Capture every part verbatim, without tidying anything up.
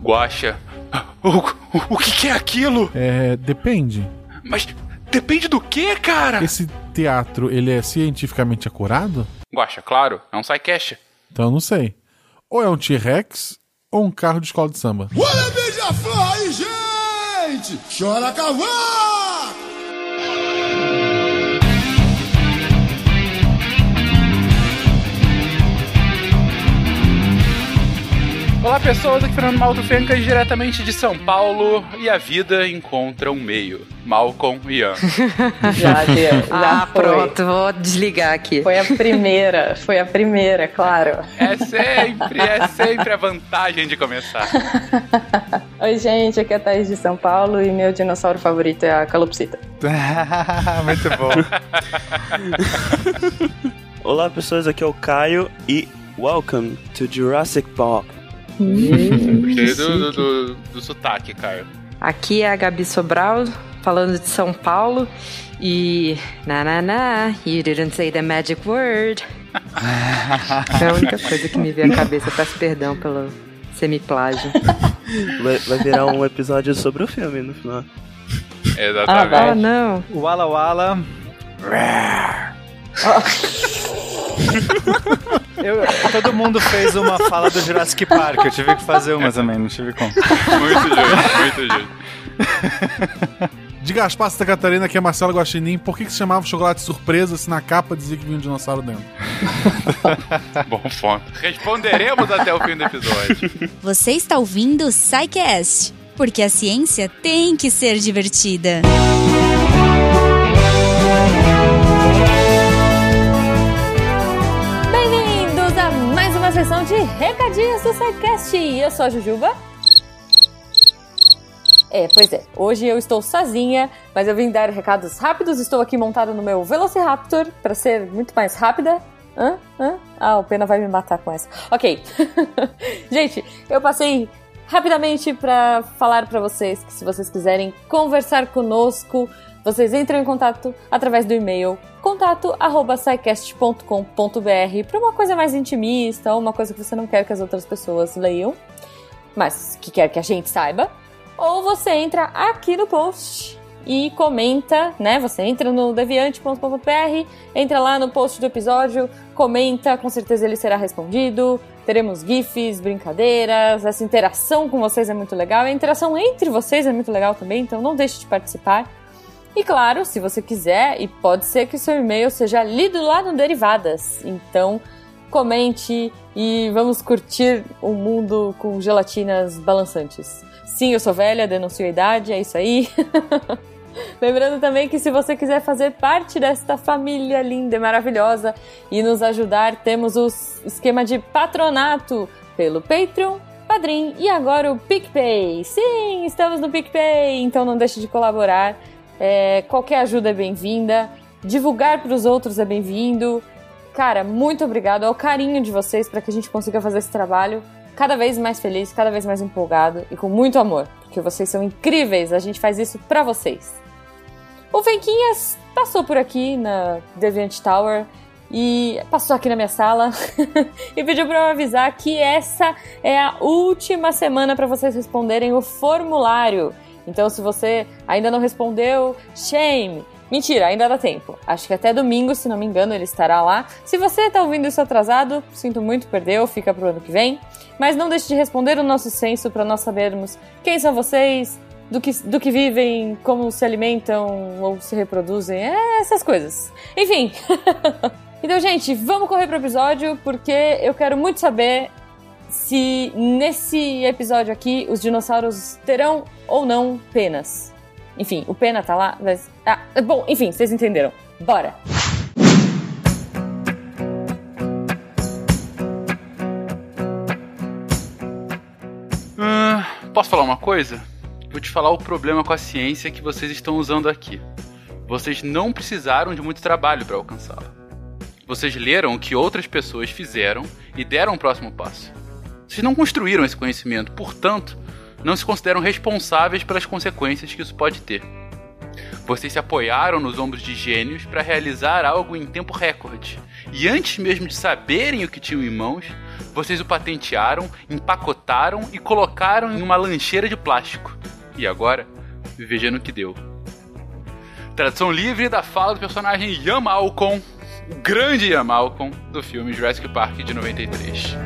Guaxa, o, o, o que, que é aquilo? É, depende. Mas depende do que, cara? Esse teatro, ele é cientificamente acurado? Guaxa, claro, é um Psycast. Então eu não sei. Ou é um T-Rex, ou um carro de escola de samba. Olha beija-flor aí, gente! Chora cavalo! Olá pessoas, aqui é Fernando Malto Fencas, diretamente de São Paulo, e a vida encontra um meio. Malcolm e Ian. Já deu, já ah, foi. Pronto, vou desligar aqui. Foi a primeira, foi a primeira, claro. É sempre, é sempre a vantagem de começar. Oi gente, aqui é a Thaís de São Paulo e meu dinossauro favorito é a Calopsita. Muito bom. Olá pessoas, aqui é o Caio e welcome to Jurassic Park. Hum, Gostei do, do, do, do sotaque, Caio. Aqui é a Gabi Sobral, falando de São Paulo. E... Na, na, na, you didn't say the magic word. É a única coisa que me veio à cabeça. Peço perdão pelo semiplágio. Vai, vai virar um episódio sobre o filme no final. Exatamente. Ah, não. Wala Wala. Eu, todo mundo fez uma fala do Jurassic Park. Eu tive que fazer uma também, não tive como. Muito justo, muito justo. De Gaspar, Santa Catarina, que é Marcelo Guaxinim. Por que, que se chamava chocolate surpresa se na capa dizia que vinha um dinossauro dentro? Bom ponto. Responderemos até o fim do episódio. Você está ouvindo o Psycast, porque a ciência tem que ser divertida. Bem-vindos a mais uma sessão de recadinhos do Psycast. Eu sou a Jujuba. É, pois é, hoje eu estou sozinha, mas eu vim dar recados rápidos. Estou aqui montada no meu Velociraptor para ser muito mais rápida. Hã? Hã? Ah, o Pena vai me matar com essa. Ok. Gente, eu passei rapidamente para falar para vocês que se vocês quiserem conversar conosco, vocês entram em contato através do e-mail contato arroba psycast ponto com ponto b r para uma coisa mais intimista, ou uma coisa que você não quer que as outras pessoas leiam, mas que quer que a gente saiba. Ou você entra aqui no post e comenta, né? Você entra no deviante ponto com ponto b r, entra lá no post do episódio, comenta, com certeza ele será respondido. Teremos gifs, brincadeiras, essa interação com vocês é muito legal. A interação entre vocês é muito legal também, então não deixe de participar. E claro, se você quiser, e pode ser que seu e-mail seja lido lá no Derivadas. Então, comente e vamos curtir o mundo com gelatinas balançantes. Sim, eu sou velha, denuncio a idade, é isso aí. Lembrando também que se você quiser fazer parte desta família linda e maravilhosa e nos ajudar, temos o esquema de patronato pelo Patreon, Padrim e agora o PicPay. Sim, estamos no PicPay, então não deixe de colaborar. É, qualquer ajuda é bem-vinda, divulgar para os outros é bem-vindo. Cara, muito obrigado ao carinho de vocês para que a gente consiga fazer esse trabalho cada vez mais feliz, cada vez mais empolgado e com muito amor, porque vocês são incríveis, a gente faz isso pra vocês. O Venquinhas passou por aqui na Deviant Tower e passou aqui na minha sala e pediu pra eu avisar que essa é a última semana pra vocês responderem o formulário. Então se você ainda não respondeu, shame! Mentira, ainda dá tempo. Acho que até domingo, se não me engano, ele estará lá. Se você tá ouvindo isso atrasado, sinto muito, perdeu, fica pro ano que vem. Mas não deixe de responder o nosso censo para nós sabermos quem são vocês, do que, do que vivem, como se alimentam ou se reproduzem, é, essas coisas. Enfim. Então, gente, vamos correr pro episódio, porque eu quero muito saber se nesse episódio aqui os dinossauros terão ou não penas. Enfim, o Pena tá lá, mas... Ah, bom, enfim, vocês entenderam. Bora! Hum, posso falar uma coisa? Vou te falar o problema com a ciência que vocês estão usando aqui. Vocês não precisaram de muito trabalho para alcançá-la. Vocês leram o que outras pessoas fizeram e deram o próximo passo. Vocês não construíram esse conhecimento, portanto, não se consideram responsáveis pelas consequências que isso pode ter. Vocês se apoiaram nos ombros de gênios para realizar algo em tempo recorde. E antes mesmo de saberem o que tinham em mãos, vocês o patentearam, empacotaram e colocaram em uma lancheira de plástico. E agora, veja no que deu. Tradução livre da fala do personagem Ian Malcolm, o grande Ian Malcolm, do filme Jurassic Park de noventa e três.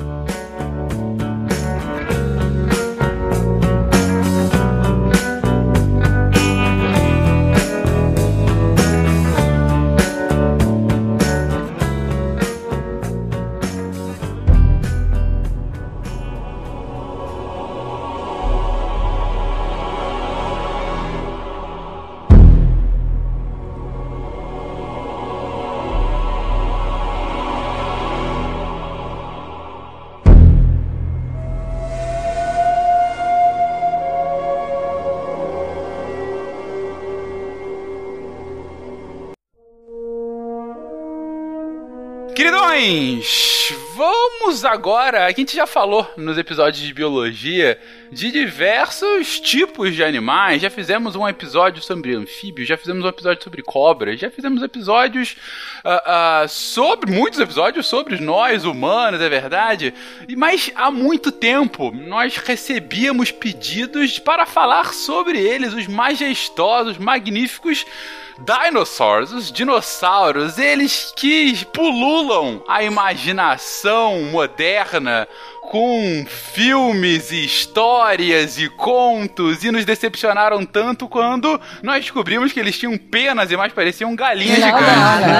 Queridões, vamos agora, a gente já falou nos episódios de biologia de diversos tipos de animais, já fizemos um episódio sobre anfíbios, já fizemos um episódio sobre cobras, já fizemos episódios uh, uh, sobre, muitos episódios sobre nós humanos, é verdade, mas há muito tempo nós recebíamos pedidos para falar sobre eles, os majestosos, magníficos dinosaurs, os dinossauros, eles que pululam a imaginação moderna com filmes e histórias e contos e nos decepcionaram tanto quando nós descobrimos que eles tinham penas e mais pareciam galinhas não, gigantes.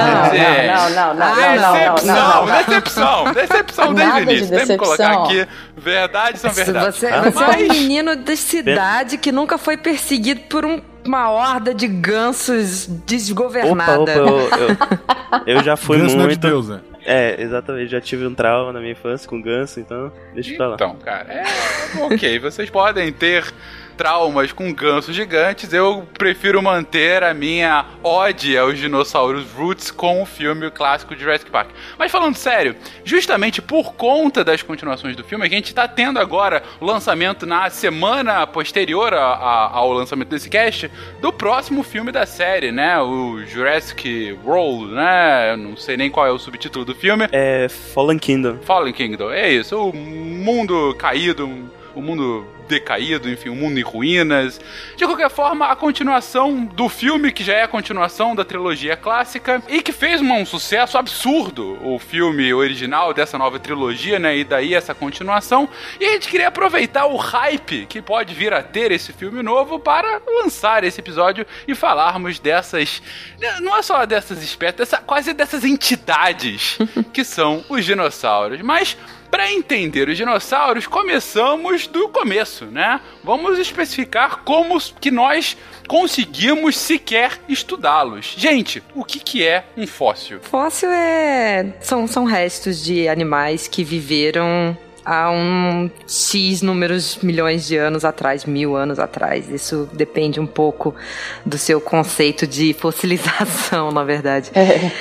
Não, não, não, não, não, Decepção, não, não, não. decepção, decepção desde o início. Temos que colocar aqui, verdades são verdades. Você, você é um menino da cidade que nunca foi perseguido por um uma horda de gansos desgovernada. Opa, opa, eu, eu, eu já fui ganso muito... Não é de Deus, né? É, exatamente, já tive um trauma na minha infância com ganso, então deixa pra lá. Então, cara, é ok, vocês podem ter traumas com gansos gigantes, eu prefiro manter a minha ode aos dinossauros roots com o filme clássico de Jurassic Park. Mas falando sério, justamente por conta das continuações do filme, a gente tá tendo agora o lançamento na semana posterior a, a, ao lançamento desse cast, do próximo filme da série, né, o Jurassic World, né, eu não sei nem qual é o subtítulo do filme. É Fallen Kingdom. Fallen Kingdom, é isso, o mundo caído, o mundo decaído, enfim, o mundo em ruínas. De qualquer forma, a continuação do filme, que já é a continuação da trilogia clássica, e que fez um sucesso absurdo, o filme original dessa nova trilogia, né, e daí essa continuação, e a gente queria aproveitar o hype que pode vir a ter esse filme novo para lançar esse episódio e falarmos dessas, não é só dessas espécies, dessa, quase dessas entidades que são os dinossauros, mas para entender os dinossauros, começamos do começo, né? Vamos especificar como que nós conseguimos sequer estudá-los. Gente, o que, que é um fóssil? Fóssil é... São, são restos de animais que viveram há um X números milhões de anos atrás, mil anos atrás. Isso depende um pouco do seu conceito de fossilização, na verdade. É.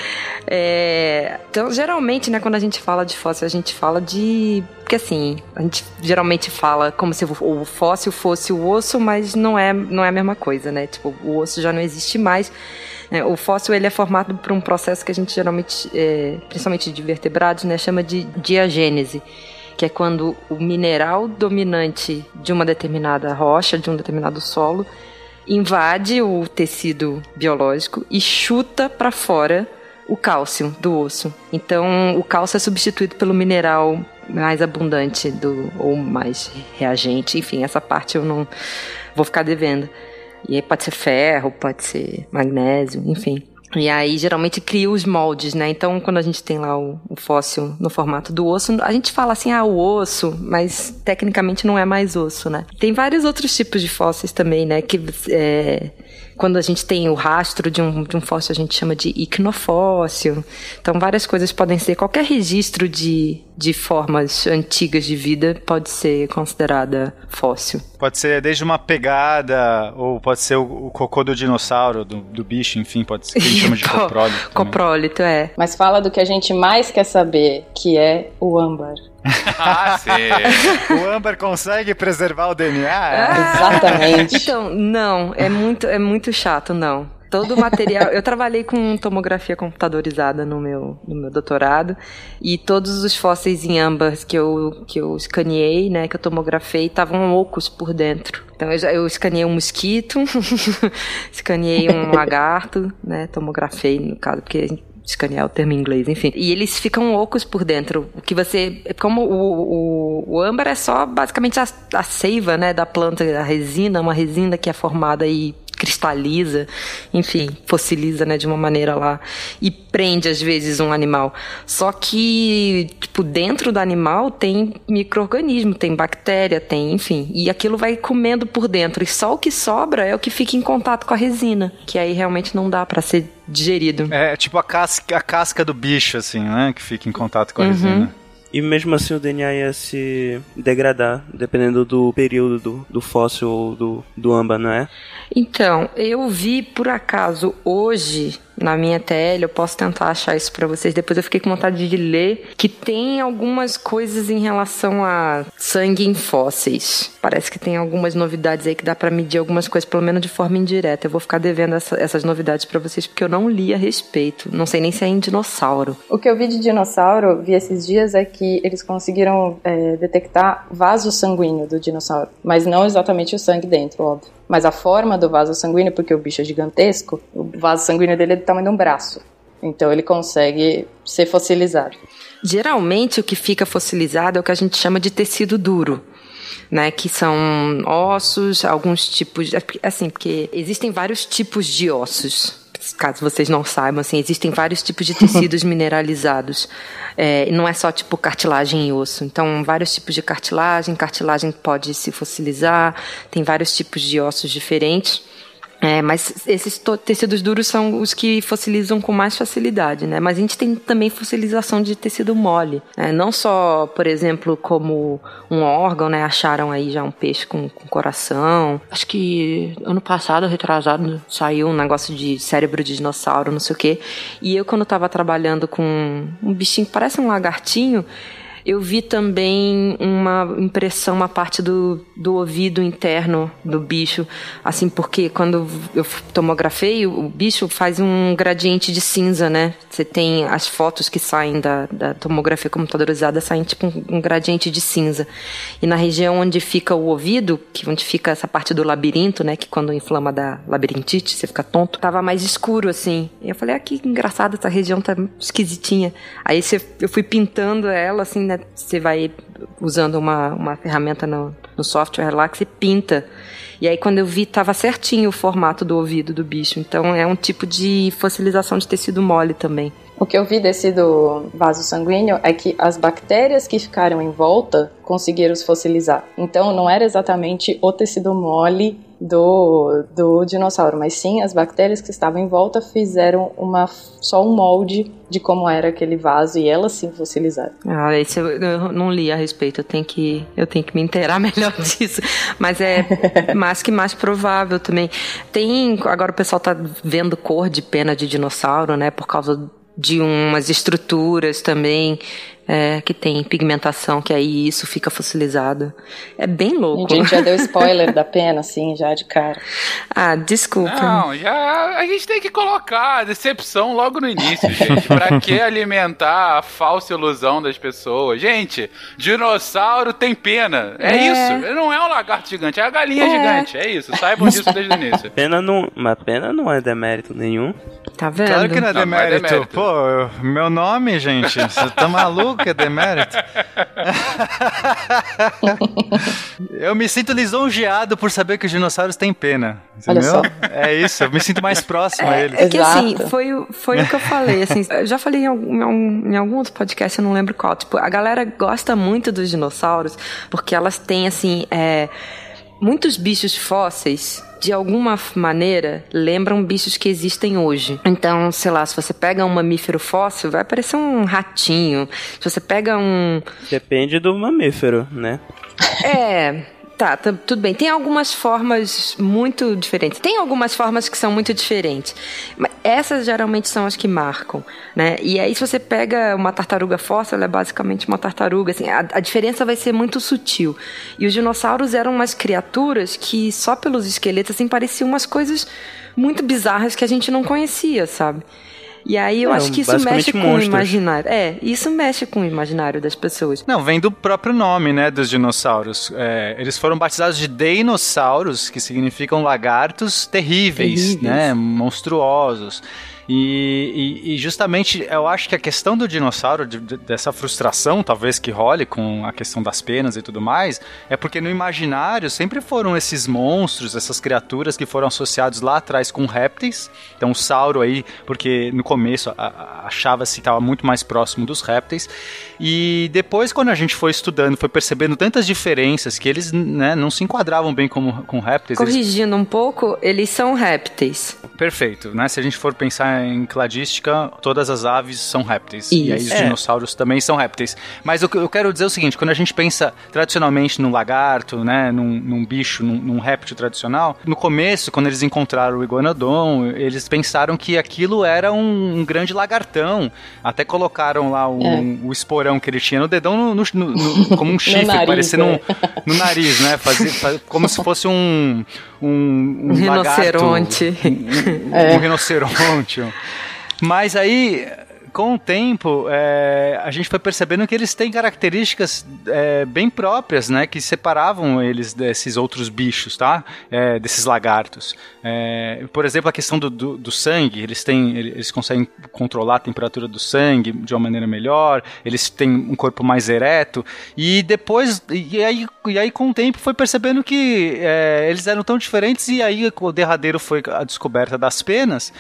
É, então, geralmente, né, quando a gente fala de fóssil, a gente fala de... Porque, assim, a gente geralmente fala como se o fóssil fosse o osso, mas não é, não é a mesma coisa, né? Tipo, o osso já não existe mais. O fóssil, ele é formado por um processo que a gente geralmente, é, principalmente de vertebrados, né, chama de diagênese, que é quando o mineral dominante de uma determinada rocha, de um determinado solo, invade o tecido biológico e chuta para fora o cálcio do osso. Então, o cálcio é substituído pelo mineral mais abundante do, ou mais reagente. Enfim, essa parte eu não vou ficar devendo. E aí pode ser ferro, pode ser magnésio, enfim. E aí, geralmente, cria os moldes, né? Então, quando a gente tem lá o, o fóssil no formato do osso, a gente fala assim, ah, o osso, mas tecnicamente não é mais osso, né? Tem vários outros tipos de fósseis também, né? Que é... Quando a gente tem o rastro de um, de um fóssil, a gente chama de icnofóssil. Então, várias coisas podem ser... Qualquer registro de, de formas antigas de vida pode ser considerada fóssil. Pode ser desde uma pegada, ou pode ser o, o cocô do dinossauro, do, do bicho, enfim, pode ser que a gente chama de coprólito. Coprólito, é. Mas fala do que a gente mais quer saber, que é o âmbar. Ah, sim. O âmbar consegue preservar o D N A? Ah, exatamente. Então, não, é muito, é muito chato, não. Todo o material... Eu trabalhei com tomografia computadorizada no meu, no meu doutorado, e todos os fósseis em âmbar que eu, que eu escaneei, né, que eu tomografei, estavam ocos por dentro. Então eu, já, eu escaneei um mosquito, escaneei um lagarto, né, tomografei, no caso, porque... escanear o termo em inglês, enfim. E eles ficam ocos por dentro. O que você... Como o, o, o âmbar é só basicamente a, a seiva, né, da planta, a resina, uma resina que é formada e cristaliza, enfim, fossiliza, né, de uma maneira lá, e prende às vezes um animal. Só que, tipo, dentro do animal tem micro-organismo, tem bactéria, tem, enfim, e aquilo vai comendo por dentro, e só o que sobra é o que fica em contato com a resina, que aí realmente não dá pra ser digerido. É tipo a casca, a casca do bicho, assim, né, que fica em contato com a Uhum. resina. E mesmo assim o D N A ia se degradar, dependendo do período do, do fóssil ou do, do âmbar, não é? Então, eu vi por acaso hoje na minha T L, eu posso tentar achar isso pra vocês, depois eu fiquei com vontade de ler, que tem algumas coisas em relação a sangue em fósseis. Parece que tem algumas novidades aí que dá pra medir algumas coisas, pelo menos de forma indireta. Eu vou ficar devendo essa, essas novidades pra vocês, porque eu não li a respeito. Não sei nem se é em dinossauro. O que eu vi de dinossauro, vi esses dias, é que eles conseguiram é, detectar vaso sanguíneo do dinossauro, mas não exatamente o sangue dentro, óbvio. Mas a forma do vaso sanguíneo, porque o bicho é gigantesco, o vaso sanguíneo dele é do tamanho de um braço. Então ele consegue ser fossilizado. Geralmente o que fica fossilizado é o que a gente chama de tecido duro, né, que são ossos, alguns tipos, assim, porque existem vários tipos de ossos. Caso vocês não saibam, assim, existem vários tipos de tecidos mineralizados. É, não é só tipo cartilagem e osso. Então, vários tipos de cartilagem. Cartilagem pode se fossilizar. Tem vários tipos de ossos diferentes. É, mas esses tecidos duros são os que fossilizam com mais facilidade, né? Mas a gente tem também fossilização de tecido mole, né? Não só, por exemplo, como um órgão, né? Acharam aí já um peixe com, com coração. Acho que ano passado, retrasado, saiu um negócio de cérebro de dinossauro, não sei o quê. E eu, quando estava trabalhando com um bichinho que parece um lagartinho, eu vi também uma impressão, uma parte do, do ouvido interno do bicho, assim, porque quando eu tomografei, o bicho faz um gradiente de cinza, né? Você tem as fotos que saem da, da tomografia computadorizada, saem tipo um, um gradiente de cinza. E na região onde fica o ouvido, que onde fica essa parte do labirinto, né? Que quando inflama da labirintite, você fica tonto, tava mais escuro, assim. E eu falei, ah, que engraçado, essa região tá esquisitinha. Aí você, eu fui pintando ela, assim, né? Você vai usando uma, uma ferramenta no, no software lá que você pinta. E aí quando eu vi, tava certinho o formato do ouvido do bicho. Então é um tipo de fossilização de tecido mole também. O que eu vi desse do vaso sanguíneo é que as bactérias que ficaram em volta conseguiram se fossilizar. Então não era exatamente o tecido mole do, do dinossauro, mas sim as bactérias que estavam em volta fizeram uma, só um molde de como era aquele vaso e elas sim fossilizaram. Ah, esse eu, eu não li a respeito, eu tenho que, eu tenho que me inteirar melhor disso, mas é mais que mais provável também. Tem, agora o pessoal tá vendo cor de pena de dinossauro, né, por causa de umas estruturas também é, que tem pigmentação, que aí isso fica fossilizado. É bem louco. A gente já deu spoiler da pena, assim, já de cara. Ah, desculpa. Não, já a gente tem que colocar a decepção logo no início, gente. Pra que alimentar a falsa ilusão das pessoas? Gente, dinossauro tem pena. É, é. isso. Não é um lagarto gigante, é a galinha é. gigante. É isso. Saibam disso desde o início. Pena não, mas pena não é demérito nenhum. Tá vendo? Claro que não é Não, demérito. não é demérito. Pô, eu- meu nome, gente, você tá maluco, é demérito? Eu me sinto lisonjeado por saber que os dinossauros têm pena, Olha entendeu? só. É isso, eu me sinto mais próximo a eles. É que assim, Exato. foi, o- foi o que eu falei, assim, eu já falei em algum, em algum- em algum outro podcast, eu não lembro qual, tipo, a galera gosta muito dos dinossauros, porque elas têm, assim, é, muitos bichos fósseis, de alguma maneira, lembram bichos que existem hoje. Então, sei lá, se você pega um mamífero fóssil, vai parecer um ratinho. Se você pega um... Depende do mamífero, né? É... Tá, tá, tudo bem. Tem algumas formas muito diferentes. Tem algumas formas que são muito diferentes. Mas essas geralmente são as que marcam, né? E aí se você pega uma tartaruga fóssil, ela é basicamente uma tartaruga, assim, a, a diferença vai ser muito sutil. E os dinossauros eram umas criaturas que só pelos esqueletos, assim, pareciam umas coisas muito bizarras que a gente não conhecia, sabe? E aí eu Não, acho que isso mexe com monstros. O imaginário. É, isso mexe com o imaginário das pessoas. Não, vem do próprio nome, né, dos dinossauros. É, eles foram batizados de dinossauros, que significam lagartos terríveis, terríveis. né, monstruosos. E, e, e justamente eu acho que a questão do dinossauro, de, de, dessa frustração talvez que role com a questão das penas e tudo mais, é porque no imaginário sempre foram esses monstros, essas criaturas que foram associados lá atrás com répteis. Então o sauro aí, porque no começo achava-se que estava muito mais próximo dos répteis. E depois quando a gente foi estudando, foi percebendo tantas diferenças que eles, né, não se enquadravam bem como, com répteis. Corrigindo eles... um pouco, eles são répteis. Perfeito, né? Se a gente for pensar em cladística, todas as aves são répteis. Isso. E aí os é. dinossauros também são répteis. Mas o que eu quero dizer é o seguinte, quando a gente pensa tradicionalmente num lagarto, né, num, num bicho, num, num réptil tradicional, no começo, quando eles encontraram o Iguanodon, eles pensaram que aquilo era um, um grande lagartão. Até colocaram lá um, é. o esporão que ele tinha no dedão no, no, no, no, como um chifre, nariz, parecendo é. um, no nariz, né? Fazia, faz, como se fosse um um, um, um rinoceronte. Lagarto, um, um, é. um rinoceronte. Mas aí, com o tempo, é, a gente foi percebendo que eles têm características é, bem próprias, né, que separavam eles desses outros bichos, tá? É, desses lagartos. É, por exemplo, a questão do, do, do sangue, eles, têm, eles conseguem controlar a temperatura do sangue de uma maneira melhor, eles têm um corpo mais ereto, e depois, e aí, e aí com o tempo foi percebendo que é, eles eram tão diferentes, e aí o derradeiro foi a descoberta das penas,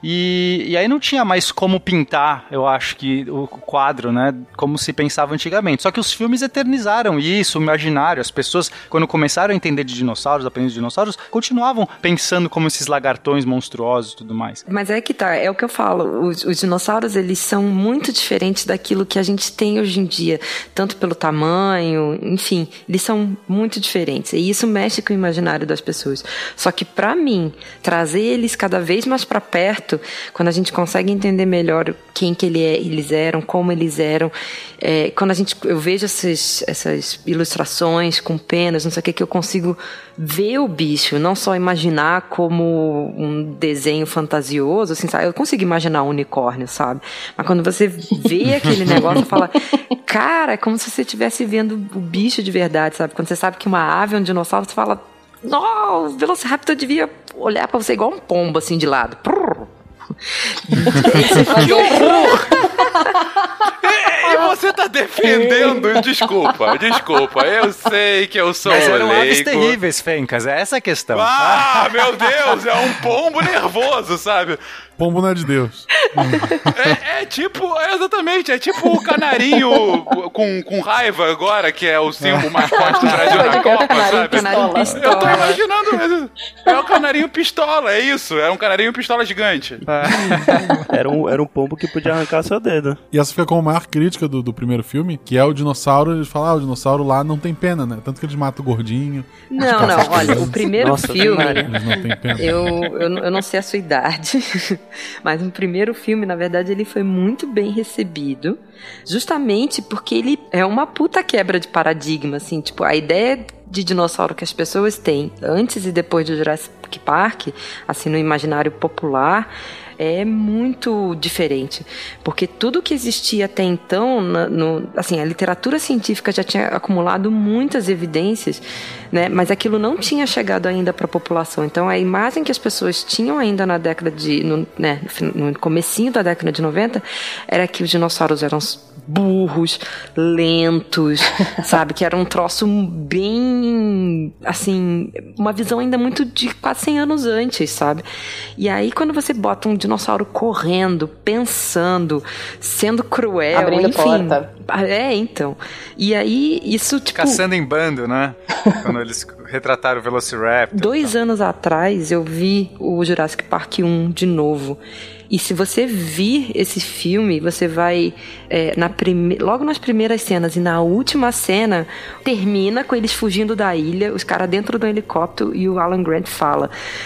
e, e aí não tinha mais como pintar, eu acho que o quadro, né, como se pensava antigamente. Só que os filmes eternizaram isso, o imaginário. As pessoas, quando começaram a entender de dinossauros, aprender de dinossauros, continuavam pensando como esses lagartões monstruosos e tudo mais. Mas é que tá, é o que eu falo. Os, os dinossauros, eles são muito diferentes daquilo que a gente tem hoje em dia. Tanto pelo tamanho, enfim, eles são muito diferentes. E isso mexe com o imaginário das pessoas. Só que pra mim, trazer eles cada vez mais pra perto, quando a gente consegue entender melhor quem que ele é, eles eram, como eles eram. É, quando a gente, eu vejo essas, essas ilustrações com penas, não sei o que, que eu consigo ver o bicho, não só imaginar como um desenho fantasioso, assim, sabe? Eu consigo imaginar um unicórnio, sabe? Mas quando você vê aquele negócio, você fala, cara, é como se você estivesse vendo o bicho de verdade, sabe? Quando você sabe que uma ave é um dinossauro, você fala, não, o Velociraptor devia olhar pra você igual um pombo, assim, de lado. Que horror! E, e você tá defendendo? Desculpa, desculpa. Eu sei que eu sou Mas eram leigo. aves terríveis, Fencas. É essa a questão. Ah, meu Deus! É um pombo nervoso, sabe? Pombo não é de Deus. É, é tipo, é exatamente, é tipo o canarinho com, com raiva agora, que é o símbolo mascote do Brasil na Copa, sabe? Eu tô imaginando, é o canarinho pistola, é isso, é um canarinho pistola gigante. Era um, era um pombo que podia arrancar seu dedo. E essa fica como a maior crítica do, do primeiro filme, que é o dinossauro, eles falam, ah, o dinossauro lá não tem pena, né? Tanto que eles matam o gordinho. Não, não, olha, o primeiro Nossa, filme, eles não têm pena. eu, eu, eu não sei a sua idade, mas no primeiro filme, na verdade, ele foi muito bem recebido, justamente porque ele é uma puta quebra de paradigma, assim, tipo, a ideia de dinossauro que as pessoas têm antes e depois do Jurassic Park, assim, no imaginário popular, é muito diferente, porque tudo que existia até então, na, no, assim, a literatura científica já tinha acumulado muitas evidências, né, mas aquilo não tinha chegado ainda para a população. Então a imagem que as pessoas tinham ainda na década de, no, né, no comecinho da década de noventa, era que os dinossauros eram burros, lentos, sabe, que era um troço bem, assim, uma visão ainda muito de quase cem anos antes, sabe? E aí quando você bota um dinossauro correndo, pensando, sendo cruel, abrindo enfim, porta. É, então. E aí isso, tipo, caçando em bando, né? Quando eles retrataram o Velociraptor. Dois anos atrás eu vi o Jurassic Park um de novo. E se você vir esse filme, você vai é, na prime... logo nas primeiras cenas e na última cena, termina com eles fugindo da ilha, os caras dentro do helicóptero, e o Alan Grant fala,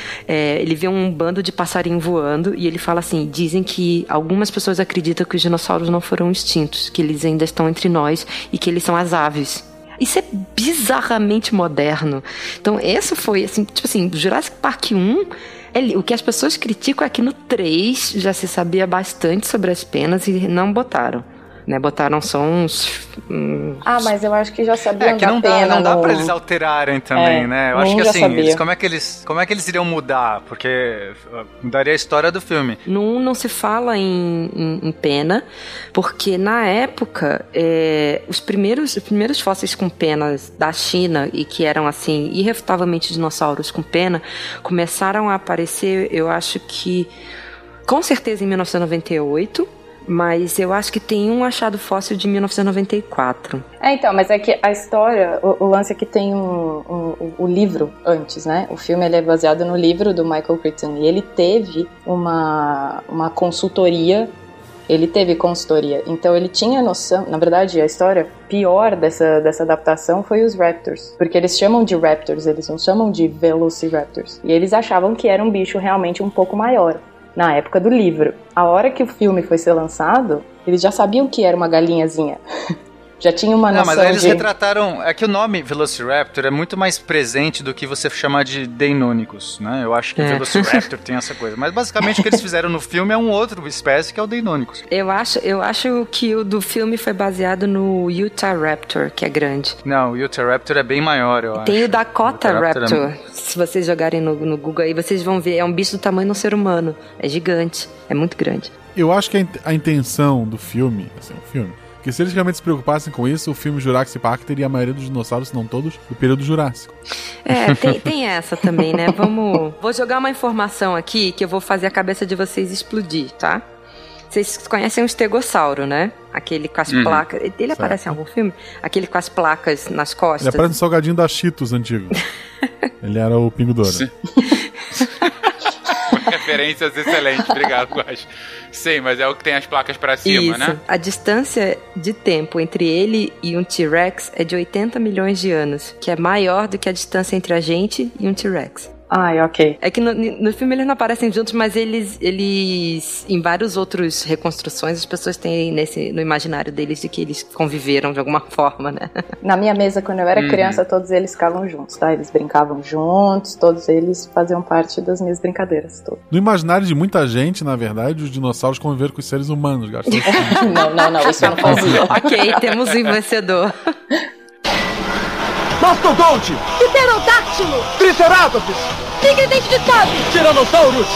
é, ele vê um bando de passarinho voando e ele fala assim, dizem que algumas pessoas acreditam que os dinossauros não foram extintos, que eles ainda estão entre nós e que eles são as aves. Isso é bizarramente moderno. Então, essa foi, assim, tipo assim, Jurassic Park um, é, o que as pessoas criticam é que no três já se sabia bastante sobre as penas e não botaram. Né, botaram só uns, uns... Ah, mas eu acho que já sabiam é, que da não pena. Dá, não dá no... pra eles alterarem também, é, né? Eu acho que já assim, eles, como, é que eles, como é que eles iriam mudar? Porque mudaria a história do filme. No um não se fala em, em, em pena, porque na época, é, os, primeiros, os primeiros fósseis com penas da China, e que eram assim, irrefutavelmente dinossauros com pena, começaram a aparecer, eu acho que, com certeza em mil novecentos e noventa e oito, mas eu acho que tem um achado fóssil de mil novecentos e noventa e quatro. É, então, mas é que a história, o, o lance é que tem um, um, o livro antes, né? O filme ele é baseado no livro do Michael Crichton, e ele teve uma, uma consultoria, ele teve consultoria, então ele tinha noção, na verdade a história pior dessa, dessa adaptação foi os Raptors, porque eles chamam de Raptors, eles não chamam de Velociraptors, e eles achavam que era um bicho realmente um pouco maior. Na época do livro. A hora que o filme foi ser lançado, eles já sabiam que era uma galinhazinha. Já tinha uma noção de... Não, mas aí eles de... retrataram... É que o nome Velociraptor é muito mais presente do que você chamar de Deinonychus, né? Eu acho que é. Velociraptor tem essa coisa. Mas basicamente o que eles fizeram no filme é um outro espécie que é o Deinonychus. Eu acho, eu acho que o do filme foi baseado no Utahraptor, que é grande. Não, o Utahraptor é bem maior, eu tem acho. Tem o Dakota o Raptor. É... Se vocês jogarem no, no Google aí, vocês vão ver. É um bicho do tamanho de um ser humano. É gigante. É muito grande. Eu acho que a intenção do filme... Assim, o filme... Porque se eles realmente se preocupassem com isso, o filme Jurassic Park teria a maioria dos dinossauros, se não todos, do período Jurássico. É, tem, tem essa também, né? Vamos... Vou jogar uma informação aqui que eu vou fazer a cabeça de vocês explodir, tá? Vocês conhecem o estegossauro, né? Aquele com as uhum. placas... Ele certo. Aparece em algum filme? Aquele com as placas nas costas. Ele aparece no salgadinho da Cheetos antigo. Ele era o Pingo Douro. Referências excelentes, obrigado, Guax. Sim, mas é o que tem as placas pra cima, Isso. né? A distância de tempo entre ele e um T-Rex é de oitenta milhões de anos, que é maior do que a distância entre a gente e um T-Rex. Ai, ok. É que no, no filme eles não aparecem juntos, mas eles, eles em várias outras reconstruções, as pessoas têm nesse, no imaginário deles de que eles conviveram de alguma forma, né? Na minha mesa, quando eu era uhum. criança, todos eles ficavam juntos, tá? Eles brincavam juntos, todos eles faziam parte das minhas brincadeiras. Todas. No imaginário de muita gente, na verdade, os dinossauros conviveram com os seres humanos, gastou. Não, não, não, isso eu não fazia. Ok, temos um vencedor. Mastodonte! Pterodáctilo! Triceratops! Tigre dente de sabre! Tiranossauros!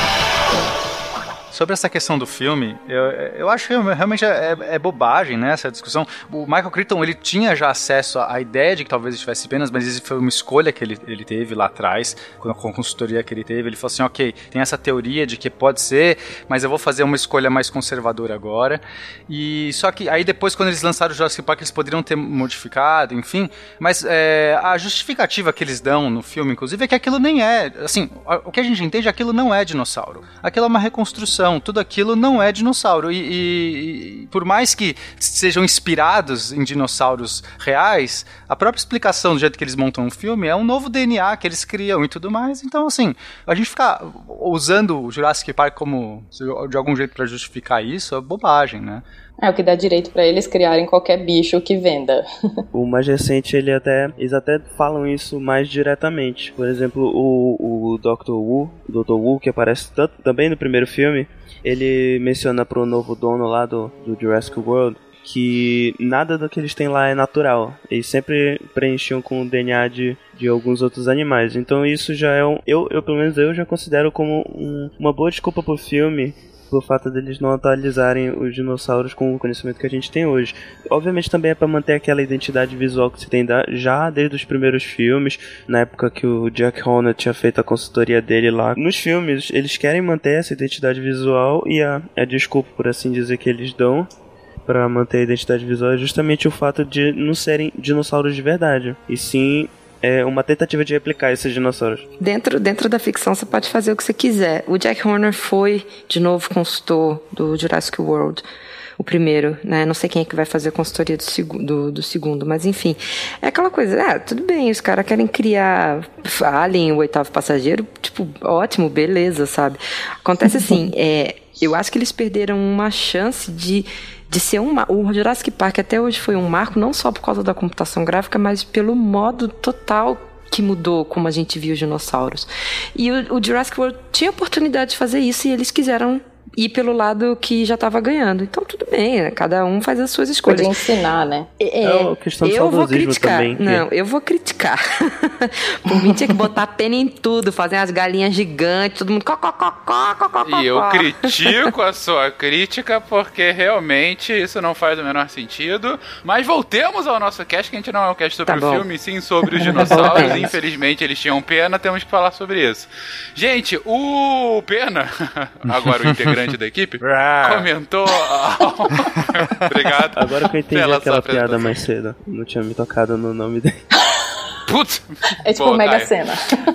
Sobre essa questão do filme, eu, eu acho que realmente é, é bobagem, né, essa discussão. O Michael Crichton, ele tinha já acesso à ideia de que talvez tivesse penas, mas isso foi uma escolha que ele, ele teve lá atrás, com a consultoria que ele teve. Ele falou assim, ok, tem essa teoria de que pode ser, mas eu vou fazer uma escolha mais conservadora agora. E só que aí depois, quando eles lançaram o Jurassic Park, eles poderiam ter modificado, enfim. Mas é, a justificativa que eles dão no filme, inclusive, é que aquilo nem é... Assim, o que a gente entende é que aquilo não é dinossauro. Aquilo é uma reconstrução. Tudo aquilo não é dinossauro. E, e, e por mais que sejam inspirados em dinossauros reais, a própria explicação do jeito que eles montam um filme é um novo D N A que eles criam e tudo mais. Então, assim, a gente ficar usando o Jurassic Park como de algum jeito para justificar isso é bobagem, né? É o que dá direito pra eles criarem qualquer bicho que venda. O mais recente, ele até, eles até falam isso mais diretamente. Por exemplo, o, o doutor Wu, o doutor Wu, que aparece tanto, também no primeiro filme, ele menciona pro novo dono lá do, do Jurassic World que nada do que eles têm lá é natural. Eles sempre preenchiam com o D N A de, de alguns outros animais. Então isso já é um... Eu, eu pelo menos eu já considero como um, uma boa desculpa pro filme, pelo fato deles não atualizarem os dinossauros com o conhecimento que a gente tem hoje. Obviamente também é para manter aquela identidade visual que se tem da, já desde os primeiros filmes, na época que o Jack Horner tinha feito a consultoria dele lá. Nos filmes, eles querem manter essa identidade visual e a, a desculpa, por assim dizer, que eles dão para manter a identidade visual é justamente o fato de não serem dinossauros de verdade, e sim é uma tentativa de replicar esses dinossauros. Dentro, dentro da ficção você pode fazer o que você quiser. O Jack Horner foi, de novo, consultor do Jurassic World. O primeiro, né? Não sei quem é que vai fazer a consultoria do, segu- do, do segundo, mas enfim. É aquela coisa, ah, tudo bem, os caras querem criar Alien, o oitavo passageiro, tipo, ótimo, beleza, sabe? Acontece assim, é, eu acho que eles perderam uma chance de, de ser um... O Jurassic Park até hoje foi um marco, não só por causa da computação gráfica, mas pelo modo total que mudou como a gente viu os dinossauros. E o, o Jurassic World tinha oportunidade de fazer isso e eles quiseram ir pelo lado que já estava ganhando. Então, tudo bem, né? Cada um faz as suas escolhas. Podia ensinar, né? É, é uma questão de eu vou criticar. também. Que... Não, eu vou criticar. Por mim, tinha que botar pena em tudo, fazer as galinhas gigantes, todo mundo... Co, co, co, co, co, co, e eu critico a sua crítica, porque realmente isso não faz o menor sentido. Mas voltemos ao nosso cast, que a gente não é um cast sobre tá o bom. filme, sim sobre os dinossauros. Infelizmente, eles tinham pena, temos que falar sobre isso. Gente, o Pena, agora o integrante da equipe, comentou... Obrigado. Agora que eu entendi aquela piada mais cedo. Não tinha me tocado no nome dele. Putz! É tipo Mega Sena.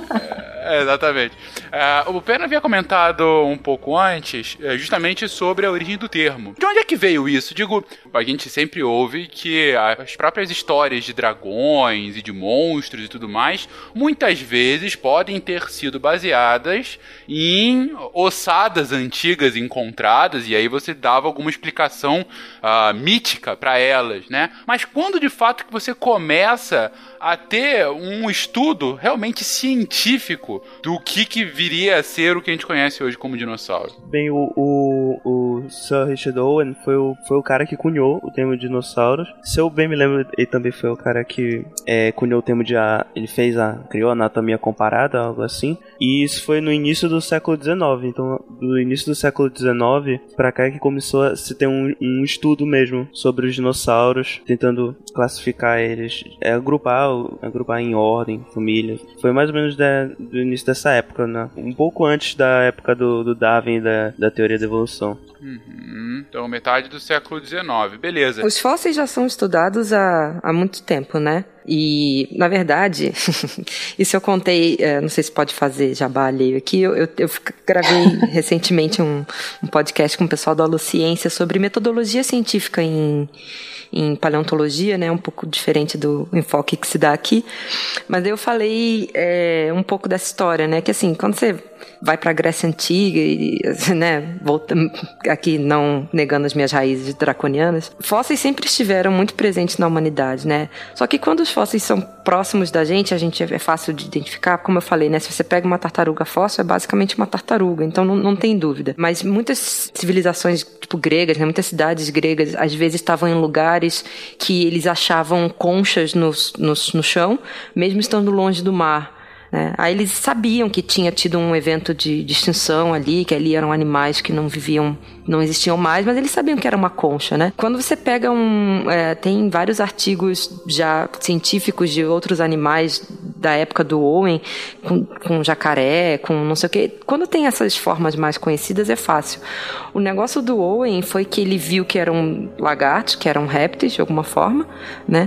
É, exatamente. Uh, o Pena havia comentado um pouco antes uh, justamente sobre a origem do termo. De onde é que veio isso? Digo, a gente sempre ouve que as próprias histórias de dragões e de monstros e tudo mais, muitas vezes podem ter sido baseadas em ossadas antigas encontradas, e aí você dava alguma explicação uh, mítica para elas, né? Mas quando de fato que você começa a ter um estudo realmente científico do que, que viria a ser o que a gente conhece hoje como dinossauro? Bem, o, o, o Sir Richard Owen foi o, foi o cara que cunhou o termo dinossauros. Se eu bem me lembro, ele também foi o cara que é, cunhou o termo de... A, ele fez a... criou a anatomia comparada, algo assim. E isso foi no início do século dezenove. Então, do início do século dezenove pra cá é que começou a se ter um, um estudo mesmo sobre os dinossauros, tentando classificar eles, é, agrupar, agrupar em ordem, família. Foi mais ou menos da, do início dessa época, né? Um pouco antes da época do, do Darwin, da, da teoria da evolução. Uhum. Então, metade do século dezenove, beleza. Os fósseis já são estudados há, há muito tempo, né? E, na verdade, isso eu contei, não sei se pode fazer jabá alheio aqui, eu, eu, eu gravei recentemente um, um podcast com o pessoal da Alociência sobre metodologia científica em, em paleontologia, né? Um pouco diferente do enfoque que se dá aqui. Mas eu falei é, um pouco dessa história, né? Que assim, quando você vai para a Grécia Antiga e, né, volta, aqui não negando as minhas raízes draconianas, fósseis sempre estiveram muito presentes na humanidade, né? Só que quando os fósseis são próximos da gente, a gente é fácil de identificar, como eu falei, né? Se você pega uma tartaruga fóssil, é basicamente uma tartaruga, então não, não tem dúvida. Mas muitas civilizações, tipo gregas, né? Muitas cidades gregas, às vezes estavam em lugares que eles achavam conchas no, no, no chão, mesmo estando longe do mar. É, aí eles sabiam que tinha tido um evento de, de extinção ali, que ali eram animais que não viviam, não existiam mais, mas eles sabiam que era uma concha, né? Quando você pega um... É, tem vários artigos já científicos de outros animais da época do Owen, com, com jacaré, com não sei o quê. Quando tem essas formas mais conhecidas, é fácil. O negócio do Owen foi que ele viu que eram lagartos, que eram répteis, de alguma forma, né?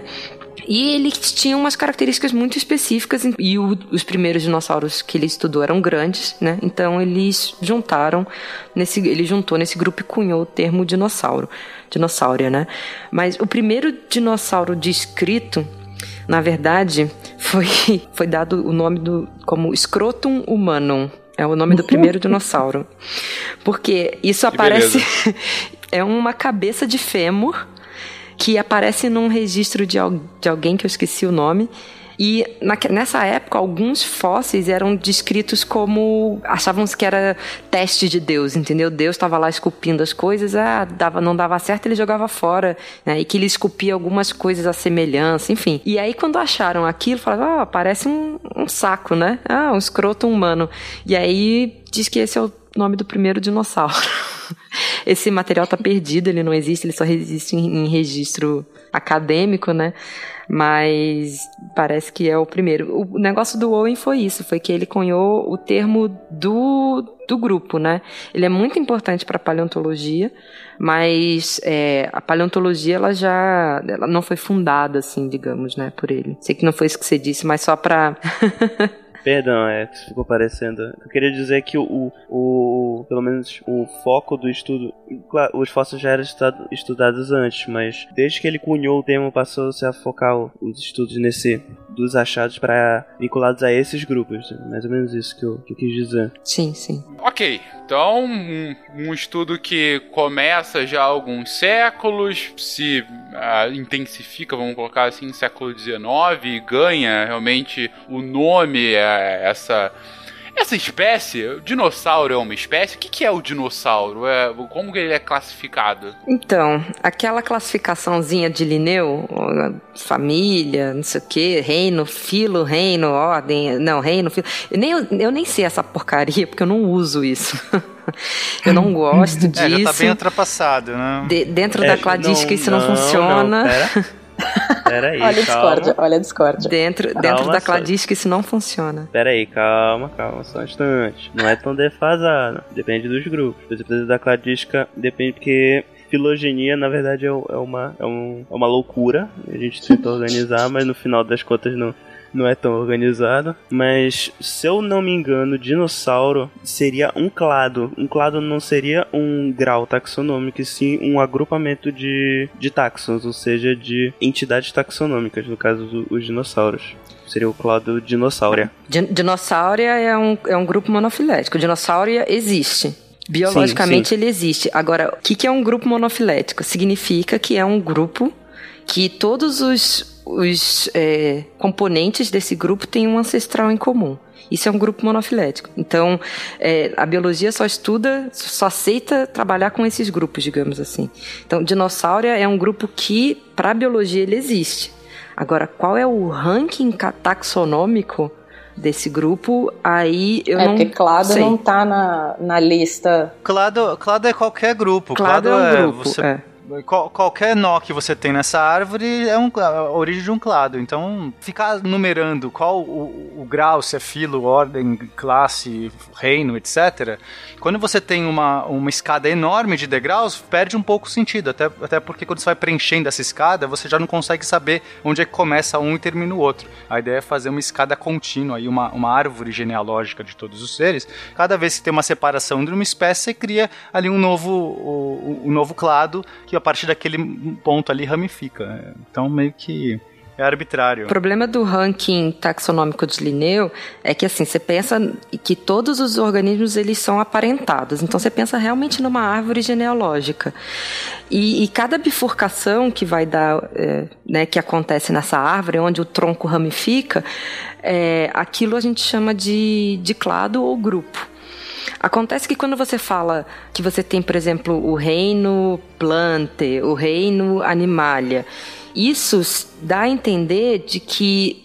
E eles tinham umas características muito específicas, e o, os primeiros dinossauros que ele estudou eram grandes, né? Então eles juntaram, nesse, ele juntou nesse grupo e cunhou o termo dinossauro, dinossáuria, né? Mas o primeiro dinossauro descrito, na verdade, foi, foi dado o nome do, como Scrotum humanum. É o nome do primeiro dinossauro. Porque isso que aparece... é uma cabeça de fêmur que aparece num registro de, al- de alguém que eu esqueci o nome. E na, nessa época, alguns fósseis eram descritos como... achavam que era teste de Deus, entendeu? Deus estava lá esculpindo as coisas, ah, dava, não dava certo, ele jogava fora, né? E que ele esculpia algumas coisas à semelhança, enfim. E aí, quando acharam aquilo, falaram, ah, parece um, um saco, né? Ah, um escroto humano. E aí, diz que esse é o nome do primeiro dinossauro. Esse material está perdido, ele não existe, ele só existe em, em registro acadêmico, né? Mas parece que é o primeiro. O negócio do Owen foi isso, foi que ele cunhou o termo do, do grupo, né? Ele é muito importante para a paleontologia, mas é, a paleontologia ela já ela não foi fundada, assim, digamos, né, por ele. Sei que não foi isso que você disse, mas só para... Perdão, é que ficou parecendo. Eu queria dizer que o, o pelo menos o foco do estudo, claro, os fósseis já eram estudado, estudados antes, mas desde que ele cunhou o termo passou-se a focar os estudos nesse dos achados para vinculados a esses grupos. Mais ou menos isso que eu, que eu quis dizer. Sim, sim. Ok, então um, um estudo que começa já há alguns séculos, se uh, intensifica, vamos colocar assim, século dezenove, e ganha realmente o nome, uh, essa... Essa espécie, o dinossauro é uma espécie? O que, que é o dinossauro? É, como que ele é classificado? Então, aquela classificaçãozinha de Linneu, família, não sei o que, reino, filo, reino, ordem, não, reino, filo. Eu nem, eu nem sei essa porcaria, porque eu não uso isso. Eu não gosto disso. É, já tá bem ultrapassado, né? De, dentro é, da cladística não, isso não, não funciona. Não, pera. Pera aí, olha a calma. discórdia, olha a discórdia. Dentro, Calma dentro da só. cladística isso não funciona. Pera aí, calma, calma, só um instante. Não é tão defasado, depende dos grupos. Por exemplo, da cladística depende porque filogenia, na verdade, é uma, é um, é uma loucura. A gente tenta organizar, mas no final das contas não, não é tão organizado. Mas, se eu não me engano, dinossauro seria um clado. Um clado não seria um grau taxonômico, e sim um agrupamento de, de taxons, ou seja, de entidades taxonômicas, no caso dos do, dinossauros. Seria o clado dinossauria. Din- Dinossauria é um, é um grupo monofilético. Dinossauria existe. Biologicamente sim, sim. Ele existe. Agora, o que, que é um grupo monofilético? Significa que é um grupo que todos os os é, componentes desse grupo têm um ancestral em comum. Isso é um grupo monofilético. Então, é, a biologia só estuda, só aceita trabalhar com esses grupos, digamos assim. Então, dinossauria é um grupo que, para a biologia, ele existe. Agora, qual é o ranking taxonômico desse grupo? Aí eu é não sei. É porque clado sei. não tá na, na lista. Clado, clado é qualquer grupo. Clado, clado é um grupo, você... é. Qual, qualquer nó que você tem nessa árvore é um, a origem de um clado. Então, ficar numerando qual o, o grau, se é filo, ordem, classe, reino, etcétera. Quando você tem uma, uma escada enorme de degraus, perde um pouco o sentido. Até, até porque quando você vai preenchendo essa escada, você já não consegue saber onde é que começa um e termina o outro. A ideia é fazer uma escada contínua, aí uma, uma árvore genealógica de todos os seres. Cada vez que tem uma separação de uma espécie, você cria ali um novo, um, um novo clado que a partir daquele ponto ali ramifica. Então meio que é arbitrário. O problema do ranking taxonômico de Linneu é que assim, você pensa que todos os organismos eles são aparentados. Então você pensa realmente numa árvore genealógica. E, e cada bifurcação que vai dar, é, né, que acontece nessa árvore, onde o tronco ramifica, é, aquilo a gente chama de, de clado ou grupo. Acontece que quando você fala que você tem, por exemplo, o reino plante, o reino animalia, isso dá a entender de que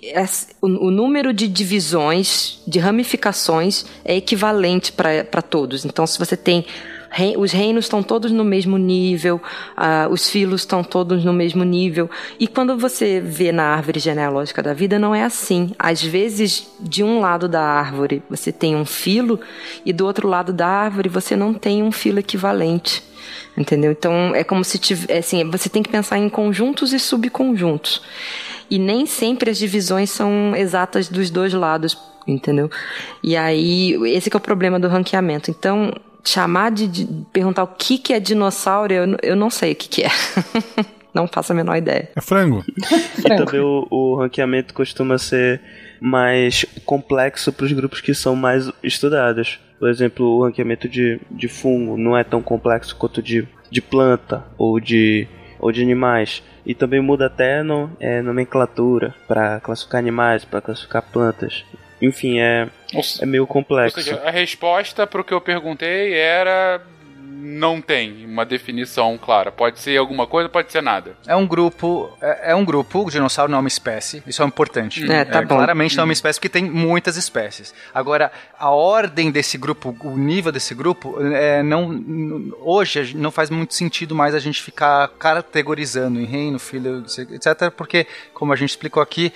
o número de divisões, de ramificações, é equivalente para todos. Então, se você tem... Os reinos estão todos no mesmo nível, uh, os filos estão todos no mesmo nível. E quando você vê na árvore genealógica da vida, não é assim. Às vezes, de um lado da árvore, você tem um filo, e do outro lado da árvore, você não tem um filo equivalente. Entendeu? Então, é como se tivesse, assim, você tem que pensar em conjuntos e subconjuntos. E nem sempre as divisões são exatas dos dois lados, entendeu? E aí, esse que é o problema do ranqueamento. Então... chamar de, de perguntar o que, que é dinossauro, eu, eu não sei o que, que é. Não faço a menor ideia. É frango. E também o, o ranqueamento costuma ser mais complexo para os grupos que são mais estudados. Por exemplo, o ranqueamento de, de fungo não é tão complexo quanto de, de planta ou de, ou de animais. E também muda até no, é, nomenclatura para classificar animais, para classificar plantas. Enfim, é, é meio complexo. Ou seja, a resposta para o que eu perguntei era não tem uma definição clara? Pode ser alguma coisa, pode ser nada. É um grupo, é, é um grupo, o dinossauro não é uma espécie, isso é importante. É, tá é, bom. Claramente não é uma espécie porque tem muitas espécies. Agora, a ordem desse grupo, o nível desse grupo, é, não, hoje não faz muito sentido mais a gente ficar categorizando em reino, filho, etcétera, porque, como a gente explicou aqui,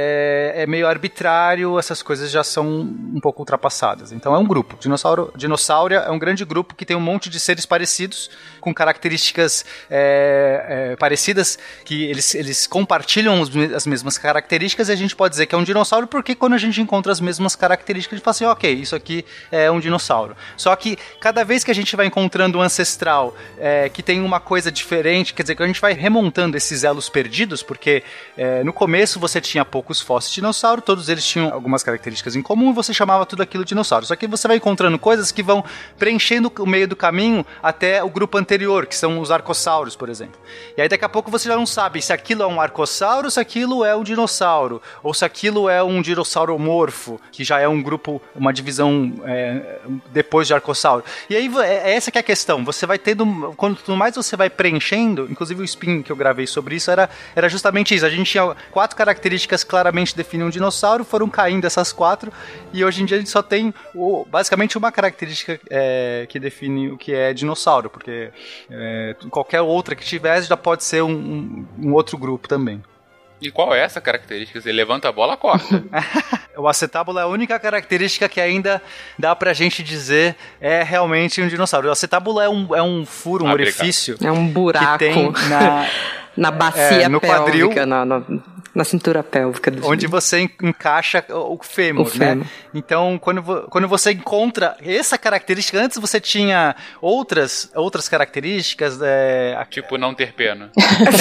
é, é meio arbitrário, essas coisas já são um pouco ultrapassadas. Então é um grupo. Dinossauro, Dinossauria é um grande grupo que tem um monte de seres parecidos, com características é, é, parecidas, que eles, eles compartilham os, as mesmas características, e a gente pode dizer que é um dinossauro, porque quando a gente encontra as mesmas características, a gente fala assim, ok, isso aqui é um dinossauro. Só que cada vez que a gente vai encontrando um ancestral é, que tem uma coisa diferente, quer dizer, que a gente vai remontando esses elos perdidos, porque é, no começo você tinha poucos fósseis de dinossauro, todos eles tinham algumas características em comum, e você chamava tudo aquilo de dinossauro. Só que você vai encontrando coisas que vão preenchendo o meio do caminho até o grupo anterior, que são os arcossauros, por exemplo. E aí daqui a pouco você já não sabe se aquilo é um arcossauro, se aquilo é um dinossauro, ou se aquilo é um dirossauromorfo, que já é um grupo, uma divisão é, depois de arcossauro. E aí é essa que é a questão, você vai tendo, quanto mais você vai preenchendo, inclusive o spin que eu gravei sobre isso era, era justamente isso, a gente tinha quatro características que claramente definiam um dinossauro, foram caindo essas quatro, e hoje em dia a gente só tem o, basicamente uma característica é, que define o que é dinossauro, porque é, qualquer outra que tivesse já pode ser um, um, um outro grupo também. E qual é essa característica? Você levanta a bola, corta. O acetábulo é a única característica que ainda dá pra gente dizer é realmente um dinossauro. O acetábulo é um, é um furo, um ah, orifício. É um buraco que tem na, na bacia é, no pélvica, quadril, na, na, na cintura pélvica. Do onde você encaixa o fêmur, o fêmur. Né? Então, quando, quando você encontra essa característica, antes você tinha outras, outras características. É... Tipo não ter pena.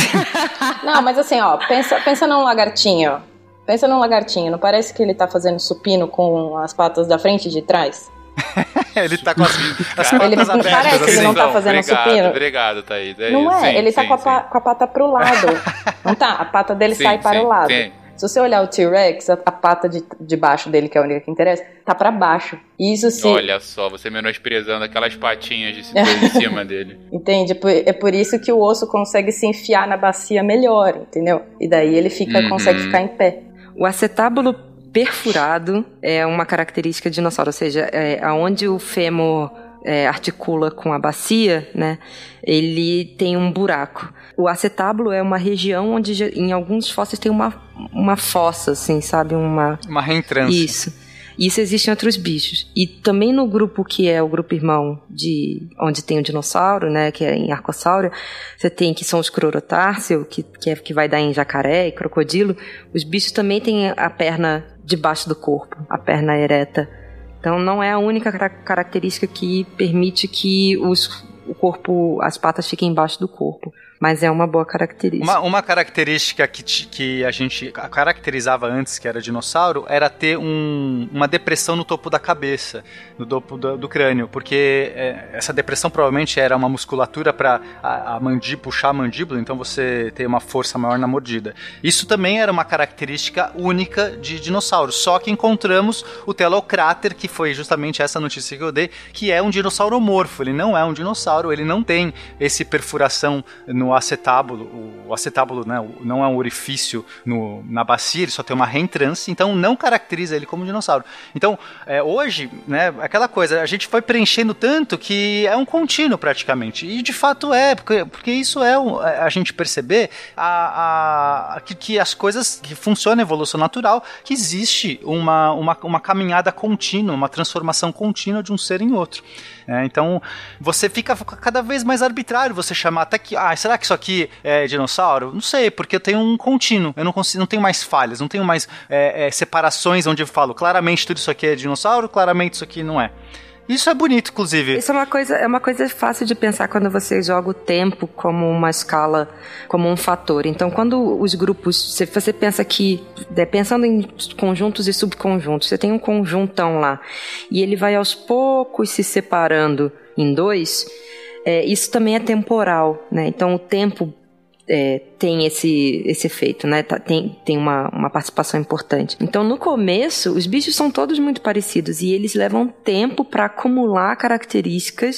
Não, mas assim, ó, pensa, pensa num lagartinho. Pensa num lagartinho, não parece que ele tá fazendo supino com as patas da frente e de trás? Ele tá com as, as ele patas abertas. Parece que ele não tá fazendo obrigado, supino. Obrigado, Thaís. É não isso. é, sim, ele tá sim, com, a pa, com a pata pro lado. Não tá? A pata dele sim, sai para sim, o lado. Sim. Se você olhar o T-Rex, a, a pata de, de baixo dele, que é a única que interessa, tá pra baixo. Isso se... Olha só, você menosprezando aquelas patinhas de em cima dele. Entende? É por isso que o osso consegue se enfiar na bacia melhor, entendeu? E daí ele fica, uhum. consegue ficar em pé. O acetábulo perfurado é uma característica de dinossauro, ou seja, é, aonde o fêmur é, articula com a bacia, né, ele tem um buraco. O acetábulo é uma região onde em alguns fósseis tem uma, uma fossa, assim, sabe? Uma, uma reentrância. Isso. Isso existe em outros bichos. E também no grupo que é o grupo irmão de onde tem o dinossauro, né, que é em Arcosáurea, você tem que são os Chlorotárceo, que, que, é, que vai dar em jacaré e crocodilo. Os bichos também têm a perna debaixo do corpo, a perna ereta. Então não é a única característica que permite que os, o corpo, as patas fiquem embaixo do corpo. Mas é uma boa característica. Uma, uma característica que, que a gente caracterizava antes, que era dinossauro, era ter um, uma depressão no topo da cabeça, no topo do, do crânio, porque é, essa depressão provavelmente era uma musculatura para a, a mandí, puxar a mandíbula, então você tem uma força maior na mordida. Isso também era uma característica única de dinossauro, só que encontramos o Telocrater, que foi justamente essa notícia que eu dei, que é um dinossauromorfo, ele não é um dinossauro, ele não tem esse perfuração no acetábulo, o acetábulo, né, não é um orifício no, na bacia, ele só tem uma reentrância, então não caracteriza ele como dinossauro. Então, é, hoje, né, aquela coisa, a gente foi preenchendo tanto que é um contínuo praticamente, e de fato é, porque, porque isso é um, a gente perceber a, a, que, que as coisas que funcionam, a evolução natural, que existe uma, uma, uma caminhada contínua, uma transformação contínua de um ser em outro. É, então, você fica cada vez mais arbitrário, você chamar até que, ah, será que isso aqui é dinossauro? Não sei, porque eu tenho um contínuo, eu não, consigo, não tenho mais falhas, não tenho mais é, é, separações onde eu falo, claramente tudo isso aqui é dinossauro, claramente isso aqui não é. Isso é bonito, inclusive. Isso é uma coisa, é uma coisa fácil de pensar quando você joga o tempo como uma escala, como um fator. Então, quando os grupos, se você pensa que, pensando em conjuntos e subconjuntos, você tem um conjuntão lá, e ele vai aos poucos se separando em dois, é, isso também é temporal, né? Então, o tempo É, tem esse, esse efeito, né? Tá, tem tem uma, uma participação importante. Então, no começo, os bichos são todos muito parecidos e eles levam tempo para acumular características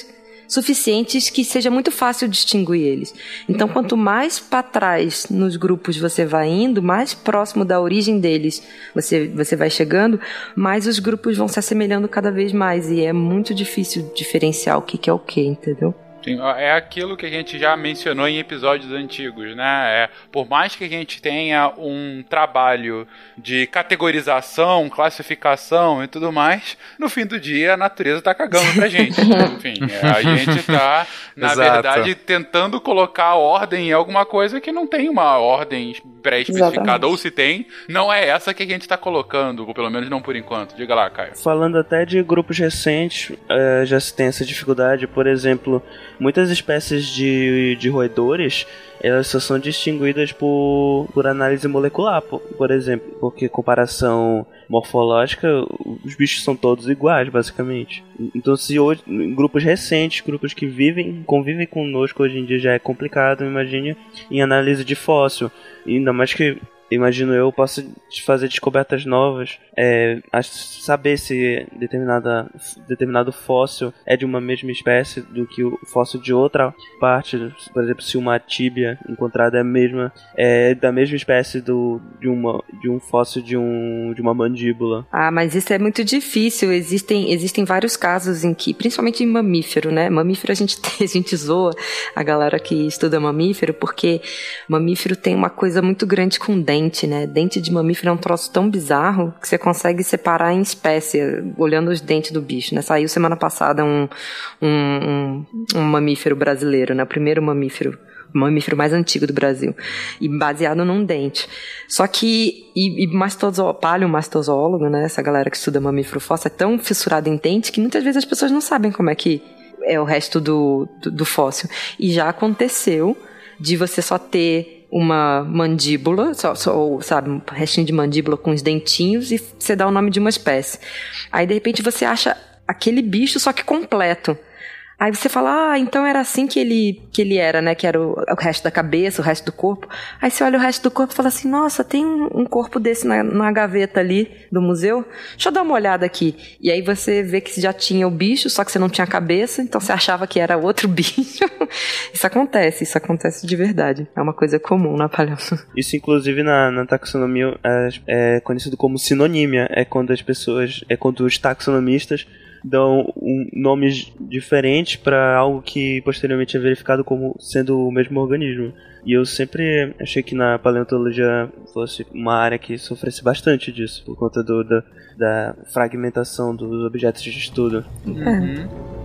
suficientes que seja muito fácil distinguir eles. Então, quanto mais para trás nos grupos você vai indo, mais próximo da origem deles você, você vai chegando, mais os grupos vão se assemelhando cada vez mais, e é muito difícil diferenciar o que, que é o que, entendeu? Sim, é aquilo que a gente já mencionou em episódios antigos, né? É, por mais que a gente tenha um trabalho de categorização, classificação e tudo mais, no fim do dia a natureza tá cagando pra gente. Enfim, é, a gente tá, na Exato. verdade, tentando colocar ordem em alguma coisa que não tem uma ordem pré-especificada. Exatamente. Ou se tem, não é essa que a gente tá colocando, ou pelo menos não por enquanto. Diga lá, Caio. Falando até de grupos recentes, uh, já se tem essa dificuldade. Por exemplo, muitas espécies de, de roedores, elas só são distinguidas por, por análise molecular, por, por exemplo, porque comparação morfológica, os bichos são todos iguais, basicamente. Então, se hoje, em grupos recentes, grupos que vivem, convivem conosco hoje em dia já é complicado, imagine em análise de fóssil. E ainda mais que, imagino eu, posso fazer descobertas novas, é, saber se determinada, determinado fóssil é de uma mesma espécie do que o fóssil de outra parte. Por exemplo, se uma tíbia encontrada é, a mesma, é da mesma espécie do, de, uma, de um fóssil de, um, de uma mandíbula. Ah, mas isso é muito difícil. Existem, existem vários casos em que, principalmente em mamífero, né? Mamífero a gente, a gente zoa a galera que estuda mamífero, porque mamífero tem uma coisa muito grande com dente, né? Dente de mamífero é um troço tão bizarro que você consegue separar em espécie, olhando os dentes do bicho, né? Saiu semana passada um, um, um, um mamífero brasileiro, né? O primeiro mamífero, o mamífero mais antigo do Brasil, e baseado num dente. Só que, e, e mastozo, paleomastozoólogo, né? Essa galera que estuda mamífero fóssil é tão fissurada em dente que muitas vezes as pessoas não sabem como é que é o resto do, do, do fóssil. E já aconteceu de você só ter uma mandíbula, só, só, ou, sabe, um restinho de mandíbula com os dentinhos, e você dá o nome de uma espécie. Aí, de repente, você acha aquele bicho, só que completo. Aí você fala, ah, então era assim que ele, que ele era, né? Que era o, o resto da cabeça, o resto do corpo. Aí você olha o resto do corpo e fala assim, nossa, tem um, um corpo desse na, na gaveta ali do museu. Deixa eu dar uma olhada aqui. E aí você vê que já tinha o bicho, só que você não tinha a cabeça, então você achava que era outro bicho. Isso acontece, isso acontece de verdade. É uma coisa comum na paleontologia. Isso, inclusive, na, na taxonomia é, é conhecido como sinonímia. É quando as pessoas, é quando os taxonomistas dão um, nomes diferentes para algo que posteriormente é verificado como sendo o mesmo organismo. E eu sempre achei que na paleontologia fosse uma área que sofresse bastante disso, por conta do, da, da fragmentação dos objetos de estudo. Uhum.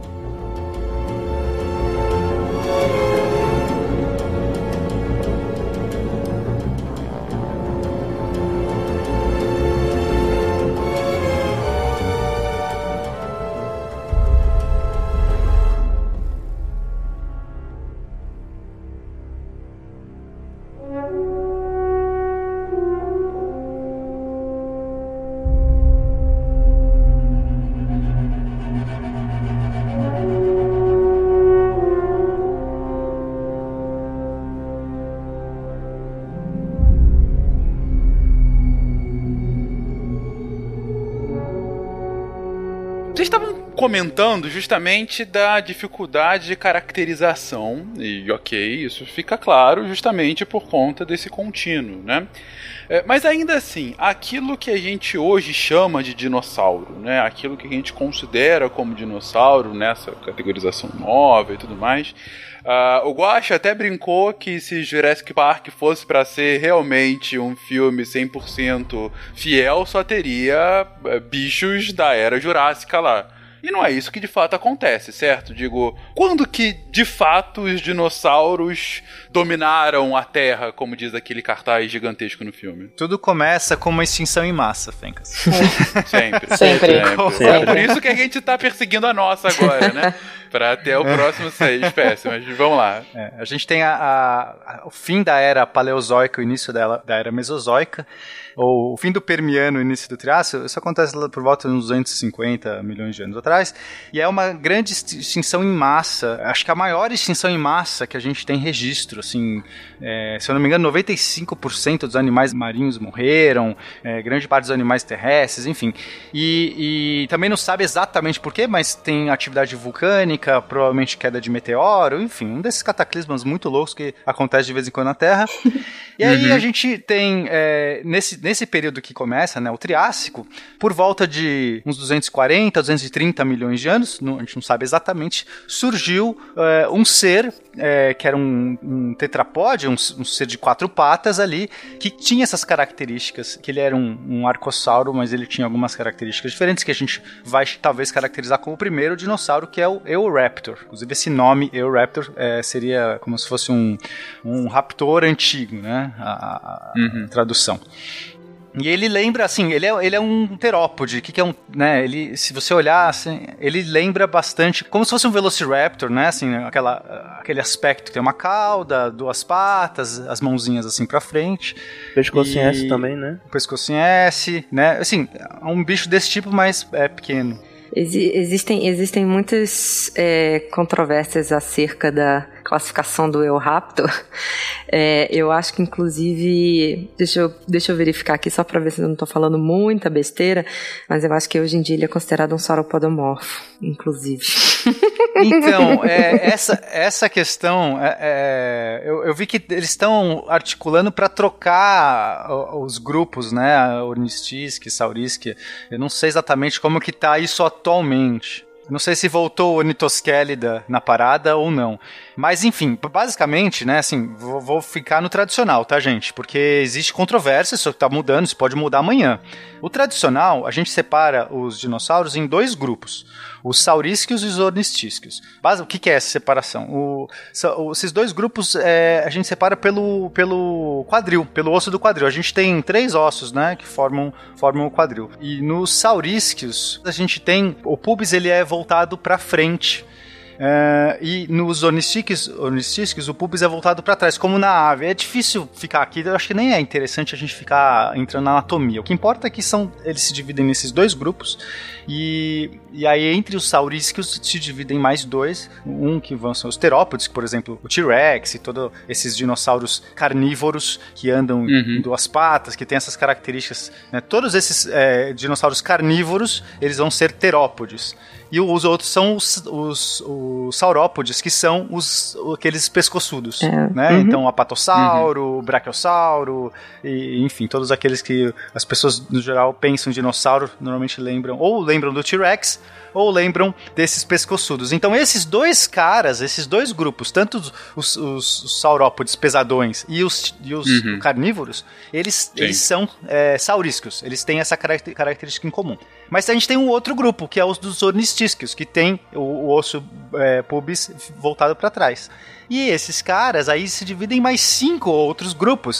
Vocês estavam comentando justamente da dificuldade de caracterização, e ok, isso fica claro justamente por conta desse contínuo, né? É, mas ainda assim, aquilo que a gente hoje chama de dinossauro, né? Aquilo que a gente considera como dinossauro nessa categorização nova e tudo mais, uh, o Guaxa até brincou que se Jurassic Park fosse para ser realmente um filme cem por cento fiel, só teria uh, bichos da era jurássica lá. E não é isso que de fato acontece, certo? Digo, quando que de fato os dinossauros dominaram a Terra, como diz aquele cartaz gigantesco no filme? Tudo começa com uma extinção em massa, Fencas. Sempre. Sempre. Sempre. Sempre. É por isso que a gente tá perseguindo a nossa agora, né? Pra até o próximo ser espécie, mas vamos lá. É, a gente tem a, a, a, o fim da era paleozoica, o início dela, da era mesozoica, ou o fim do Permiano, o início do Triássico. Isso acontece lá por volta de uns duzentos e cinquenta milhões de anos atrás. temporais, e é uma grande extinção em massa, acho que a maior extinção em massa que a gente tem registro, assim, é, se eu não me engano, noventa e cinco por cento dos animais marinhos morreram, é, grande parte dos animais terrestres, enfim, e, e também não sabe exatamente por quê, mas tem atividade vulcânica, provavelmente queda de meteoro, enfim, um desses cataclismos muito loucos que acontece de vez em quando na Terra. E aí uhum. a gente tem, é, nesse, nesse período que começa, né, o Triássico, por volta de uns duzentos e quarenta, duzentos e trinta milhões de anos, não, a gente não sabe exatamente, surgiu é, um ser, é, que era um, um tetrapode, um, um ser de quatro patas ali, que tinha essas características, que ele era um, um arcossauro, mas ele tinha algumas características diferentes, que a gente vai talvez caracterizar como o primeiro dinossauro, que é o Eoraptor. Inclusive esse nome, Eoraptor, é, seria como se fosse um, um raptor antigo, né? A, a, uhum. a tradução. E ele lembra, assim, ele é, ele é um terópode. O que, que é um, né, ele, se você olhar, assim, ele lembra bastante, como se fosse um Velociraptor, né, assim, aquela, aquele aspecto que tem uma cauda, duas patas, as mãozinhas assim pra frente. Pescoço em S também, né? Pescoço em S, né, assim, é um bicho desse tipo, mas é pequeno. Ex- existem, existem muitas é, controvérsias acerca da classificação do Eoraptor. É, eu acho que, inclusive, deixa eu, deixa eu verificar aqui só para ver se eu não estou falando muita besteira, mas eu acho que hoje em dia ele é considerado um sauropodomorfo, inclusive. Então, é, essa, essa questão, é, é, eu, eu vi que eles estão articulando para trocar os grupos, né, a Ornistisque, Saurisque, eu não sei exatamente como que está isso atualmente. Não sei se voltou o Ornithoschelida na parada ou não. Mas, enfim, basicamente, né, assim, vou, vou ficar no tradicional, tá, gente? Porque existe controvérsia, isso tá mudando, isso pode mudar amanhã. O tradicional, a gente separa os dinossauros em dois grupos. Os saurísquios e os ornistísquios. O que, que é essa separação? O, esses dois grupos é, a gente separa pelo, pelo quadril, pelo osso do quadril. A gente tem três ossos, né, que formam, formam o quadril. E nos saurísquios, a gente tem... O pubis, ele é voltado para frente. Uh, e nos ornistísquios, ornistísquios o pubis é voltado para trás, como na ave. É difícil ficar aqui, eu acho que nem é interessante a gente ficar entrando na anatomia. O que importa é que são, eles se dividem nesses dois grupos, e, e aí entre os saurísquios se dividem mais dois, um que vão ser os terópodes, por exemplo, o T-Rex e todos esses dinossauros carnívoros que andam uhum. em duas patas, que tem essas características, né? Todos esses é, dinossauros carnívoros, eles vão ser terópodes. E os outros são os, os, os saurópodes, que são os, aqueles pescoçudos, é. né? Uhum. Então, o apatossauro, o uhum. brachiosauro, e, enfim, todos aqueles que as pessoas, no geral, pensam em dinossauro, normalmente lembram, ou lembram do T-Rex, ou lembram desses pescoçudos. Então, esses dois caras, esses dois grupos, tanto os, os, os saurópodes pesadões e os, e os uhum. carnívoros, eles, eles são é, saurísquios, eles têm essa característica em comum. Mas a gente tem um outro grupo, que é os dos ornistísquios, que tem o, o osso é, pubis voltado para trás. E esses caras aí se dividem em mais cinco outros grupos.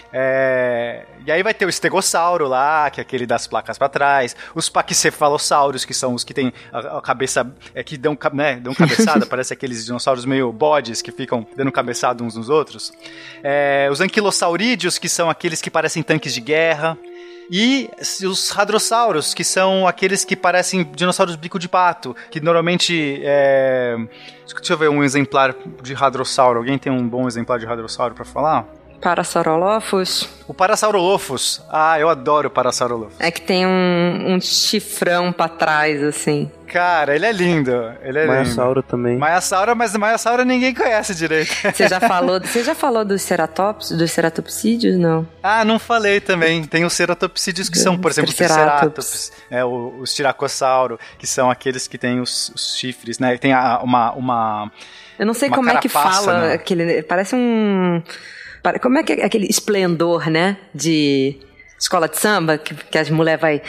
É... E aí vai ter o estegossauro lá, que é aquele das placas para trás. Os paquicefalossauros, que são os que tem a, a cabeça... É, que dão, né, dão cabeçada, parece aqueles dinossauros meio bodes que ficam dando cabeçada uns nos outros. É... Os anquilosaurídeos, que são aqueles que parecem tanques de guerra. E os hadrossauros, que são aqueles que parecem dinossauros bico de pato, que normalmente é... Deixa eu ver um exemplar de hadrossauro. Alguém tem um bom exemplar de hadrossauro pra falar? Parasaurolophus. O Parasaurolophus. Ah, eu adoro o Parasaurolophus. É que tem um, um chifrão pra trás, assim. Cara, ele é lindo. Ele é Maiasauro lindo. também. Maiasauro, mas Maiasauro ninguém conhece direito. Você já falou, você já falou dos ceratops, dos ceratopsídeos, não? Ah, não falei também. Tem os ceratopsídeos que são, por exemplo, os triceratops, é, os tiracossauro, que são aqueles que têm os, os chifres, né? Tem a, uma, uma... Eu não sei uma como carapaça, é que fala, né? aquele, parece um... Como é que é aquele esplendor, né? De escola de samba, que, que as mulheres vai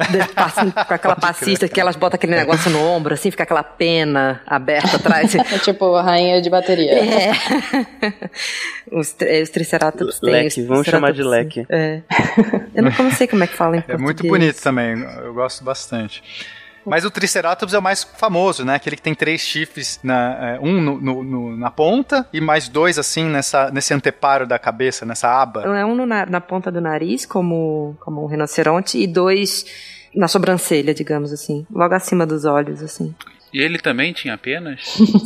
com aquela passista que elas botam aquele negócio no ombro, assim, fica aquela pena aberta atrás. É tipo a rainha de bateria. É. Os, os triceratops têm. Leque, vamos chamar de leque. É. Eu não, não sei como é que fala em português. É muito bonito também, eu gosto bastante. Mas o Triceratops é o mais famoso, né? Aquele que tem três chifres, na, um no, no, no, na ponta e mais dois, assim, nessa, nesse anteparo da cabeça, nessa aba. É um no, na, na ponta do nariz, como, como um rinoceronte, e dois na sobrancelha, digamos assim. Logo acima dos olhos, assim. E ele também tinha penas?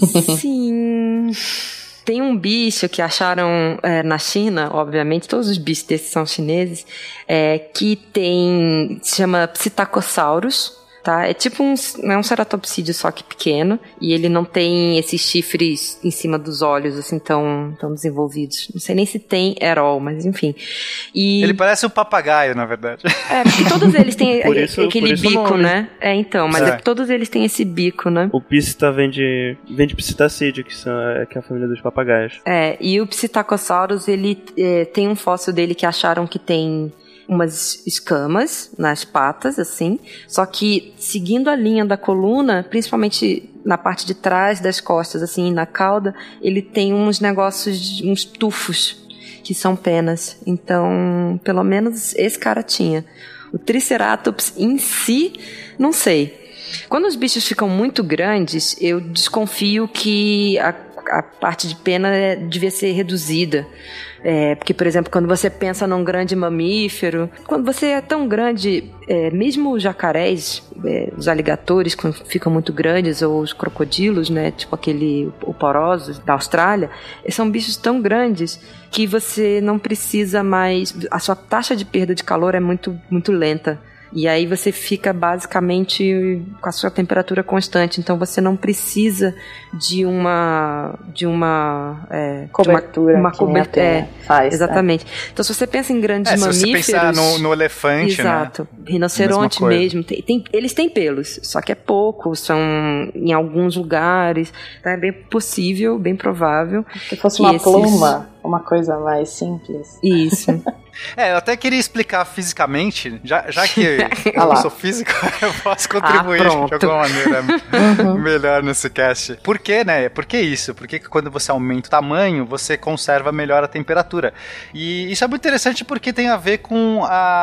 Sim. Tem um bicho que acharam é, na China, obviamente, todos os bichos desses são chineses, é, que tem, se chama Psittacosaurus, tá? É tipo um, é um ceratopsídeo, só que pequeno, e ele não tem esses chifres em cima dos olhos, assim, tão, tão desenvolvidos. Não sei nem se tem at all, mas enfim. E... Ele parece um papagaio, na verdade. É, porque todos eles têm isso, aquele bico, né? É, então, mas é. É, todos eles têm esse bico, né? O Psita vem de, vem de Psittacídeo, que, são, que é a família dos papagaios. É, e o Psittacosaurus, ele é, tem um fóssil dele que acharam que tem umas escamas nas patas, assim, só que seguindo a linha da coluna, principalmente na parte de trás das costas, assim, na cauda, ele tem uns negócios, uns tufos, que são penas. Então, pelo menos esse cara tinha. O Triceratops em si, não sei. Quando os bichos ficam muito grandes, eu desconfio que a, a parte de pena devia ser reduzida. É, porque, por exemplo, quando você pensa num grande mamífero, quando você é tão grande, é, mesmo os jacarés, é, os aligatores, quando ficam muito grandes, ou os crocodilos, né, tipo aquele, o poroso da Austrália, são bichos tão grandes que você não precisa mais, a sua taxa de perda de calor é muito, muito lenta. E aí você fica basicamente com a sua temperatura constante. Então você não precisa de uma de uma é, cobertura. De uma, uma cobertura. É, faz, exatamente. É. Então se você pensa em grandes é, mamíferos. Se você pensar no, no elefante, exato, né? Rinoceronte mesmo. Tem, tem, eles têm pelos, só que é pouco. São em alguns lugares. Então é bem possível, bem provável. Se fosse que uma esses... pluma, uma coisa mais simples. Isso. É, eu até queria explicar fisicamente, já, já que eu não sou físico, eu posso contribuir ah, de alguma maneira uhum. melhor nesse cast. Por que, né? Por que isso? Porque quando você aumenta o tamanho, você conserva melhor a temperatura. E isso é muito interessante porque tem a ver com a,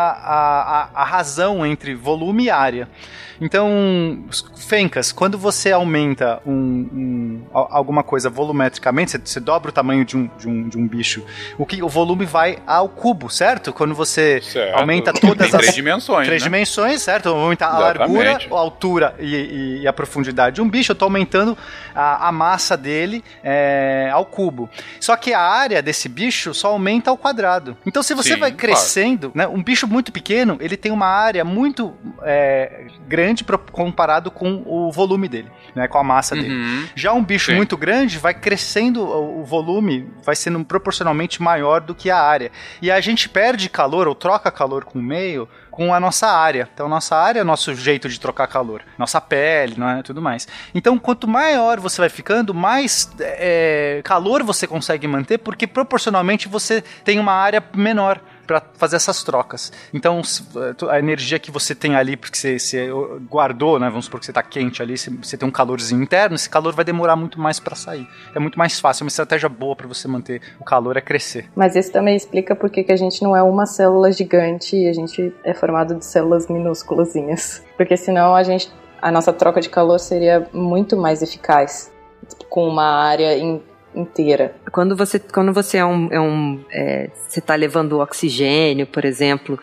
a, a, a razão entre volume e área. Então, Fencas, quando você aumenta um, um, alguma coisa volumetricamente, você, você dobra o tamanho de um, de um, de um bicho, o, que, o volume vai ao cubo, certo? Quando você certo. aumenta todas Tem as... três dimensões, Três né? dimensões, certo? Aumenta a largura, a altura e, e, e a profundidade de um bicho, eu estou aumentando a, a massa dele é, ao cubo. Só que a área desse bicho só aumenta ao quadrado. Então, se você Sim, vai crescendo, claro. né, um bicho muito pequeno, ele tem uma área muito é, grande comparado com o volume dele, né, com a massa uhum. dele. Já um bicho Sim. muito grande vai crescendo, o volume vai sendo proporcionalmente maior do que a área. E a gente perde calor ou troca calor com o meio com a nossa área. Então, nossa área é o nosso jeito de trocar calor. Nossa pele, não é? Tudo mais. Então, quanto maior você vai ficando, mais é, calor você consegue manter, porque proporcionalmente você tem uma área menor para fazer essas trocas. Então, a energia que você tem ali, porque você, você guardou, né? Vamos supor que você está quente ali, você tem um calorzinho interno, esse calor vai demorar muito mais para sair. É muito mais fácil, é uma estratégia boa para você manter o calor é crescer. Mas isso também explica por que a gente não é uma célula gigante e a gente é formado de células minúsculazinhas. Porque senão a gente, a nossa troca de calor seria muito mais eficaz com uma área em inteira. Quando você, quando você é um, é um é, você está levando oxigênio, por exemplo,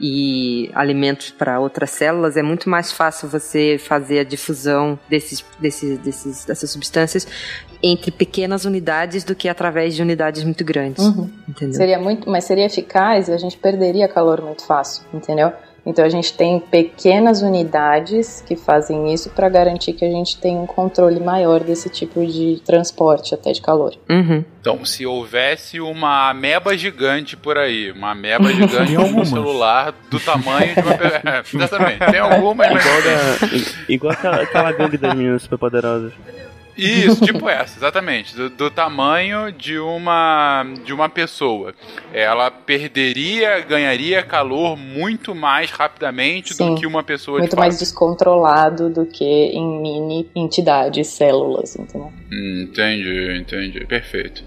e alimentos para outras células, é muito mais fácil você fazer a difusão desses, desses, desses, dessas substâncias entre pequenas unidades do que através de unidades muito grandes. Uhum. Entendeu? Seria muito, mas seria eficaz e a gente perderia calor muito fácil, entendeu? Então a gente tem pequenas unidades que fazem isso para garantir que a gente tem um controle maior desse tipo de transporte até de calor. Uhum. Então, se houvesse uma ameba gigante por aí, uma ameba gigante com um celular do tamanho de uma pessoa. Exatamente, tem algumas, mas... Igual, da, igual aquela, aquela gangue das meninas superpoderosas. Isso, tipo essa, exatamente. Do, do tamanho de uma, de uma pessoa. Ela perderia, ganharia calor muito mais rapidamente Sim, do que uma pessoa muito de mais descontrolado do que em mini entidades, células, entendeu? Hum, entendi, entendi. Perfeito.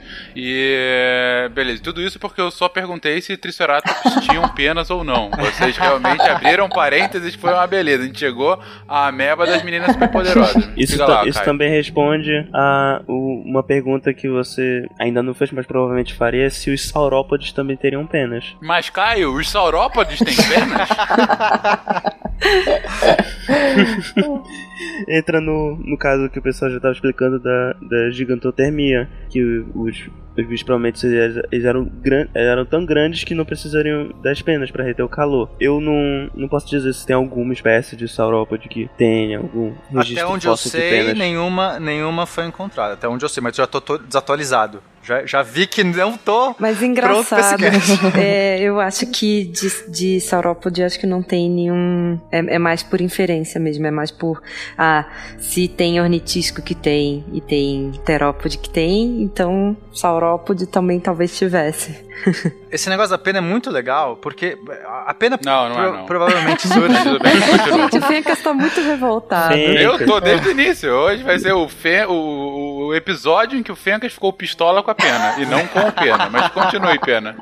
E, beleza, tudo isso porque eu só perguntei se Triceratops tinham penas ou não. Vocês realmente abriram parênteses, foi uma beleza. A gente chegou à ameba das meninas superpoderosas. Isso, lá, isso também responde a o, uma pergunta que você ainda não fez, mas provavelmente faria, se os saurópodes também teriam penas. Mas, Caio, os saurópodes têm penas? Entra no, no caso que o pessoal já estava explicando da, da gigantotermia, que os, os bichos provavelmente eles, eles eram, gran, eram tão grandes que não precisariam das penas para reter o calor. Eu não, não posso dizer se tem alguma espécie de saurópode que tenha algum registro. Até onde eu sei, nenhuma, nenhuma foi encontrada. Até onde eu sei, mas já tô, tô desatualizado. Já, já vi que não tô Mas engraçado, é, eu acho que de, de saurópode acho que não tem nenhum... É, é mais por inferência mesmo, é mais por... Ah, se tem ornitisco que tem e tem terópode que tem, então saurópode também talvez tivesse. Esse negócio da pena é muito legal, porque a pena não, não pro, é, não. provavelmente surge... Gente, o Fencas tá muito revoltado. Fencas. Eu tô desde o início. Hoje vai ser o, Fen, o, o episódio em que o Fencas ficou pistola com a pena, e não com o pena, mas continue, pena.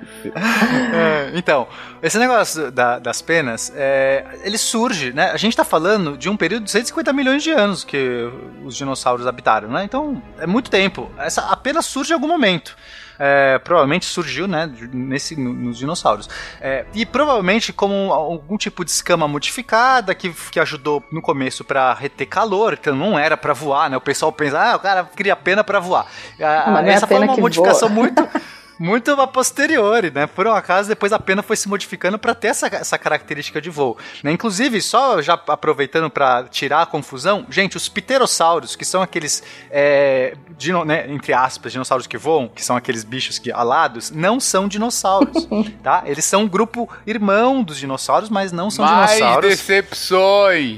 É, então, esse negócio da, das penas, é, ele surge, né? A gente tá falando de um período de cento e cinquenta milhões de anos que os dinossauros habitaram, né? Então, é muito tempo. Essa, a pena surge em algum momento. É, provavelmente surgiu, né, nesse, nos dinossauros. É, e provavelmente como algum tipo de escama modificada que, que ajudou no começo para reter calor, então não era para voar, né? O pessoal pensa, ah, o cara cria pena para voar. Ah, essa foi uma modificação voa. muito... muito a posteriori, né? Por um acaso, depois a pena foi se modificando para ter essa, essa característica de voo. Né? Inclusive, só já aproveitando para tirar a confusão, gente, os pterossauros, que são aqueles, é, dino, né, entre aspas, dinossauros que voam, que são aqueles bichos que, alados, não são dinossauros, tá? Eles são um grupo irmão dos dinossauros, mas não são Mais dinossauros. Mais decepções!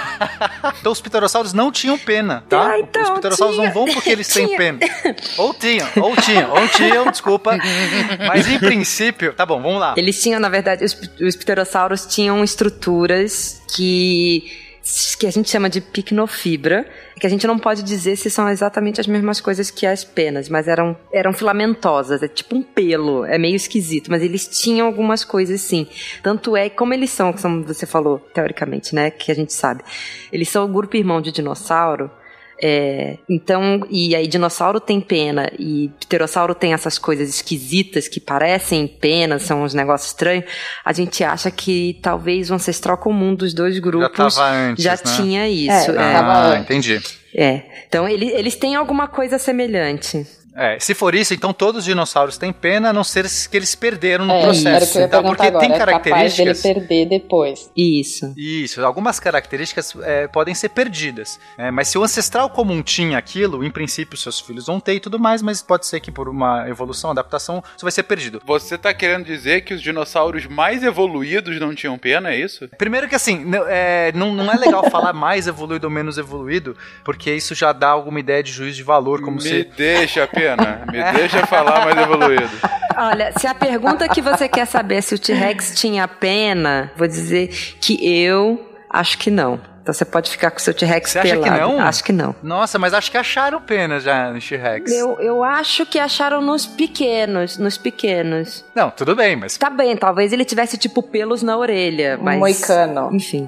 Então os pterossauros não tinham pena, tá? Ah, então, os pterossauros tinha. não vão porque eles Tinha. têm pena. Ou tinham, ou tinham, ou tinham, desculpa. Mas em princípio, tá bom, vamos lá. Eles tinham, na verdade, os, os pterossauros tinham estruturas que, que a gente chama de picnofibra, que a gente não pode dizer se são exatamente as mesmas coisas que as penas, mas eram, eram filamentosas, é tipo um pelo, é meio esquisito, mas eles tinham algumas coisas sim. Tanto é, como eles são, como você falou, teoricamente, né, que a gente sabe, eles são o grupo irmão de dinossauro. É, então, e aí dinossauro tem pena e pterossauro tem essas coisas esquisitas que parecem penas, são uns negócios estranhos, a gente acha que talvez o ancestral comum dos dois grupos já, antes, já né? tinha isso. É, é. Ah, entendi. É, então ele, eles têm alguma coisa semelhante. É, se for isso, então todos os dinossauros têm pena, a não ser que eles perderam no é, processo. Era o que eu ia tá? perguntar Porque agora, tem é características. capaz dele perder depois. Isso. Isso, algumas características é, podem ser perdidas. É, mas se o ancestral comum tinha aquilo, em princípio seus filhos vão ter e tudo mais, mas pode ser que por uma evolução, adaptação, isso vai ser perdido. Você tá querendo dizer que os dinossauros mais evoluídos não tinham pena, é isso? Primeiro que assim, não é, não, não é legal falar mais evoluído ou menos evoluído, porque isso já dá alguma ideia de juízo de valor, como Me se... deixa, pena, me deixa. Deixa eu falar mais evoluído. Olha, se a pergunta que você quer saber é se o T-Rex tinha pena, vou dizer que eu acho que não. Então você pode ficar com o seu T-Rex pelado. Você acha que não? Acho que não. Nossa, mas acho que acharam pena já no T-Rex. Eu, eu acho que acharam nos pequenos, nos pequenos. Não, tudo bem, mas... Tá bem, talvez ele tivesse, tipo, pelos na orelha, mas... Moicano. Enfim.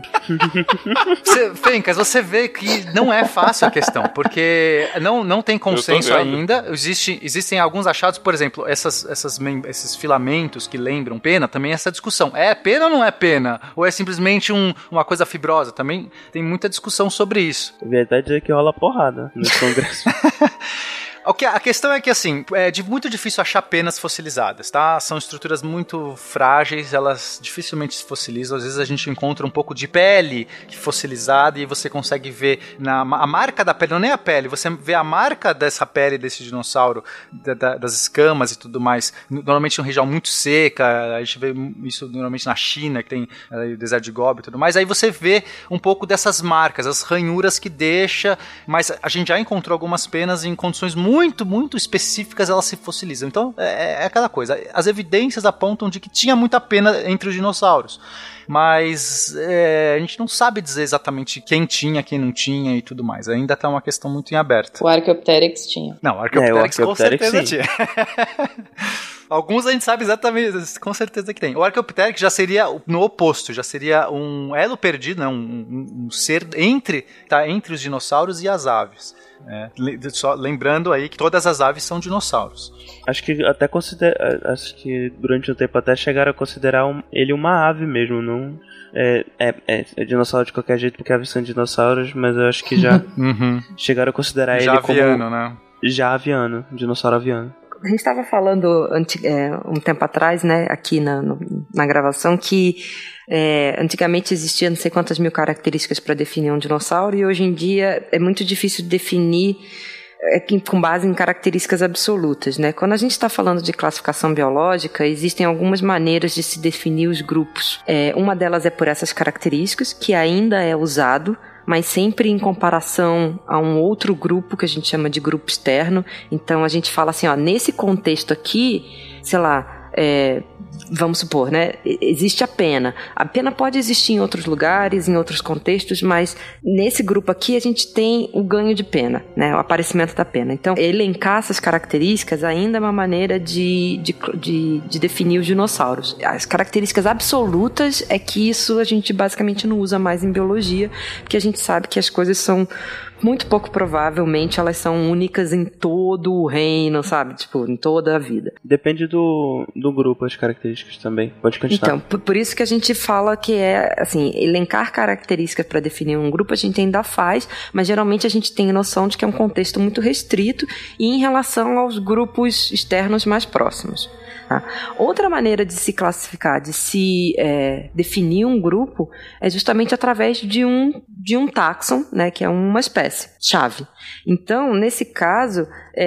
Você, Fencas, você vê que não é fácil a questão, porque não, não tem consenso ainda. Existe, existem alguns achados, por exemplo, essas, essas, esses filamentos que lembram pena, também essa discussão. É pena ou não é pena? Ou é simplesmente um, uma coisa fibrosa? Também tem muita discussão sobre isso. A verdade é que rola porrada no Congresso. A questão é que, assim, é de muito difícil achar penas fossilizadas, tá? São estruturas muito frágeis, elas dificilmente se fossilizam. Às vezes a gente encontra um pouco de pele fossilizada e você consegue ver na, a marca da pele, não nem a pele, você vê a marca dessa pele desse dinossauro, da, da, das escamas e tudo mais, normalmente em uma região muito seca, a gente vê isso normalmente na China, que tem é, o deserto de Gobi e tudo mais, aí você vê um pouco dessas marcas, as ranhuras que deixa, mas a gente já encontrou algumas penas em condições muito muito, muito específicas, elas se fossilizam. Então, é, é aquela coisa. As evidências apontam de que tinha muita pena entre os dinossauros. Mas é, a gente não sabe dizer exatamente quem tinha, quem não tinha e tudo mais. Ainda tá uma questão muito em aberto. O Archaeopteryx tinha. Não, o Archaeopteryx, é, o Archaeopteryx com certeza sim. tinha. Alguns a gente sabe exatamente, com certeza que tem. O Archaeopteryx já seria no oposto, já seria um elo perdido, né? um, um, um ser entre, tá, entre os dinossauros e as aves. É, só lembrando aí que todas as aves são dinossauros. Acho que até considera, acho que durante um tempo até chegaram a considerar um, ele uma ave mesmo, não, É, é, é, é dinossauro de qualquer jeito porque são dinossauros, mas eu acho que já uhum. chegaram a considerar já ele aviano, como... né? Já aviano, dinossauro aviano. A gente estava falando é, um tempo atrás, né, aqui na, no, na gravação, que é, antigamente existia não sei quantas mil características para definir um dinossauro e hoje em dia é muito difícil definir é, com base em características absolutas, né? Quando a gente está falando de classificação biológica, existem algumas maneiras de se definir os grupos. É, uma delas é por essas características, que ainda é usado, mas sempre em comparação a um outro grupo que a gente chama de grupo externo. Então a gente fala assim, ó, nesse contexto aqui, sei lá, é, vamos supor, né, existe a pena. A pena pode existir em outros lugares, em outros contextos, mas nesse grupo aqui a gente tem o ganho de pena, né, o aparecimento da pena. Então, elencar essas características ainda é uma maneira de, de, de, de definir os dinossauros. As características absolutas é que isso a gente basicamente não usa mais em biologia, porque a gente sabe que as coisas são muito pouco provavelmente elas são únicas em todo o reino, sabe? Tipo, em toda a vida. Depende do, do grupo, as características também. Pode continuar. Então, por, por isso que a gente fala que é, assim, elencar características para definir um grupo a gente ainda faz, mas geralmente a gente tem noção de que é um contexto muito restrito e em relação aos grupos externos mais próximos. Tá? Outra maneira de se classificar, de se é, definir um grupo, é justamente através de um, de um táxon, né, que é uma espécie-chave. Então, nesse caso,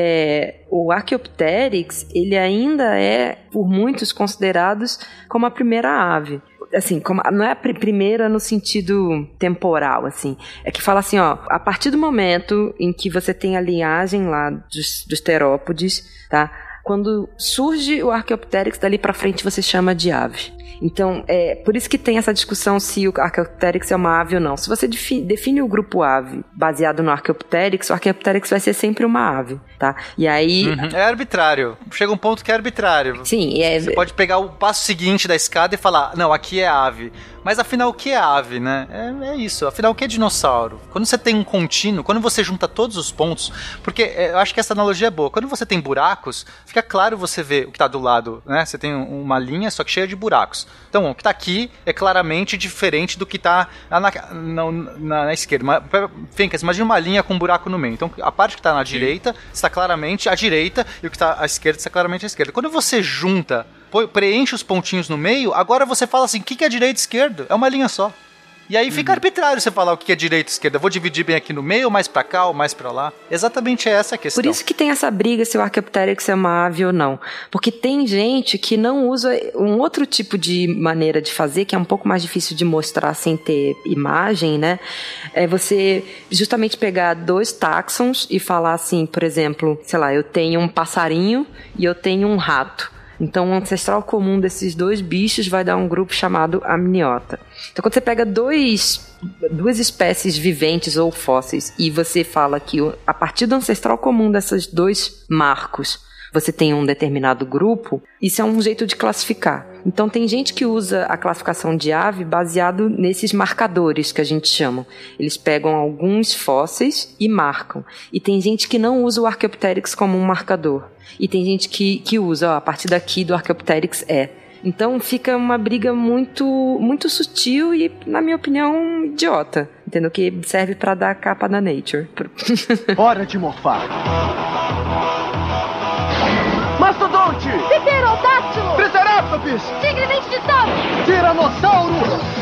é, o Archaeopteryx, ele ainda é, por muitos, considerados como a primeira ave. Assim, como, não é a pr- primeira no sentido temporal, assim. É que fala assim, ó, a partir do momento em que você tem a linhagem lá dos, dos terópodes, tá? Quando surge o Archaeopteryx, dali pra frente você chama de ave. Então, é por isso que tem essa discussão se o Archaeopteryx é uma ave ou não. Se você defi- define o grupo ave baseado no Archaeopteryx, o Archaeopteryx vai ser sempre uma ave, tá? E aí... Uhum. É arbitrário. Chega um ponto que é arbitrário. Sim, é... Você pode pegar o passo seguinte da escada e falar, não, aqui é ave. Mas afinal, o que é ave, né? É, é isso. Afinal, o que é dinossauro? Quando você tem um contínuo, quando você junta todos os pontos... Porque é, eu acho que essa analogia é boa. Quando você tem buracos, fica claro você ver o que está do lado, né? Você tem uma linha, só que cheia de buracos. Então, o que está aqui é claramente diferente do que está na, na, na, na esquerda. Fencas, imagina uma linha com um buraco no meio. Então, a parte que está na direita está claramente à direita e o que está à esquerda está claramente à esquerda. Quando você junta, preenche os pontinhos no meio, agora você fala assim, o que é direita e esquerda? É uma linha só. E aí fica uhum. arbitrário você falar o que é direita e esquerda. Eu vou dividir bem aqui no meio, ou mais pra cá, ou mais pra lá. Exatamente essa a questão. Por isso que tem essa briga se o Archaeopteryx é uma ave ou não. Porque tem gente que não usa um outro tipo de maneira de fazer, que é um pouco mais difícil de mostrar sem ter imagem, né? É você justamente pegar dois táxons e falar assim, por exemplo, sei lá, eu tenho um passarinho e eu tenho um rato. Então, o ancestral comum desses dois bichos vai dar um grupo chamado amniota. Então, quando você pega dois, duas espécies viventes ou fósseis e você fala que a partir do ancestral comum desses dois marcos você tem um determinado grupo, isso é um jeito de classificar. Então, tem gente que usa a classificação de ave baseado nesses marcadores que a gente chama. Eles pegam alguns fósseis e marcam. E tem gente que não usa o Archaeopteryx como um marcador. E tem gente que, que usa, ó, a partir daqui do Archaeopteryx é. Então fica uma briga muito, muito sutil e, na minha opinião, idiota. Entendeu? Que serve pra dar a capa da Nature. Hora de morfar. Mastodonte! Pterodáctilo! Triceratops! Tigre dente de sabre! Tiranossauro!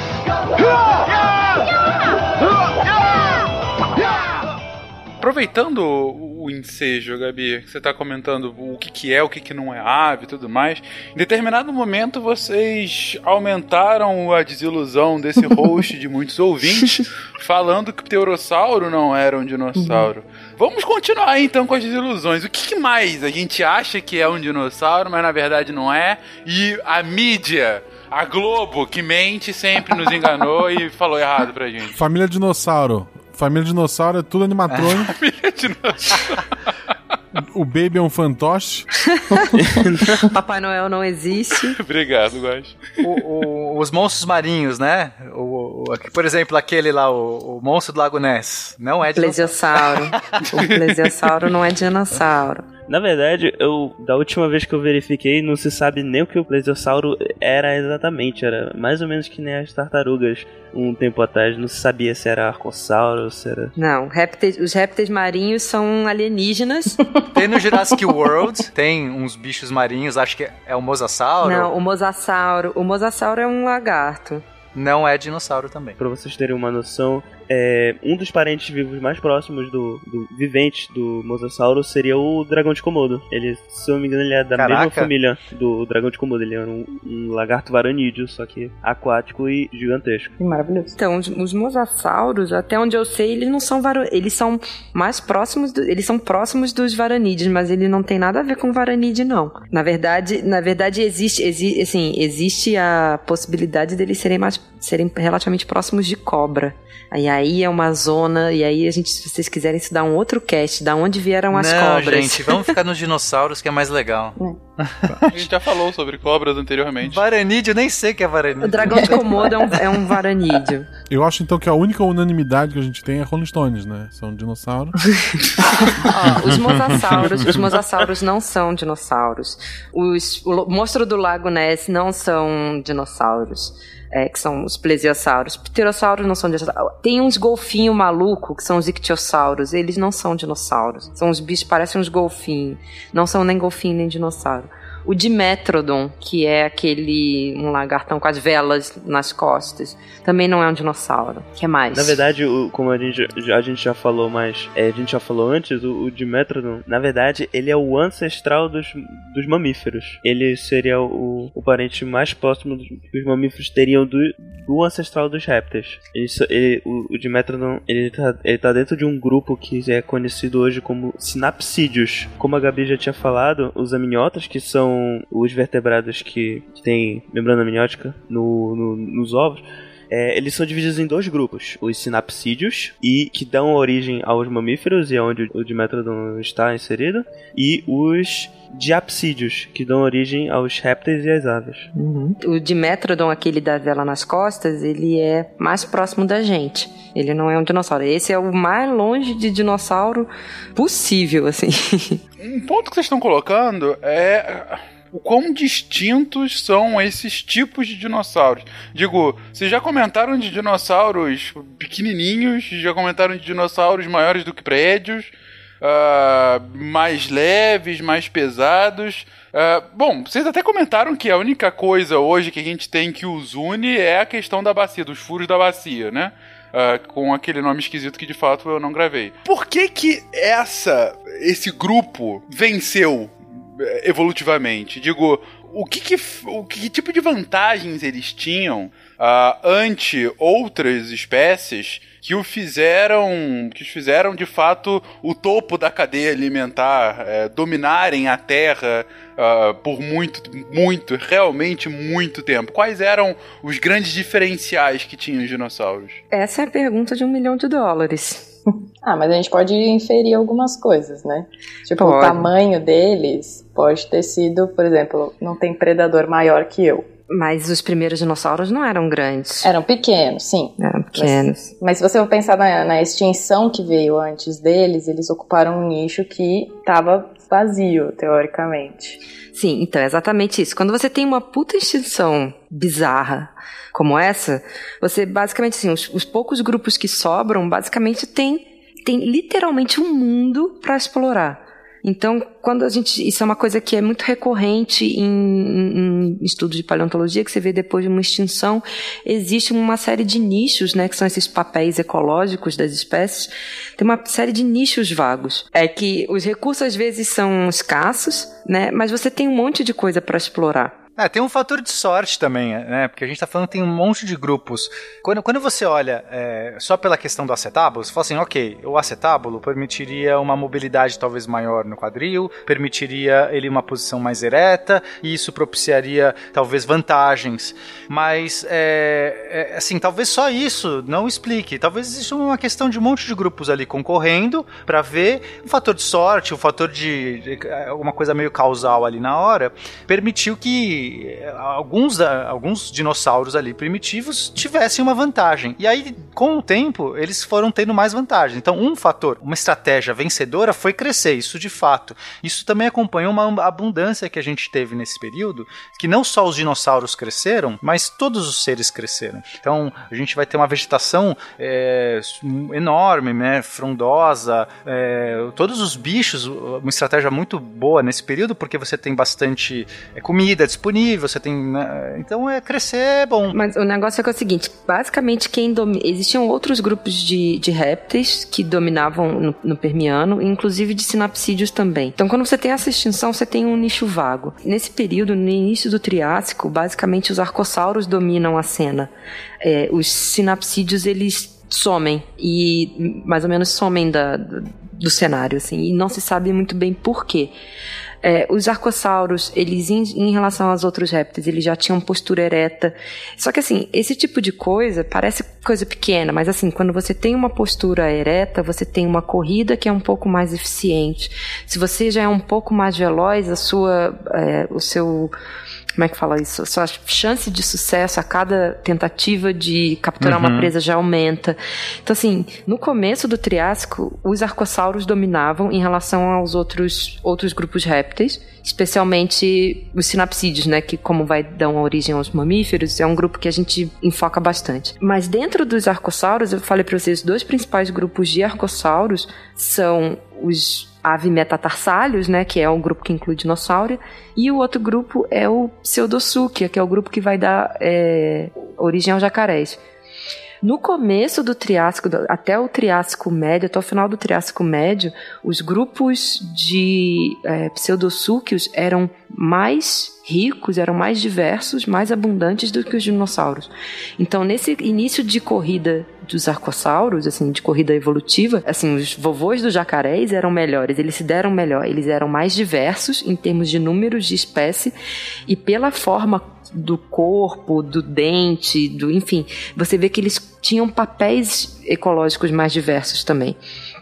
Aproveitando o ensejo, Gabi, que você está comentando o que, que é, o que, que não é ave e tudo mais, em determinado momento vocês aumentaram a desilusão desse host de muitos ouvintes, falando que o pterossauro não era um dinossauro. Uhum. Vamos continuar então com as desilusões. O que, que mais a gente acha que é um dinossauro, mas na verdade não é, e a mídia... A Globo, que mente, sempre nos enganou e falou errado pra gente. Família Dinossauro. Família Dinossauro é tudo animatrônico. Família Dinossauro. O Baby é um fantoche. Papai Noel não existe. Obrigado, Guax. O, o, os monstros marinhos, né? O, o, por exemplo, aquele lá, o, o monstro do Lago Ness, não é dinossauro. O plesiosauro não é dinossauro. Na verdade, eu da última vez que eu verifiquei, não se sabe nem o que o plesiosauro era exatamente. Era mais ou menos que nem as tartarugas um tempo atrás. Não se sabia se era arcossauro, se era... Não, répteis, os répteis marinhos são alienígenas. Tem no Jurassic World, tem uns bichos marinhos, acho que é o mosasauro. Não, o mosasauro. O mosasauro é um lagarto. Não é dinossauro também. Pra vocês terem uma noção, é, um dos parentes vivos mais próximos do, do vivente do mosasauro seria o dragão de Komodo. Ele, se eu não me engano, ele é da Caraca. mesma família do dragão de Komodo. Ele é um, um lagarto varanídeo, só que aquático e gigantesco. Que maravilhoso. Então, os, os mosasauros, até onde eu sei, eles não são varo... eles são mais próximos, do... eles são próximos dos varanídeos, mas ele não tem nada a ver com varanídeo, não. Na verdade, na verdade existe, exi... assim, existe a possibilidade deles serem mais serem relativamente próximos de cobra. E aí é uma zona, e aí a gente, se vocês quiserem estudar um outro cast, da onde vieram as Não, cobras. gente, vamos ficar nos dinossauros que é mais legal. A gente já falou sobre cobras anteriormente. Varanídeo, nem sei o que é varanídeo. O dragão de Komodo é um, é um varanídeo. Eu acho então que a única unanimidade que a gente tem é Rolling Stones, né? São dinossauros. Ó, os mosassauros, os mosassauros não são dinossauros. Os, o monstro do Lago Ness não são dinossauros. É, que são os plesiosauros. Pterossauros não são dinossauros. Tem uns golfinhos malucos, que são os ictiossauros. Eles não são dinossauros. São uns bichos, parecem uns golfinhos. Não são nem golfinho, nem dinossauro. O Dimetrodon, que é aquele um lagartão com as velas nas costas, também não é um dinossauro. O que mais? Na verdade, o, como a gente, a gente já falou mais, é, a gente já falou antes, o, o Dimetrodon, na verdade, ele é o ancestral dos, dos mamíferos. Ele seria o, o parente mais próximo dos, que os mamíferos teriam do, do ancestral dos répteis. Ele, ele, o, o Dimetrodon, ele tá, ele tá dentro de um grupo que é conhecido hoje como sinapsídeos. Como a Gabi já tinha falado, os amniotas, que são os vertebrados que, que têm membrana amniótica no, no, nos ovos, é, eles são divididos em dois grupos. Os sinapsídeos, e, que dão origem aos mamíferos, e é onde o Dimetrodon está inserido, e os diapsídeos, que dão origem aos répteis e às aves. Uhum. O Dimetrodon, aquele da vela nas costas, ele é mais próximo da gente. Ele não é um dinossauro. Esse é o mais longe de dinossauro possível, assim. Um ponto que vocês estão colocando é o quão distintos são esses tipos de dinossauros. Digo, vocês já comentaram de dinossauros pequenininhos, já comentaram de dinossauros maiores do que prédios, uh, mais leves, mais pesados. Uh, bom, vocês até comentaram que a única coisa hoje que a gente tem que os une é a questão da bacia, dos furos da bacia, né? Uh, com aquele nome esquisito que de fato eu não gravei. Por que que essa, esse grupo venceu evolutivamente? Digo, o que, que, o que tipo de vantagens eles tinham uh, ante outras espécies que o fizeram, que os fizeram de fato o topo da cadeia alimentar, é, dominarem a Terra uh, por muito, muito, realmente muito tempo? Quais eram os grandes diferenciais que tinham os dinossauros? Essa é a pergunta de um milhão de dólares. Ah, mas a gente pode inferir algumas coisas, né? Tipo, Pode. O tamanho deles pode ter sido, por exemplo, não tem predador maior que eu. Mas os primeiros dinossauros não eram grandes. Eram pequenos, sim. Eram pequenos. Mas, mas se você for pensar na, na extinção que veio antes deles, eles ocuparam um nicho que estava vazio, teoricamente. Sim, então é exatamente isso. Quando você tem uma puta extinção bizarra como essa, você basicamente, assim, os, os poucos grupos que sobram, basicamente tem, tem literalmente um mundo para explorar. Então, quando a gente... Isso é uma coisa que é muito recorrente em, em, em estudos de paleontologia, que você vê depois de uma extinção, existe uma série de nichos, né, que são esses papéis ecológicos das espécies. Tem uma série de nichos vagos. É que os recursos, às vezes, são escassos, né, mas você tem um monte de coisa para explorar. É, tem um fator de sorte também, né? Porque a gente tá falando que tem um monte de grupos. Quando, quando você olha é, só pela questão do acetábulo, você fala assim, ok, o acetábulo permitiria uma mobilidade talvez maior no quadril, permitiria ele uma posição mais ereta, e isso propiciaria talvez vantagens. Mas, é, é, assim, talvez só isso não explique. Talvez exista uma questão de um monte de grupos ali concorrendo para ver um fator de sorte, um fator de, de uma coisa meio causal ali na hora, permitiu que que alguns, alguns dinossauros ali primitivos tivessem uma vantagem. E aí, com o tempo, eles foram tendo mais vantagem. Então, um fator, uma estratégia vencedora foi crescer, isso de fato. Isso também acompanhou uma abundância que a gente teve nesse período, que não só os dinossauros cresceram, mas todos os seres cresceram. Então, a gente vai ter uma vegetação é, enorme, né, frondosa, é, todos os bichos, uma estratégia muito boa nesse período, porque você tem bastante é, comida disponível, você tem, né, então é crescer é bom. Mas o negócio é, que é o seguinte, basicamente quem domi... existiam outros grupos de, de répteis que dominavam no, no Permiano, inclusive de sinapsídeos também. Então quando você tem essa extinção, você tem um nicho vago. Nesse período, no início do Triássico, basicamente os arcossauros dominam a cena. É, os sinapsídeos, eles somem, e mais ou menos somem da, do, do cenário, assim, e não se sabe muito bem por quê. É, os arcossauros, eles em, em relação aos outros répteis, eles já tinham postura ereta. Só que assim, esse tipo de coisa parece coisa pequena, mas assim, quando você tem uma postura ereta, você tem uma corrida que é um pouco mais eficiente. Se você já é um pouco mais veloz, a sua, é, o seu... Como é que fala isso? A sua chance de sucesso a cada tentativa de capturar uhum. uma presa já aumenta. Então, assim, no começo do Triássico, os arcossauros dominavam em relação aos outros, outros grupos répteis, especialmente os sinapsídeos, né? Que, como vai dar uma origem aos mamíferos, é um grupo que a gente enfoca bastante. Mas dentro dos arcossauros, eu falei para vocês, os dois principais grupos de arcossauros são os avimetatarsálios, né, que é um grupo que inclui dinossauro, e o outro grupo é o Pseudossuchia, que é o grupo que vai dar é, origem aos jacarés. No começo do Triássico, até o Triássico Médio, até o final do Triássico Médio, os grupos de é, pseudossuquios eram mais ricos, eram mais diversos, mais abundantes do que os dinossauros. Então, nesse início de corrida dos arcossauros, assim, de corrida evolutiva, assim, os vovôs dos jacarés eram melhores, eles se deram melhor, eles eram mais diversos em termos de números de espécie e pela forma do corpo, do dente, do, enfim, você vê que eles tinham papéis ecológicos mais diversos também.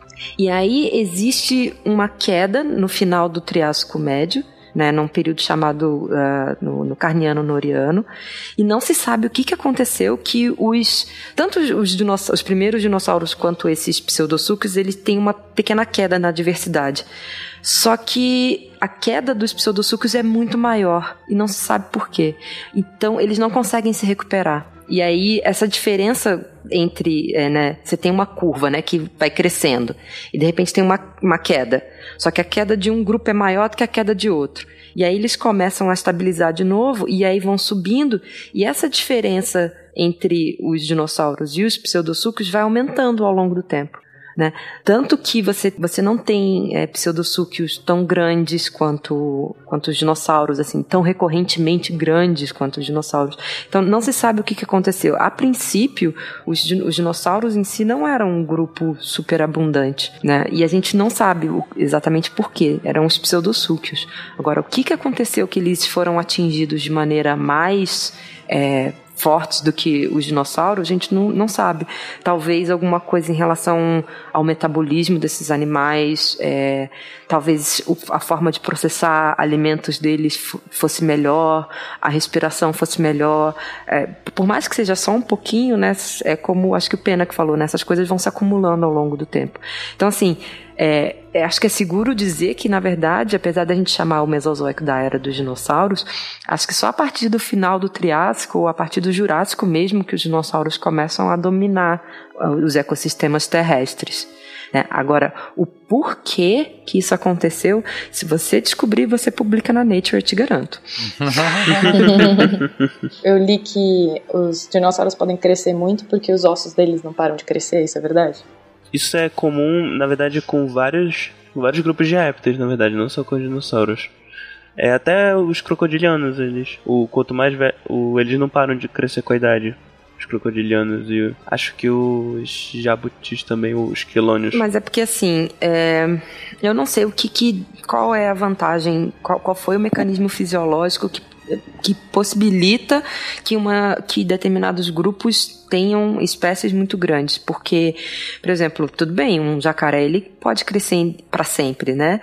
E aí existe uma queda no final do Triássico Médio, né, num período chamado uh, no, no Carniano-Noriano, e não se sabe o que, que aconteceu, que os tanto os, os, os primeiros dinossauros quanto esses pseudossucos, eles têm uma pequena queda na diversidade. Só que a queda dos pseudossucos é muito maior e não se sabe por quê. Então eles não conseguem se recuperar. E aí, essa diferença entre, é, né, você tem uma curva, né, que vai crescendo, e de repente tem uma, uma queda. Só que a queda de um grupo é maior do que a queda de outro. E aí eles começam a estabilizar de novo, e aí vão subindo, e essa diferença entre os dinossauros e os pseudossucos vai aumentando ao longo do tempo. Né? Tanto que você, você não tem é, pseudossuquios tão grandes quanto, quanto os dinossauros, assim, tão recorrentemente grandes quanto os dinossauros. Então não se sabe o que, que aconteceu. A princípio, os, os dinossauros em si não eram um grupo super abundante, né? E a gente não sabe o, exatamente por quê. Eram os pseudossuquios. Agora, o que, que aconteceu que eles foram atingidos de maneira mais... É, fortes do que os dinossauros, a gente não, não sabe. Talvez alguma coisa em relação ao metabolismo desses animais, é, talvez a forma de processar alimentos deles fosse melhor, a respiração fosse melhor. É, por mais que seja só um pouquinho, né, é como acho que o Pena que falou, né, essas coisas vão se acumulando ao longo do tempo. Então, assim, É, é, acho que é seguro dizer que, na verdade, apesar da gente chamar o Mesozoico da era dos dinossauros, acho que só a partir do final do Triássico, ou a partir do Jurássico mesmo, que os dinossauros começam a dominar os ecossistemas terrestres. Né? Agora, o porquê que isso aconteceu, se você descobrir, você publica na Nature, eu te garanto. Eu li que os dinossauros podem crescer muito porque os ossos deles não param de crescer, isso é verdade? Isso é comum, na verdade, com vários, vários grupos de répteis, na verdade, não só com os dinossauros. É, até os crocodilianos, eles, o quanto mais velho, o, eles não param de crescer com a idade. Os crocodilianos e acho que os jabutis também, os quelônios. Mas é porque assim, é, eu não sei o que, que qual é a vantagem, qual, qual foi o mecanismo fisiológico que que possibilita que, uma, que determinados grupos tenham espécies muito grandes, porque, por exemplo, tudo bem, um jacaré ele pode crescer para sempre, né?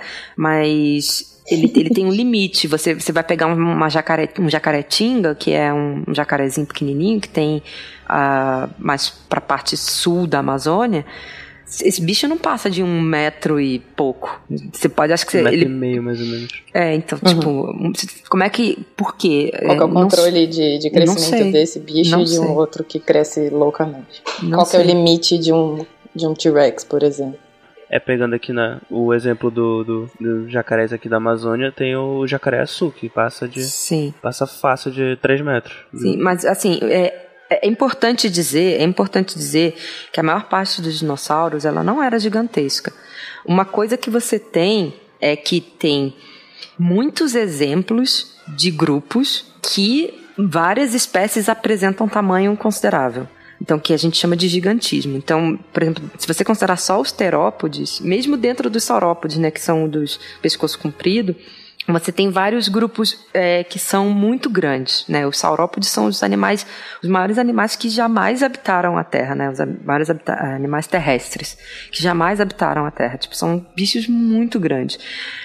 Mas ele, ele tem um limite. Você, você vai pegar uma jacaré, um jacaretinga, que é um, um jacarezinho pequenininho que tem uh, mais para a parte sul da Amazônia. Esse bicho não passa de um metro e pouco. Você pode, acho que você, um metro ele... e meio, mais ou menos. É, então, Uhum. tipo, como é que, por quê? Qual que é o Não controle s- de, de não crescimento sei. desse bicho Não e de um sei. outro que cresce loucamente? Não Qual que é o sei. limite de um, de um T-Rex, por exemplo? É, pegando aqui na, o exemplo do, do, do jacarés aqui da Amazônia, tem o jacaré açu, que passa de Sim. passa fácil de três metros. Sim, mas assim, é, é importante dizer, é importante dizer que a maior parte dos dinossauros, ela não era gigantesca. Uma coisa que você tem é que tem muitos exemplos de grupos que várias espécies apresentam tamanho considerável. Então, que a gente chama de gigantismo. Então, por exemplo, se você considerar só os terópodes, mesmo dentro dos saurópodes, né, que são dos pescoço comprido, você tem vários grupos é, que são muito grandes, né? Os saurópodes são os animais, os maiores animais que jamais habitaram a Terra, né? Os maiores habita- animais terrestres que jamais habitaram a Terra. Tipo, são bichos muito grandes.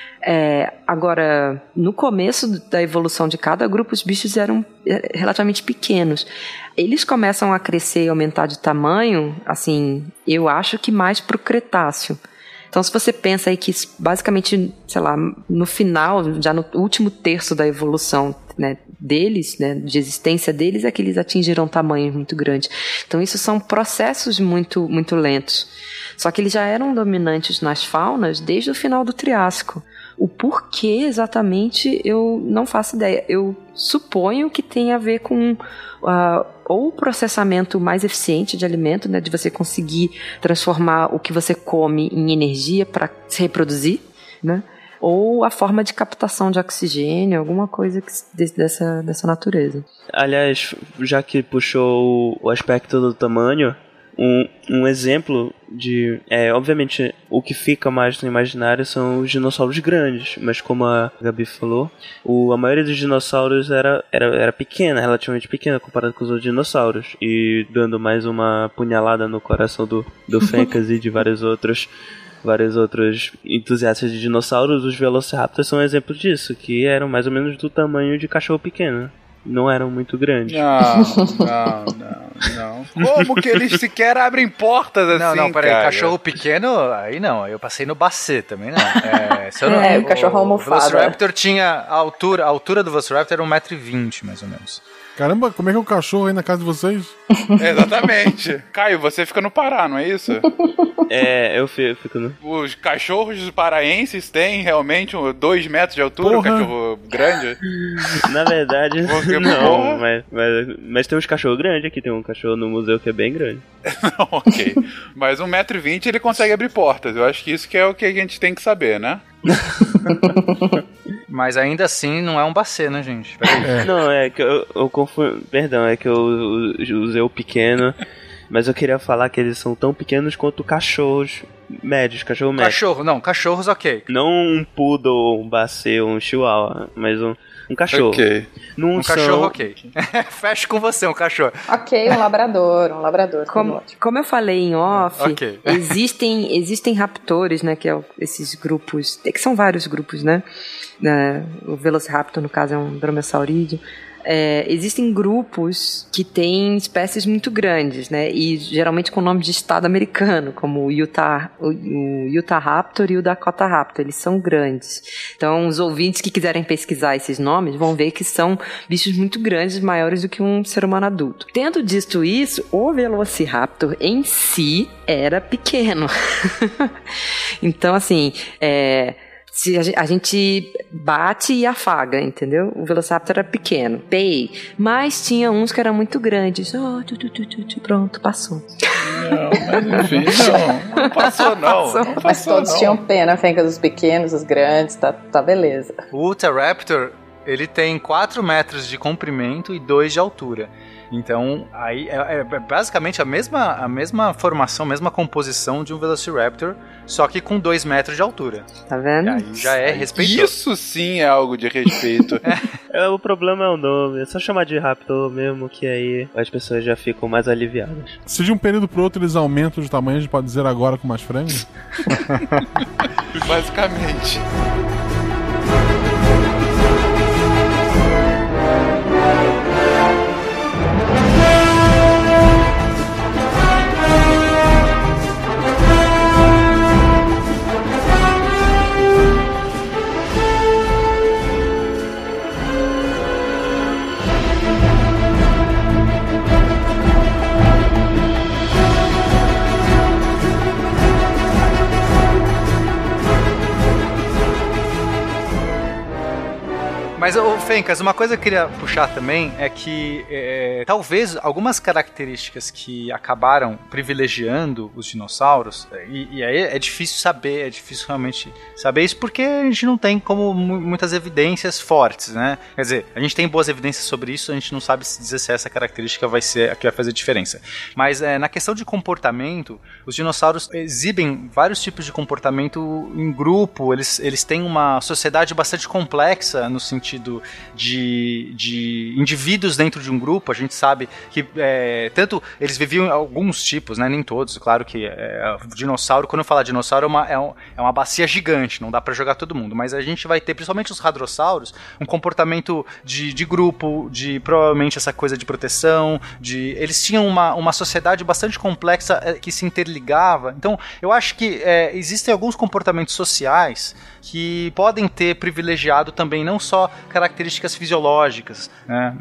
É, agora, no começo da evolução de cada grupo, os bichos eram é, relativamente pequenos. Eles começam a crescer e aumentar de tamanho, assim, eu acho que mais pro Cretáceo. Então, se você pensa aí que, basicamente, sei lá, no final, já no último terço da evolução, né, deles, né, de existência deles, é que eles atingiram tamanhos muito grandes. Então, isso são processos muito, muito lentos. Só que eles já eram dominantes nas faunas desde o final do Triássico. O porquê exatamente eu não faço ideia. Eu suponho que tem a ver com uh, ou o processamento mais eficiente de alimento, né, de você conseguir transformar o que você come em energia para se reproduzir, né, ou a forma de captação de oxigênio, alguma coisa que, dessa, dessa natureza. Aliás, já que puxou o aspecto do tamanho, um, um exemplo de... É, obviamente, o que fica mais no imaginário são os dinossauros grandes, mas como a Gabi falou, o, a maioria dos dinossauros era, era, era pequena, relativamente pequena, comparado com os outros dinossauros. E dando mais uma punhalada no coração do, do Fencas e de vários outros... vários outros entusiastas de dinossauros, os Velociraptors são um exemplo disso, que eram mais ou menos do tamanho de cachorro pequeno. Não eram muito grandes. Não, não, não, não. Como que eles sequer abrem portas assim, Não, não, peraí, cara? cachorro pequeno, aí não, eu passei no Bacê também, não. É, se eu não É, o cachorro o almofada. Velociraptor tinha a altura, a altura do Velociraptor era um metro e vinte, mais ou menos. Caramba, como é que é o cachorro aí na casa de vocês? Exatamente. Caio, você fica no Pará, não é isso? É, eu fico, fico no... Os cachorros paraenses têm realmente um- dois metros de altura, Porra. um cachorro grande? Na verdade, Porque, não, porra. mas, mas, mas tem uns cachorros grandes aqui, tem um cachorro no museu que é bem grande. Não, ok. Mas um metro e vinte ele consegue abrir portas. Eu acho que isso que é o que a gente tem que saber, né? Mas ainda assim não é um Bacê, né, gente? Peraí. Não, é que eu, eu confundo. Perdão, é que eu usei o pequeno. Mas eu queria falar que eles são tão pequenos quanto cachorros médios, cachorro médio. Cachorro, não, cachorros ok. Não um poodle, um bacê, um chihuahua, mas um, um cachorro. Ok. Não Um são... cachorro ok. Fecho com você, um cachorro. Ok, um labrador, um labrador. Como, como eu falei em off, Ok. existem, existem raptores, né, que é o- esses grupos, é que são vários grupos, né, né, o Velociraptor, no caso, é um dromaeosaurídeo. É, existem grupos que têm espécies muito grandes, né, e geralmente com nome de estado americano, como o Utah, o, o Utah Raptor e o Dakota Raptor, eles são grandes. Então, os ouvintes que quiserem pesquisar esses nomes vão ver que são bichos muito grandes, maiores do que um ser humano adulto. Tendo dito isso, o Velociraptor em si era pequeno. Então, assim, é... Se a gen- a gente bate e afaga, entendeu? O Velociraptor era pequeno, pei, mas tinha uns que eram muito grandes. Oh, tu, tu, tu, tu, tu, pronto, passou. Não, mas enfim, não. Não passou, não. Passou. Não Mas passou, todos não. tinham pena, Fencas, os pequenos, os grandes, tá, tá beleza. O Utahraptor, ele tem quatro metros de comprimento e dois de altura. Então, aí é, é basicamente a mesma, a mesma formação, a mesma composição de um Velociraptor, só que com dois metros de altura. Tá vendo? E aí já é respeitoso. Isso sim é algo de respeito. é, o problema é o nome, é só chamar de Raptor mesmo, que aí as pessoas já ficam mais aliviadas. Se de um período pro outro eles aumentam de tamanho, a gente pode dizer agora com mais frango? Basicamente. Mas, ô, Fencas, uma coisa que eu queria puxar também é que é, talvez algumas características que acabaram privilegiando os dinossauros, e, e aí é difícil saber, é difícil realmente saber isso, porque a gente não tem como muitas evidências fortes, né? Quer dizer, a gente tem boas evidências sobre isso, a gente não sabe dizer se essa característica vai ser a que vai fazer diferença. Mas é, na questão de comportamento, os dinossauros exibem vários tipos de comportamento em grupo, eles, eles têm uma sociedade bastante complexa no sentido De, de indivíduos dentro de um grupo. A gente sabe que é, tanto eles viviam alguns tipos, né, nem todos, claro que é, o dinossauro, quando eu falar dinossauro é uma, é, um, é uma bacia gigante, não dá pra jogar todo mundo, mas a gente vai ter, principalmente os hadrossauros, um comportamento de, de grupo, de provavelmente essa coisa de proteção, de, eles tinham uma, uma sociedade bastante complexa é, que se interligava. Então eu acho que é, existem alguns comportamentos sociais que podem ter privilegiado também não só características fisiológicas, né?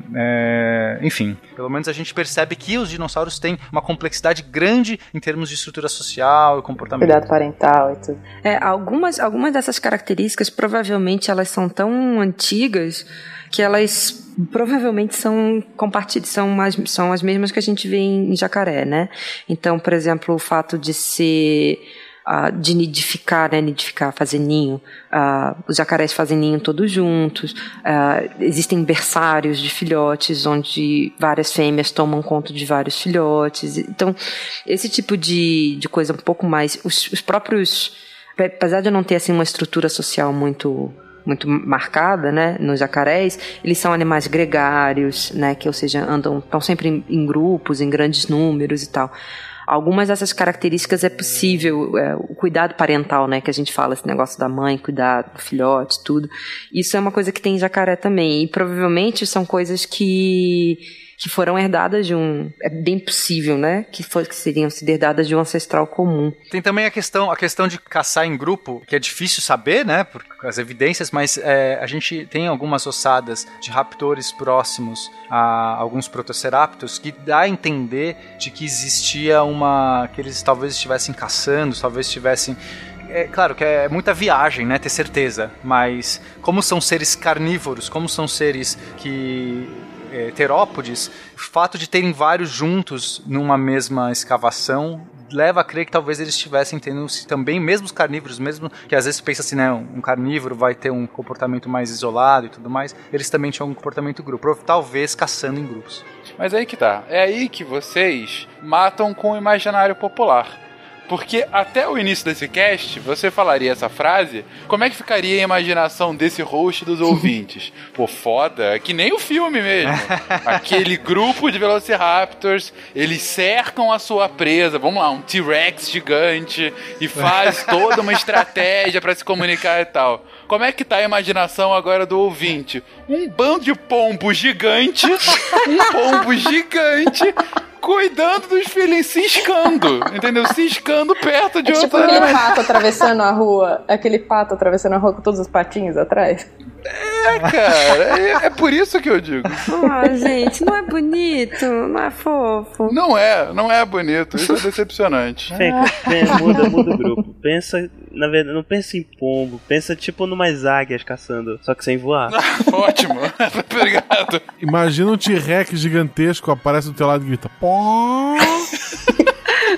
É, enfim, pelo menos a gente percebe que os dinossauros têm uma complexidade grande em termos de estrutura social e comportamento. Cuidado parental e tudo. É, algumas, algumas dessas características provavelmente elas são tão antigas que elas provavelmente são compartilhadas, são, são as mesmas que a gente vê em, em jacaré, né? Então, por exemplo, o fato de ser Uh, de nidificar, né, nidificar, fazer ninho. Uh, os jacarés fazem ninho todos juntos. Uh, existem berçários de filhotes, onde várias fêmeas tomam conta de vários filhotes. Então, esse tipo de, de coisa um pouco mais... Os, os próprios... Apesar de eu não ter assim, uma estrutura social muito... muito marcada, né, nos jacarés, eles são animais gregários, né, que, ou seja, andam, estão sempre em, em grupos, em grandes números e tal. Algumas dessas características é possível, é, o cuidado parental, né, que a gente fala, esse negócio da mãe, cuidar do filhote, tudo. Isso é uma coisa que tem em jacaré também, e provavelmente são coisas que, que foram herdadas de um... É bem possível, né, que, for, que seriam sido herdadas de um ancestral comum. Tem também a questão, a questão de caçar em grupo, que é difícil saber, né, por as evidências, mas é, a gente tem algumas ossadas de raptores próximos a alguns protoceraptors que dá a entender de que existia uma... que eles talvez estivessem caçando, talvez estivessem... É claro que é muita viagem, né, ter certeza, mas como são seres carnívoros, como são seres que... É, terópodes, o fato de terem vários juntos numa mesma escavação leva a crer que talvez eles estivessem tendo também, mesmo os carnívoros, mesmo que às vezes pensa assim, né, um carnívoro vai ter um comportamento mais isolado e tudo mais, eles também tinham um comportamento grupo, talvez caçando em grupos. Mas aí que tá, é aí que vocês matam com o imaginário popular. Porque até o início desse cast, você falaria essa frase, como é que ficaria a imaginação desse host dos ouvintes? Pô, foda, é que nem o filme mesmo. Aquele grupo de Velociraptors, eles cercam a sua presa, vamos lá, um T-Rex gigante, e faz toda uma estratégia pra se comunicar e tal. Como é que tá a imaginação agora do ouvinte? Um bando de pombo gigante, um pombo gigante... cuidando dos filhos, ciscando, entendeu? Ciscando perto de é outra... tipo aquele pato atravessando a rua, aquele pato atravessando a rua com todos os patinhos atrás. É, cara, é, é por isso que eu digo. Ah, gente, não é bonito, não é fofo. Não é, não é bonito, isso é decepcionante. Pensa, muda, muda o grupo. Pensa, na verdade, não pensa em pombo, pensa tipo numas águias caçando, só que sem voar. Ótimo, obrigado. Imagina um T-Rex gigantesco, aparece do teu lado e grita, pó. Ô,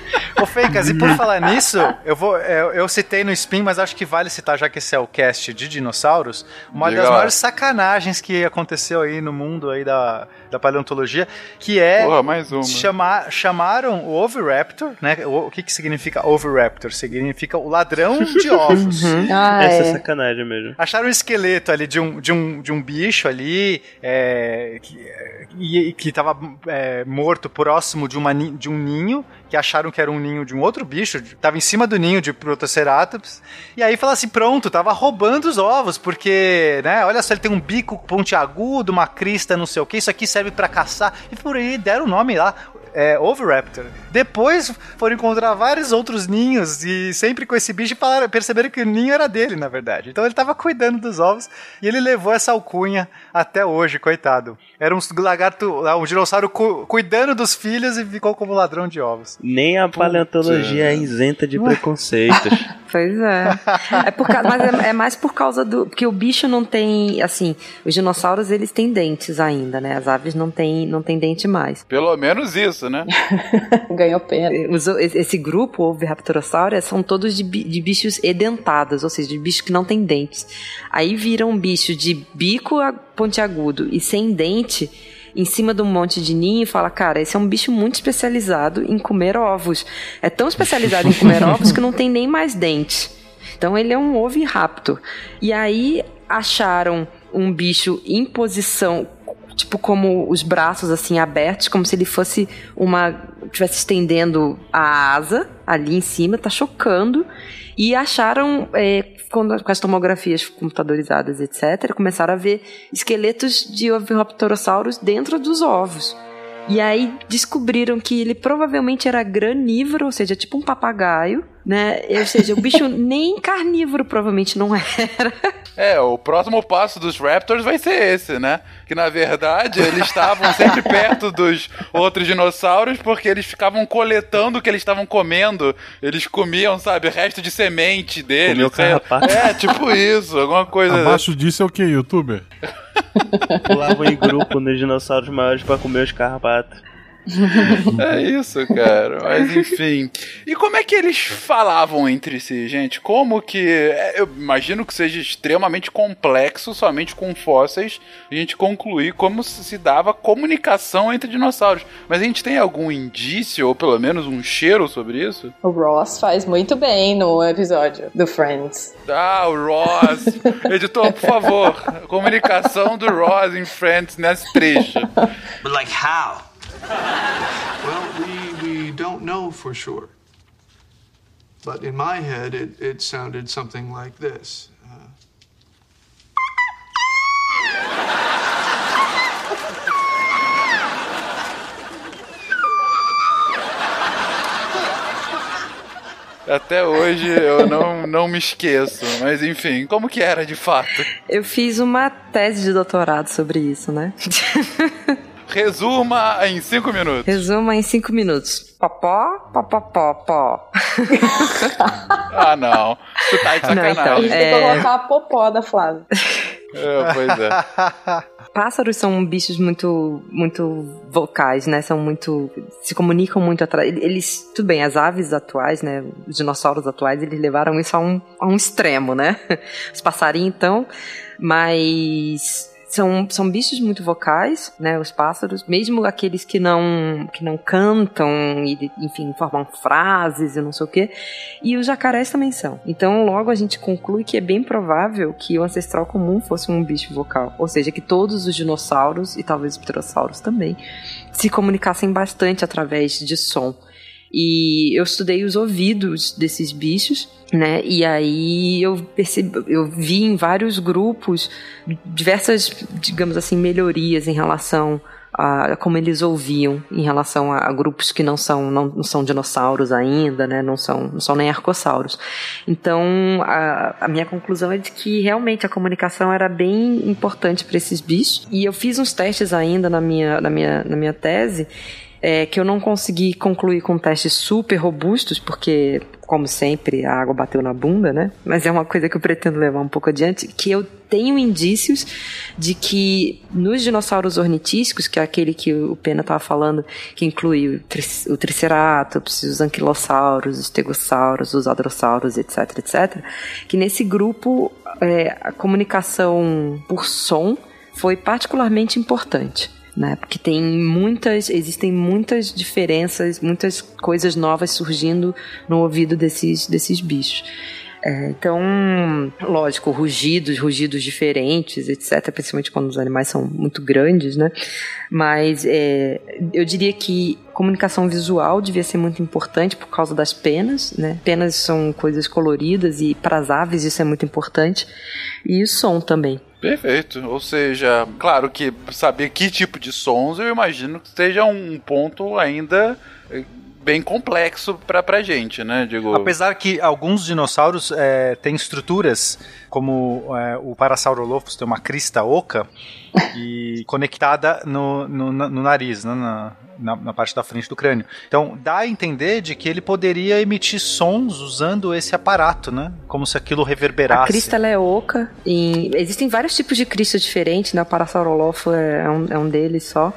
Ô, Fencas, e por falar nisso, eu, vou, eu, eu citei no Spin, mas acho que vale citar, já que esse é o cast de dinossauros, uma Legal. das maiores sacanagens que aconteceu aí no mundo aí da, da paleontologia, que é... Porra, mais uma. Chamar, chamaram o Oviraptor, né? O, o que que significa Oviraptor? Significa o ladrão de ovos. Uhum. Ah, Essa é é. sacanagem mesmo. Acharam um esqueleto ali de um, de um, de um bicho ali, é, que, e, que tava é, morto próximo de, uma, de um ninho, que acharam que era um ninho de um outro bicho, tava em cima do ninho de Protoceratops, e aí falaram assim, pronto, tava roubando os ovos, porque, né, olha só, ele tem um bico pontiagudo, uma crista, não sei o que, isso aqui serve pra caçar, e por aí deram o nome lá, É, Oviraptor. Depois foram encontrar vários outros ninhos e sempre com esse bicho falaram, perceberam que o ninho era dele, na verdade. Então ele estava cuidando dos ovos e ele levou essa alcunha até hoje, coitado. Era um lagarto, um dinossauro cu, cuidando dos filhos e ficou como ladrão de ovos. Nem a paleontologia é isenta de preconceitos. Pois é. É por causa, mas é, é mais por causa do... Porque o bicho não tem, assim... Os dinossauros, eles têm dentes ainda, né? As aves não têm, não têm dente mais. Pelo menos isso, né? Ganhou pena. Os, esse grupo, o Oviraptorosauria, são todos de, de bichos edentados, ou seja, de bichos que não têm dentes. Aí vira um bicho de bico pontiagudo e sem dente em cima de um monte de ninho e fala, cara, esse é um bicho muito especializado em comer ovos. É tão especializado em comer ovos que não tem nem mais dente. Então ele é um oviraptor. E aí acharam um bicho em posição, tipo como os braços assim abertos, como se ele fosse uma... estivesse estendendo a asa ali em cima, tá chocando. E acharam, é, com as tomografias computadorizadas, etcétera, começaram a ver esqueletos de Oviraptorossauros dentro dos ovos. E aí descobriram que ele provavelmente era granívoro, ou seja, tipo um papagaio, né? Ou seja, o bicho nem carnívoro provavelmente não era. É, o próximo passo dos Raptors vai ser esse, né? Que na verdade eles estavam sempre perto dos outros dinossauros porque eles ficavam coletando o que eles estavam comendo. Eles comiam, sabe, resto de semente deles. Comeu carrapato. É, tipo isso, alguma coisa. Abaixo disso é o que, youtuber? Pulavam em grupo nos dinossauros maiores pra comer os carrapatos. É isso, cara. Mas enfim. E como é que eles falavam entre si, gente? Como que... Eu imagino que seja extremamente complexo somente com fósseis a gente concluir como se dava comunicação entre dinossauros. Mas a gente tem algum indício, ou pelo menos um cheiro sobre isso? O Ross faz muito bem no episódio do Friends. Ah, o Ross. Editor, por favor. Comunicação do Ross em Friends nesse trecho. But like how? Well, we, we don't know for sure. But in my head, it, it sounded something like this. Uh... Até hoje eu não, não me esqueço. Mas enfim, como que era de fato? Eu fiz uma tese de doutorado sobre isso, né? Resuma em cinco minutos. Resuma em cinco minutos. Popó, popó, pó. Ah, não. Tu tá de sacanagem. Não, então, a gente tem que colocar a popó da Flávia. É, pois é. Pássaros são bichos muito, muito vocais, né? São muito... se comunicam muito atrás. Eles... tudo bem, as aves atuais, né? Os dinossauros atuais, eles levaram isso a um, a um extremo, né? Os passarinhos, então... Mas... São, são bichos muito vocais, né, os pássaros, mesmo aqueles que não, que não cantam, e, enfim, formam frases e não sei o quê, e os jacarés também são. Então, logo a gente conclui que é bem provável que o ancestral comum fosse um bicho vocal, ou seja, que todos os dinossauros, e talvez os pterossauros também, se comunicassem bastante através de som. E eu estudei os ouvidos desses bichos, né? E aí eu percebi, eu vi em vários grupos diversas, digamos assim, melhorias em relação a como eles ouviam em relação a, a grupos que não são, não, não são dinossauros ainda, né? Não são, não são nem arcossauros. Então, a, a minha conclusão é de que realmente a comunicação era bem importante para esses bichos. E eu fiz uns testes ainda na minha, na minha, na minha tese. É, que eu não consegui concluir com testes super robustos, porque como sempre, a água bateu na bunda, né? Mas é uma coisa que eu pretendo levar um pouco adiante, que eu tenho indícios de que nos dinossauros ornitísticos, que é aquele que o Pena estava falando, que inclui o, tri- o Triceratops, os anquilossauros, os stegossauros, os hadrossauros, etc, etc, que nesse grupo é, a comunicação por som foi particularmente importante. Né? Porque tem muitas, existem muitas diferenças, muitas coisas novas surgindo no ouvido desses, desses bichos. É, então, lógico, rugidos, rugidos diferentes, etcétera, principalmente quando os animais são muito grandes, né? Mas é, eu diria que comunicação visual devia ser muito importante por causa das penas, né? Penas são coisas coloridas e para as aves isso é muito importante. E o som também. Perfeito, ou seja, claro que saber que tipo de sons eu imagino que seja um ponto ainda bem complexo pra, pra gente, né, Diego? Apesar que alguns dinossauros é, têm estruturas, como é, o Parasaurolophus tem uma crista oca e conectada no, no, no nariz, né, na, na, na parte da frente do crânio. Então, dá a entender de que ele poderia emitir sons usando esse aparato, né, como se aquilo reverberasse. A crista ela é oca, e existem vários tipos de crista diferentes, né, o Parasaurolophus é um, é um deles só.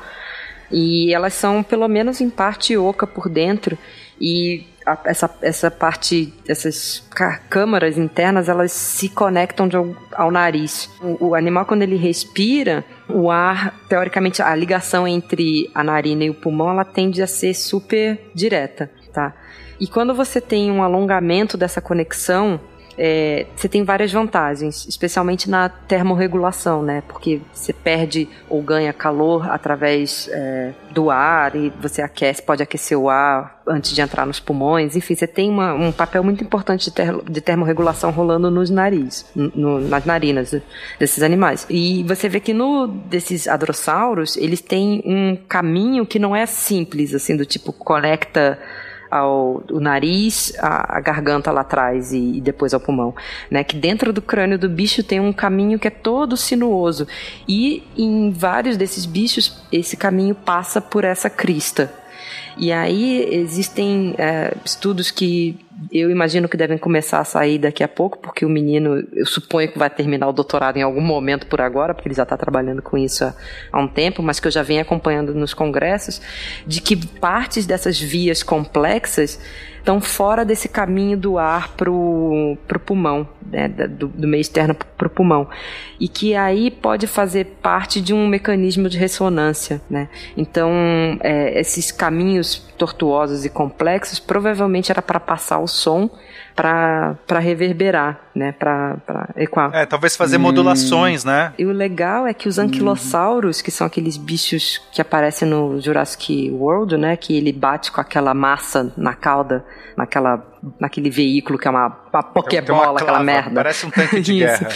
E elas são, pelo menos em parte, oca por dentro. E a, essa, essa parte, essas câmaras internas, elas se conectam de, ao, ao nariz. O, o animal, quando ele respira, o ar, teoricamente, a ligação entre a narina e o pulmão, ela tende a ser super direta, tá? E quando você tem um alongamento dessa conexão, É, você tem várias vantagens, especialmente na termorregulação, né? Porque você perde ou ganha calor através é, do ar e você aquece, pode aquecer o ar antes de entrar nos pulmões. Enfim, você tem uma, um papel muito importante de, ter, de termorregulação rolando nos nariz, no, nas narinas desses animais. E você vê que no desses hadrossauros, eles têm um caminho que não é simples, assim, do tipo conecta ao o nariz, a, a garganta lá atrás e, e depois ao pulmão, né? Que dentro do crânio do bicho tem um caminho que é todo sinuoso e em vários desses bichos esse caminho passa por essa crista. E aí existem é, estudos que eu imagino que devem começar a sair daqui a pouco, porque o menino, eu suponho que vai terminar o doutorado em algum momento por agora, porque ele já está trabalhando com isso há, há um tempo, mas que eu já venho acompanhando nos congressos, de que partes dessas vias complexas estão fora desse caminho do ar pro, pro pulmão, né, do, do meio externo pro pulmão, e que aí pode fazer parte de um mecanismo de ressonância, né? Então, é, esses caminhos tortuosos e complexos provavelmente era para passar o som para reverberar, né, para ecoar. É, talvez fazer hum. modulações, né? E o legal é que os anquilossauros, que são aqueles bichos que aparecem no Jurassic World, né, que ele bate com aquela massa na cauda, naquela, naquele veículo que é uma, uma pokebola, uma aquela merda. Parece um tanque de guerra.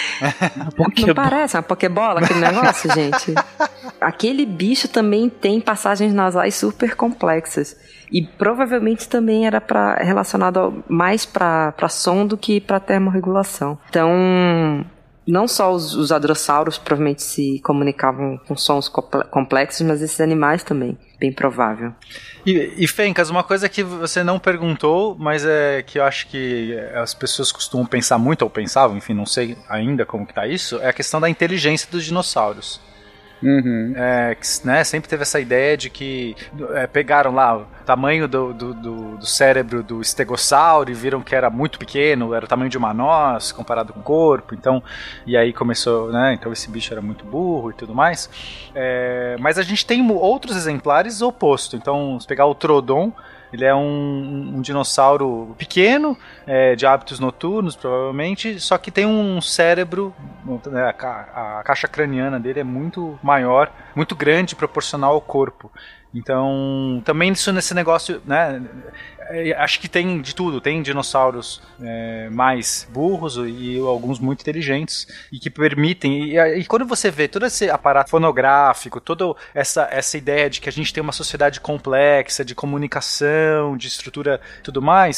Não parece uma pokebola aquele negócio, gente? Aquele bicho também tem passagens nasais super complexas. E provavelmente também era pra, relacionado mais para som do que para termorregulação. Então, não só os, os hadrossauros provavelmente se comunicavam com sons complexos, mas esses animais também, bem provável. E, e Fencas, uma coisa que você não perguntou, mas é que eu acho que as pessoas costumam pensar muito, ou pensavam, enfim, não sei ainda como que tá isso, é a questão da inteligência dos dinossauros. Uhum. É, né, sempre teve essa ideia de que é, pegaram lá o tamanho do, do, do, do cérebro do estegossauro e viram que era muito pequeno, era o tamanho de uma noz comparado com o corpo, então, e aí começou, né, então esse bicho era muito burro e tudo mais, é, mas a gente tem outros exemplares oposto. Então, se pegar o Troodon, ele é um, um dinossauro pequeno, é, de hábitos noturnos, provavelmente, só que tem um cérebro, né, a, ca a caixa craniana dele é muito maior, muito grande, proporcional ao corpo. Então, também isso nesse negócio, né, acho que tem de tudo, tem dinossauros é, mais burros e alguns muito inteligentes e que permitem, e, e quando você vê todo esse aparato fonográfico, toda essa, essa ideia de que a gente tem uma sociedade complexa, de comunicação, de estrutura e tudo mais,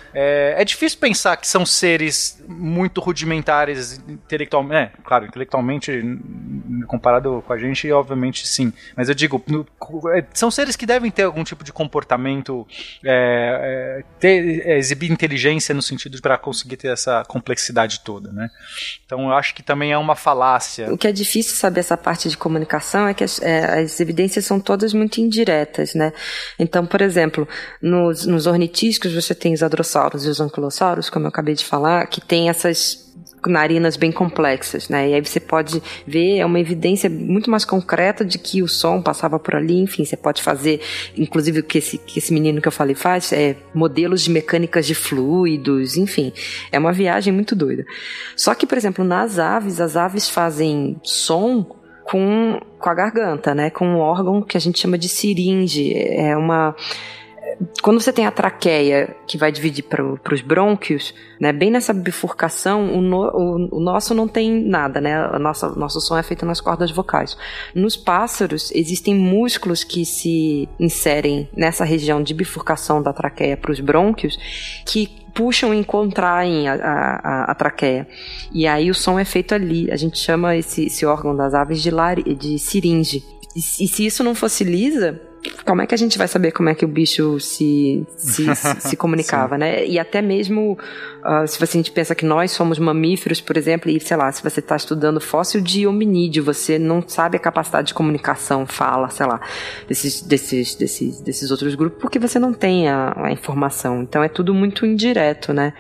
É, é difícil pensar que são seres muito rudimentares intelectualmente. É, claro, intelectualmente comparado com a gente, obviamente sim. Mas eu digo, no, são seres que devem ter algum tipo de comportamento, é, é, ter, é, exibir inteligência no sentido para conseguir ter essa complexidade toda, né? Então eu acho que também é uma falácia. O que é difícil saber essa parte de comunicação é que as, é, as evidências são todas muito indiretas, né? Então, por exemplo, nos, nos ornitísticos você tem os hadrossauros e os anquilossauros, como eu acabei de falar, que tem essas narinas bem complexas, né? E aí você pode ver, é uma evidência muito mais concreta de que o som passava por ali, enfim, você pode fazer, inclusive o que esse, que esse menino que eu falei faz, é modelos de mecânicas de fluidos, enfim, é uma viagem muito doida. Só que, por exemplo, nas aves, as aves fazem som com, com a garganta, né? Com um órgão que a gente chama de siringe, é uma... Quando você tem a traqueia que vai dividir para os brônquios, né, bem nessa bifurcação, o, no, o, o nosso não tem nada, né? A nossa, nosso som é feito nas cordas vocais. Nos pássaros, existem músculos que se inserem nessa região de bifurcação da traqueia para os brônquios, que puxam e contraem a, a, a traqueia. E aí o som é feito ali. A gente chama esse, esse órgão das aves de, lar, de siringe. E, e se isso não fossiliza, como é que a gente vai saber como é que o bicho se, se, se, se comunicava, né? E até mesmo, uh, se você, a gente pensa que nós somos mamíferos, por exemplo, e sei lá, se você está estudando fóssil de hominídeo, você não sabe a capacidade de comunicação, fala, sei lá, desses, desses, desses, desses outros grupos, porque você não tem a, a informação. Então é tudo muito indireto, né?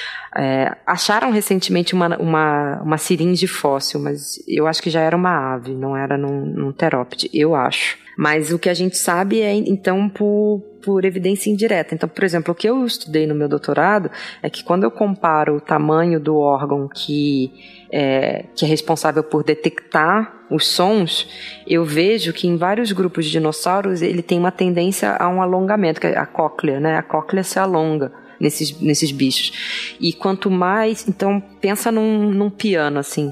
É, acharam recentemente uma, uma, uma siringe fóssil, mas eu acho que já era uma ave, não era num, num terópode, eu acho. Mas o que a gente sabe é, então, por, por evidência indireta. Então, por exemplo, o que eu estudei no meu doutorado é que quando eu comparo o tamanho do órgão que é, que é responsável por detectar os sons, eu vejo que em vários grupos de dinossauros ele tem uma tendência a um alongamento, que é a cóclea, né? A cóclea se alonga nesses, nesses bichos. E quanto mais... Então, pensa num, num piano, assim.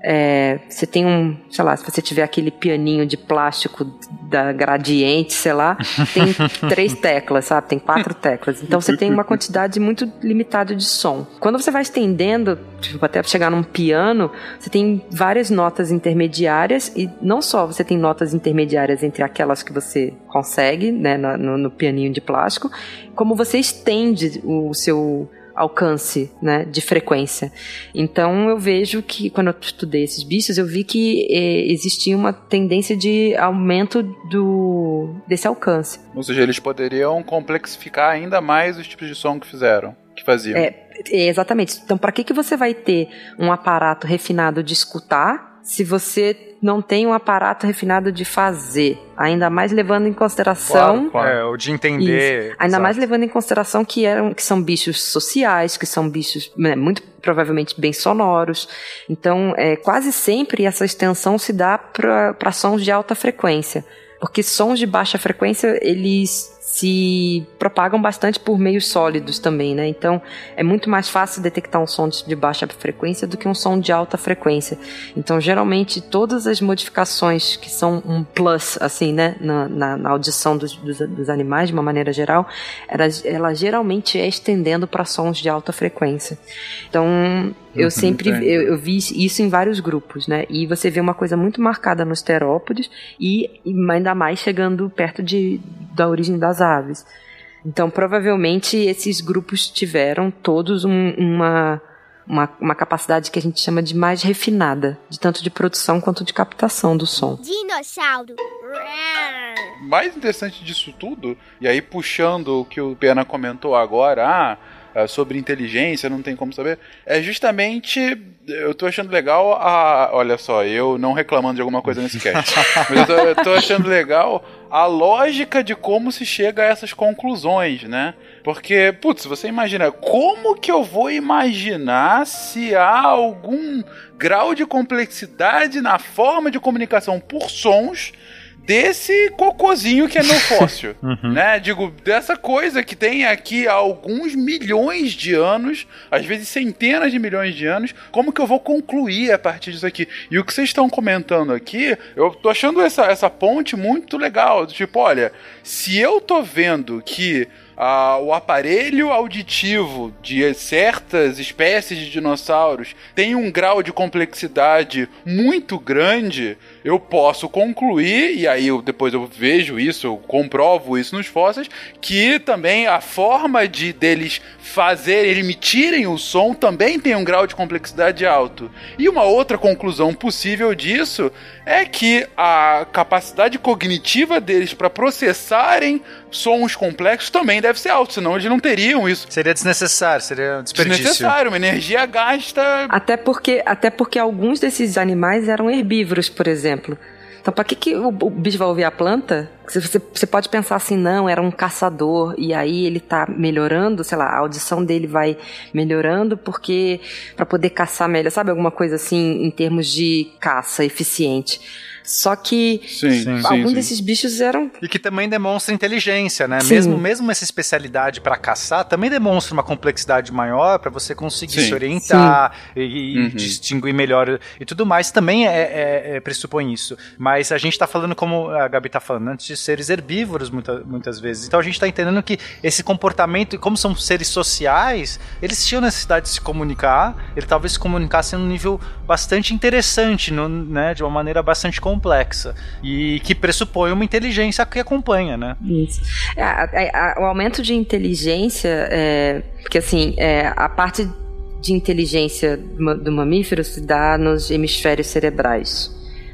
É, você tem um, sei lá, se você tiver aquele pianinho de plástico da Gradiente, sei lá, tem três teclas, sabe? Tem quatro teclas. Então você tem uma quantidade muito limitada de som. Quando você vai estendendo, tipo, até chegar num piano, você tem várias notas intermediárias, e não só você tem notas intermediárias entre aquelas que você consegue, né, no, no pianinho de plástico, como você estende o seu alcance, né, de frequência. Então eu vejo que quando eu estudei esses bichos, eu vi que eh, existia uma tendência de aumento do, desse alcance. Ou seja, eles poderiam complexificar ainda mais os tipos de som que fizeram, que faziam. É, exatamente. Então, para que, que você vai ter um aparato refinado de escutar se você não tem um aparato refinado de fazer? Ainda mais levando em consideração... Claro, claro. É, o de entender... Isso. Ainda exato. Mais levando em consideração que, eram, que são bichos sociais, que são bichos, né, muito provavelmente bem sonoros. Então, é, quase sempre essa extensão se dá para sons de alta frequência. Porque sons de baixa frequência, eles se propagam bastante por meios sólidos também, né? Então, é muito mais fácil detectar um som de baixa frequência do que um som de alta frequência. Então, geralmente, todas as modificações que são um plus, assim, né, na, na, na audição dos, dos, dos animais, de uma maneira geral, ela, ela geralmente é estendendo para sons de alta frequência. Então, eu uhum, sempre eu, eu vi isso em vários grupos, né? E você vê uma coisa muito marcada nos terópodes e, e ainda mais chegando perto de, da origem das aves. Então, provavelmente, esses grupos tiveram todos um, uma, uma, uma capacidade que a gente chama de mais refinada, de tanto de produção quanto de captação do som. Dinossauro. Mais interessante disso tudo, e aí puxando o que o Pena comentou agora, ah, sobre inteligência, não tem como saber, é justamente, eu tô achando legal a, olha só, eu não reclamando de alguma coisa nesse cast, mas eu tô, eu tô achando legal a lógica de como se chega a essas conclusões, né? Porque, putz, você imagina, como que eu vou imaginar se há algum grau de complexidade na forma de comunicação por sons desse cocôzinho que é meu fóssil, uhum. né? Digo, dessa coisa que tem aqui há alguns milhões de anos, às vezes centenas de milhões de anos, como que eu vou concluir a partir disso aqui? E o que vocês estão comentando aqui, eu tô achando essa, essa ponte muito legal, tipo, olha, se eu tô vendo que ah, o aparelho auditivo de certas espécies de dinossauros tem um grau de complexidade muito grande, eu posso concluir, e aí eu, depois eu vejo isso, eu comprovo isso nos fósseis, que também a forma de deles fazerem, emitirem o som também tem um grau de complexidade alto. E uma outra conclusão possível disso é que a capacidade cognitiva deles para processarem sons complexos também deve ser alta, senão eles não teriam isso. Seria desnecessário, seria desperdício. Desnecessário, uma energia gasta... Até porque, até porque alguns desses animais eram herbívoros, por exemplo. Então, para que, que o, o bicho vai ouvir a planta? Você, você pode pensar assim, não, era um caçador, e aí ele tá melhorando, sei lá, a audição dele vai melhorando porque para poder caçar melhor, sabe? Alguma coisa assim, em termos de caça eficiente. Só que sim, sim, alguns sim, desses bichos eram... E que também demonstra inteligência, né? Sim. Mesmo, mesmo essa especialidade para caçar, também demonstra uma complexidade maior para você conseguir sim. se orientar sim. e, e uhum. distinguir melhor e tudo mais. Também é, é, é, pressupõe isso. Mas a gente tá falando, como a Gabi tá falando, antes de seres herbívoros muita, muitas vezes. Então a gente tá entendendo que esse comportamento, como são seres sociais, eles tinham necessidade de se comunicar, ele talvez se comunicasse em um nível bastante interessante, no, né? De uma maneira bastante complexa. complexa e que pressupõe uma inteligência que acompanha, né? Isso. É, a, a, o aumento de inteligência, é, porque assim, é, a parte de inteligência do mamífero se dá nos hemisférios cerebrais.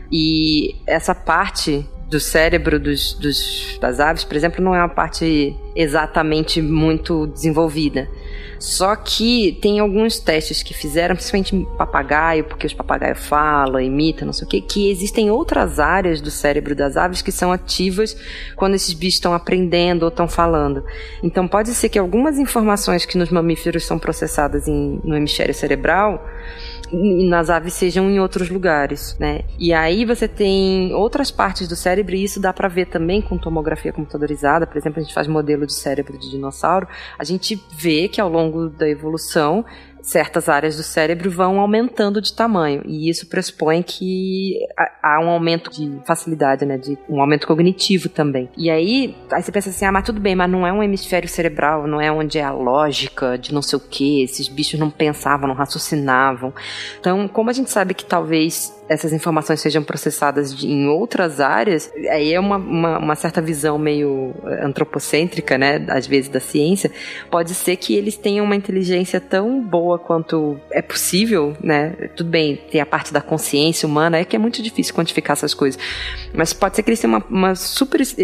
E essa parte do cérebro dos, dos, das aves, por exemplo, não é uma parte exatamente muito desenvolvida. Só que tem alguns testes que fizeram, principalmente em papagaio, porque os papagaios falam, imitam, não sei o quê, que existem outras áreas do cérebro das aves que são ativas quando esses bichos estão aprendendo ou estão falando. Então pode ser que algumas informações que nos mamíferos são processadas em, no hemisfério cerebral, nas aves sejam em outros lugares, né? E aí você tem outras partes do cérebro, e isso dá pra ver também com tomografia computadorizada. Por exemplo, a gente faz modelo de cérebro de dinossauro, a gente vê que ao longo da evolução certas áreas do cérebro vão aumentando de tamanho, e isso pressupõe que há um aumento de facilidade, né, de um aumento cognitivo também. E aí, aí você pensa assim, ah, mas tudo bem, mas não é um hemisfério cerebral, não é onde é a lógica de não sei o que, esses bichos não pensavam, não raciocinavam. Então, como a gente sabe que talvez essas informações sejam processadas de, em outras áreas, aí é uma, uma, uma certa visão meio antropocêntrica, né, às vezes da ciência, pode ser que eles tenham uma inteligência tão boa quanto é possível, né, tudo bem, tem a parte da consciência humana, é que é muito difícil quantificar essas coisas, mas pode ser que eles tenham uma, uma super é,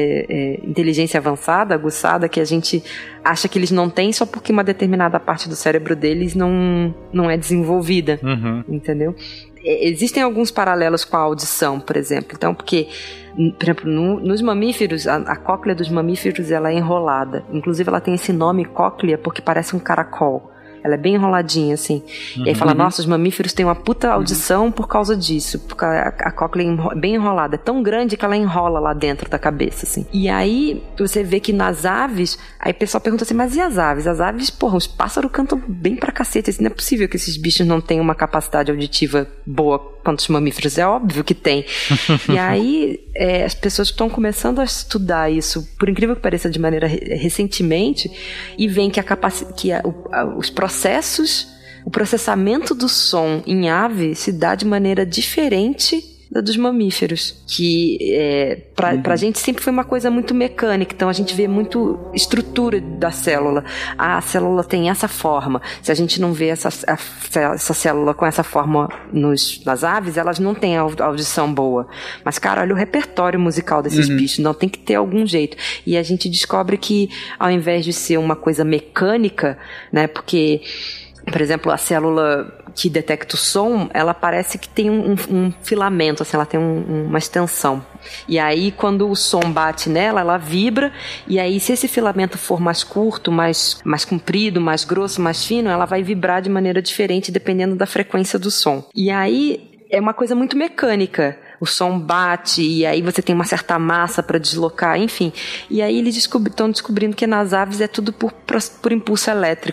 é, inteligência avançada, aguçada, que a gente acha que eles não têm só porque uma determinada parte do cérebro deles não, não é desenvolvida, uhum. entendeu? Existem alguns paralelos com a audição, por exemplo. Então, porque, por exemplo, no, nos mamíferos, a, a cóclea dos mamíferos ela é enrolada. Inclusive, ela tem esse nome cóclea porque parece um caracol. Ela é bem enroladinha, assim. Uhum. E aí fala, nossa, os mamíferos têm uma puta audição uhum. por causa disso. Porque a, a cóclea é bem enrolada. É tão grande que ela enrola lá dentro da cabeça, assim. E aí, você vê que nas aves, aí o pessoal pergunta assim, mas e as aves? As aves, porra, os pássaros cantam bem pra cacete. Assim, não é possível que esses bichos não tenham uma capacidade auditiva boa quanto os mamíferos. É óbvio que tem. E aí, é, as pessoas estão começando a estudar isso, por incrível que pareça, de maneira re- recentemente, e veem que, a capaci- que a, o, a, os processos, o processamento do som em ave se dá de maneira diferente da dos mamíferos, que é, pra, uhum. pra gente sempre foi uma coisa muito mecânica, então a gente vê muito estrutura da célula. Ah, a célula tem essa forma. Se a gente não vê essa, a, essa célula com essa forma nos, nas aves, elas não têm audição boa. Mas, cara, olha o repertório musical desses uhum. bichos, não tem que ter algum jeito. E a gente descobre que, ao invés de ser uma coisa mecânica, né, porque, por exemplo, a célula que detecta o som, ela parece que tem um, um, um filamento, assim, ela tem um, uma extensão. E aí, quando o som bate nela, ela vibra, e aí, se esse filamento for mais curto, mais, mais comprido, mais grosso, mais fino, ela vai vibrar de maneira diferente, dependendo da frequência do som. E aí, é uma coisa muito mecânica. O som bate, e aí você tem uma certa massa para deslocar, enfim. E aí, eles estão descobri- descobrindo que nas aves é tudo por, por impulso elétrico.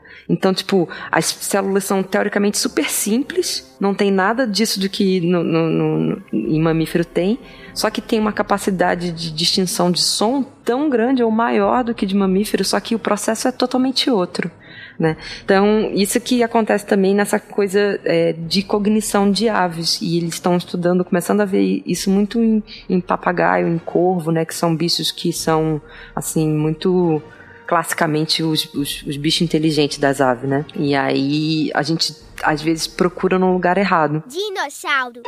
Então, tipo, as células são teoricamente super simples, não tem nada disso do que no, no, no, em mamífero tem, só que tem uma capacidade de distinção de som tão grande ou maior do que de mamífero, só que o processo é totalmente outro. Né? Então, isso que acontece também nessa coisa é, de cognição de aves, e eles estão estudando, começando a ver isso muito em, em papagaio, em corvo, né? Que são bichos que são, assim, muito classicamente os, os, os bichos inteligentes das aves, né? E aí a gente às vezes procura no lugar errado. Dinossauro.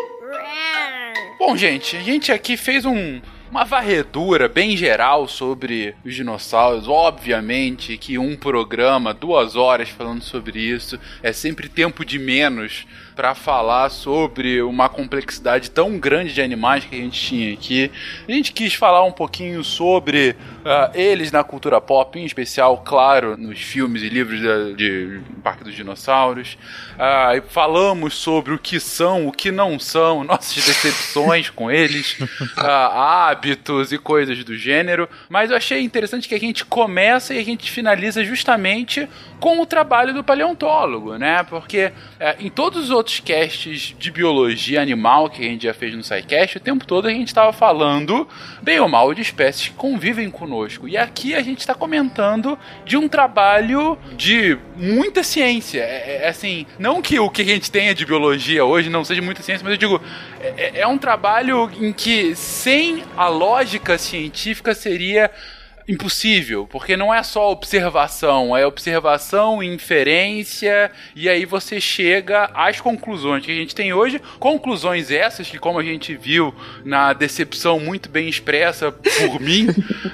Bom, gente, a gente aqui fez um... uma varredura bem geral sobre os dinossauros. Obviamente que um programa, duas horas falando sobre isso, é sempre tempo de menos para falar sobre uma complexidade tão grande de animais que a gente tinha aqui. A gente quis falar um pouquinho sobre uh, eles na cultura pop, em especial, claro, nos filmes e livros de, de Parque dos Dinossauros. Uh, falamos sobre o que são, o que não são, nossas decepções com eles, uh, hábitos e coisas do gênero. Mas eu achei interessante que a gente começa e a gente finaliza justamente com o trabalho do paleontólogo, né? Porque é, em todos os outros casts de biologia animal que a gente já fez no SciCast, o tempo todo a gente estava falando, bem ou mal, de espécies que convivem conosco. E aqui a gente está comentando de um trabalho de muita ciência. É, é assim, não que o que a gente tenha de biologia hoje não seja muita ciência, mas eu digo, é, é um trabalho em que sem a lógica científica seria impossível, porque não é só observação, é observação, inferência, e aí você chega às conclusões que a gente tem hoje, conclusões essas que, como a gente viu na decepção muito bem expressa por mim,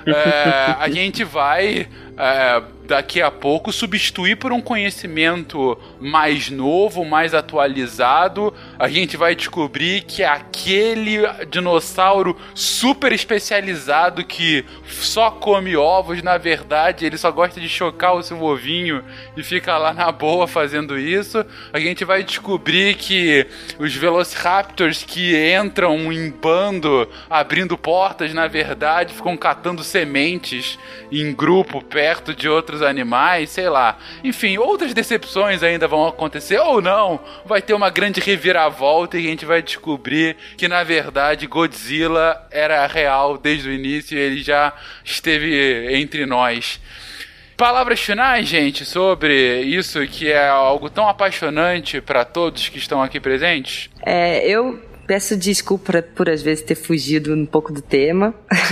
é, a gente vai é, daqui a pouco substituir por um conhecimento mais novo, mais atualizado. A gente vai descobrir que aquele dinossauro super especializado que só come ovos, na verdade ele só gosta de chocar o seu ovinho e fica lá na boa fazendo isso. A gente vai descobrir que os velociraptors que entram em bando abrindo portas, na verdade ficam catando sementes em grupo perto de outros animais, sei lá. Enfim, outras decepções ainda vão acontecer, ou não. Vai ter uma grande reviravolta e a gente vai descobrir que, na verdade, Godzilla era real desde o início e ele já esteve entre nós. Palavras finais, gente, sobre isso que é algo tão apaixonante para todos que estão aqui presentes? É, eu... Peço desculpa por, às vezes, ter fugido um pouco do tema.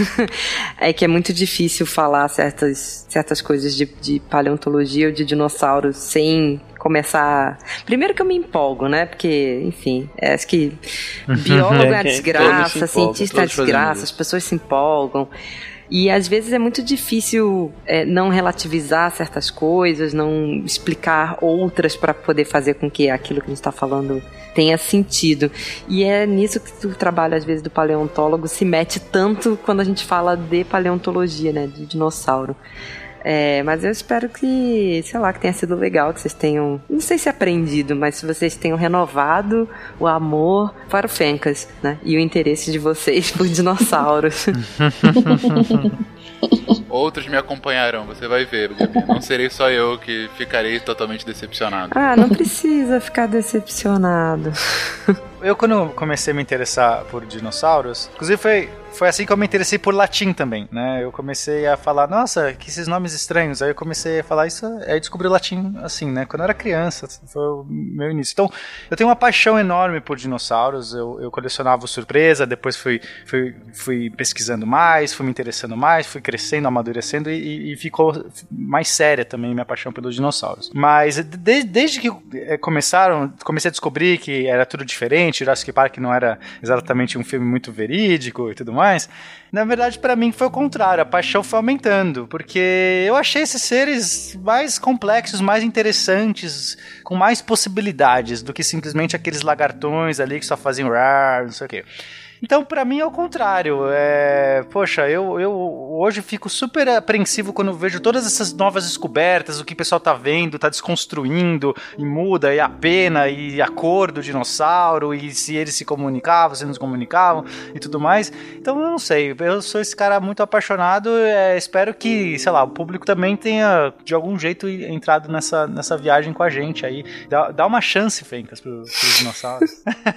É que é muito difícil falar certas, certas coisas de, de paleontologia ou de dinossauros sem começar... Primeiro que eu me empolgo, né? Porque, enfim, é, acho que biólogo é uma desgraça, cientista é uma desgraça, as pessoas se empolgam. E às vezes é muito difícil é, não relativizar certas coisas, não explicar outras para poder fazer com que aquilo que a gente está falando tenha sentido. E é nisso que o trabalho, às vezes, do paleontólogo se mete tanto quando a gente fala de paleontologia, né, de dinossauro. É, mas eu espero que, sei lá, que tenha sido legal, que vocês tenham, não sei se aprendido, mas se vocês tenham renovado o amor para o Fencas, né? E o interesse de vocês por dinossauros. Outros me acompanharão, você vai ver, Gabi. Não serei só eu que ficarei totalmente decepcionado. Ah, não precisa ficar decepcionado. Eu, quando comecei a me interessar por dinossauros, inclusive foi, foi assim que eu me interessei por latim também, né? Eu comecei a falar, nossa, que esses nomes estranhos. Aí eu comecei a falar isso, aí descobri o latim assim, né? Quando eu era criança, foi o meu início. Então, eu tenho uma paixão enorme por dinossauros. Eu, eu colecionava o Surpresa, depois fui, fui, fui pesquisando mais, fui me interessando mais, fui crescendo, amadurecendo e, e ficou mais séria também minha paixão pelos dinossauros. Mas de, desde que começaram, comecei a descobrir que era tudo diferente, Jurassic Park não era exatamente um filme muito verídico e tudo mais, na verdade para mim foi o contrário, a paixão foi aumentando, porque eu achei esses seres mais complexos, mais interessantes, com mais possibilidades do que simplesmente aqueles lagartões ali que só faziam rar, não sei o quê. Então, pra mim, é o contrário. É... Poxa, eu, eu hoje fico super apreensivo quando vejo todas essas novas descobertas, o que o pessoal tá vendo, tá desconstruindo, e muda, e a pena, e a cor do dinossauro, e se eles se comunicavam, se não se comunicavam, e tudo mais. Então, eu não sei. Eu sou esse cara muito apaixonado, é, espero que, sei lá, o público também tenha, de algum jeito, entrado nessa, nessa viagem com a gente aí. Dá, dá uma chance, Fencas, pro, pros dinossauros.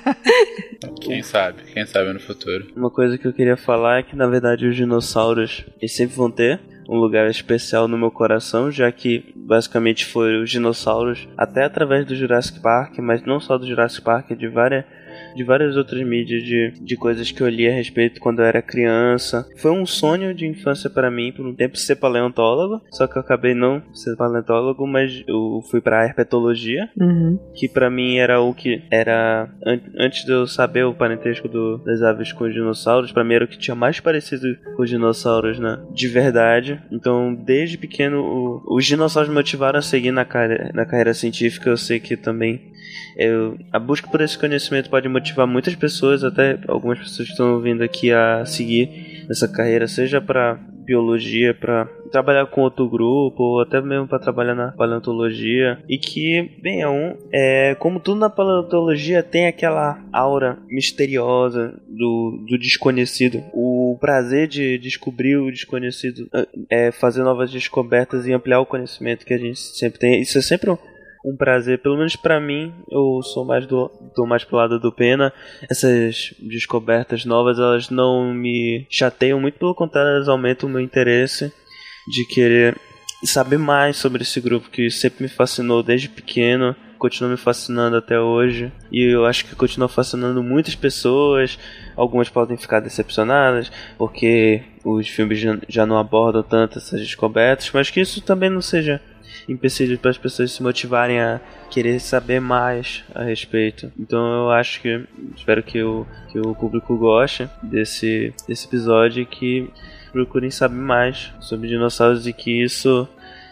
Quem sabe? Quem sabe no futuro. Uma coisa que eu queria falar é que, na verdade, os dinossauros, eles sempre vão ter um lugar especial no meu coração, já que basicamente foram os dinossauros, até através do Jurassic Park, mas não só do Jurassic Park, de várias, de várias outras mídias, de, de coisas que eu li a respeito quando eu era criança. Foi um sonho de infância para mim, por um tempo, ser paleontólogo, só que eu acabei não sendo paleontólogo, mas eu fui pra herpetologia, uhum. que para mim era o que era, an- antes de eu saber o parentesco do, das aves com os dinossauros, pra mim era o que tinha mais parecido com os dinossauros, né, de verdade. Então, desde pequeno, o, os dinossauros me motivaram a seguir na, carreira, na carreira científica. Eu sei que também eu, a busca por esse conhecimento pode motivar muitas pessoas, até algumas pessoas que estão vindo aqui a seguir nessa carreira, seja para biologia, para trabalhar com outro grupo, ou até mesmo para trabalhar na paleontologia. E que, bem, é um, é, como tudo na paleontologia tem aquela aura misteriosa do, do desconhecido. O prazer de descobrir o desconhecido, é fazer novas descobertas e ampliar o conhecimento que a gente sempre tem. Isso é sempre um um prazer, pelo menos pra mim. Eu sou mais do, tô mais pro lado do Pena. Essas descobertas novas, elas não me chateiam, muito pelo contrário, elas aumentam o meu interesse de querer saber mais sobre esse grupo que sempre me fascinou desde pequeno, continua me fascinando até hoje, e eu acho que continua fascinando muitas pessoas. Algumas podem ficar decepcionadas porque os filmes já, já não abordam tanto essas descobertas, mas que isso também não seja empecilho para as pessoas se motivarem a querer saber mais a respeito. Então eu acho que, espero que o, que o público goste desse, desse episódio e que procurem saber mais sobre dinossauros, e que isso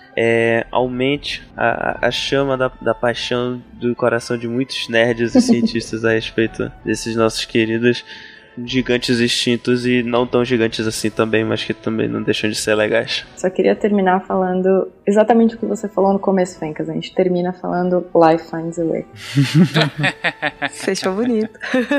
é, aumente a, a chama da, da paixão do coração de muitos nerds e cientistas a respeito desses nossos queridos gigantes extintos, e não tão gigantes assim também, mas que também não deixam de ser legais. Só queria terminar falando exatamente o que você falou no começo, Fencas. A gente termina falando Life Finds a Way. Fechou bonito.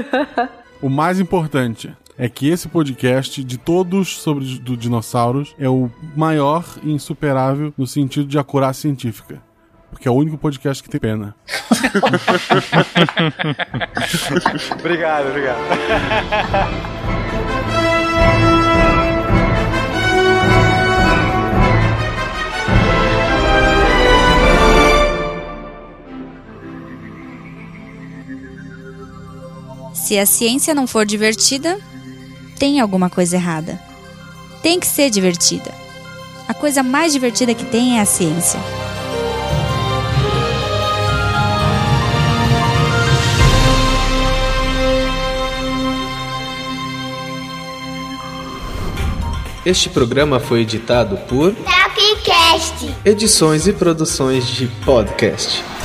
O mais importante é que esse podcast, de todos sobre do dinossauros, é o maior e insuperável no sentido de acurácia científica. Porque é o único podcast que tem pena. Obrigado, obrigado. Se a ciência não for divertida, tem alguma coisa errada. Tem que ser divertida. A coisa mais divertida que tem é a ciência. Este programa foi editado por Tapcast. Edições e Produções de Podcast.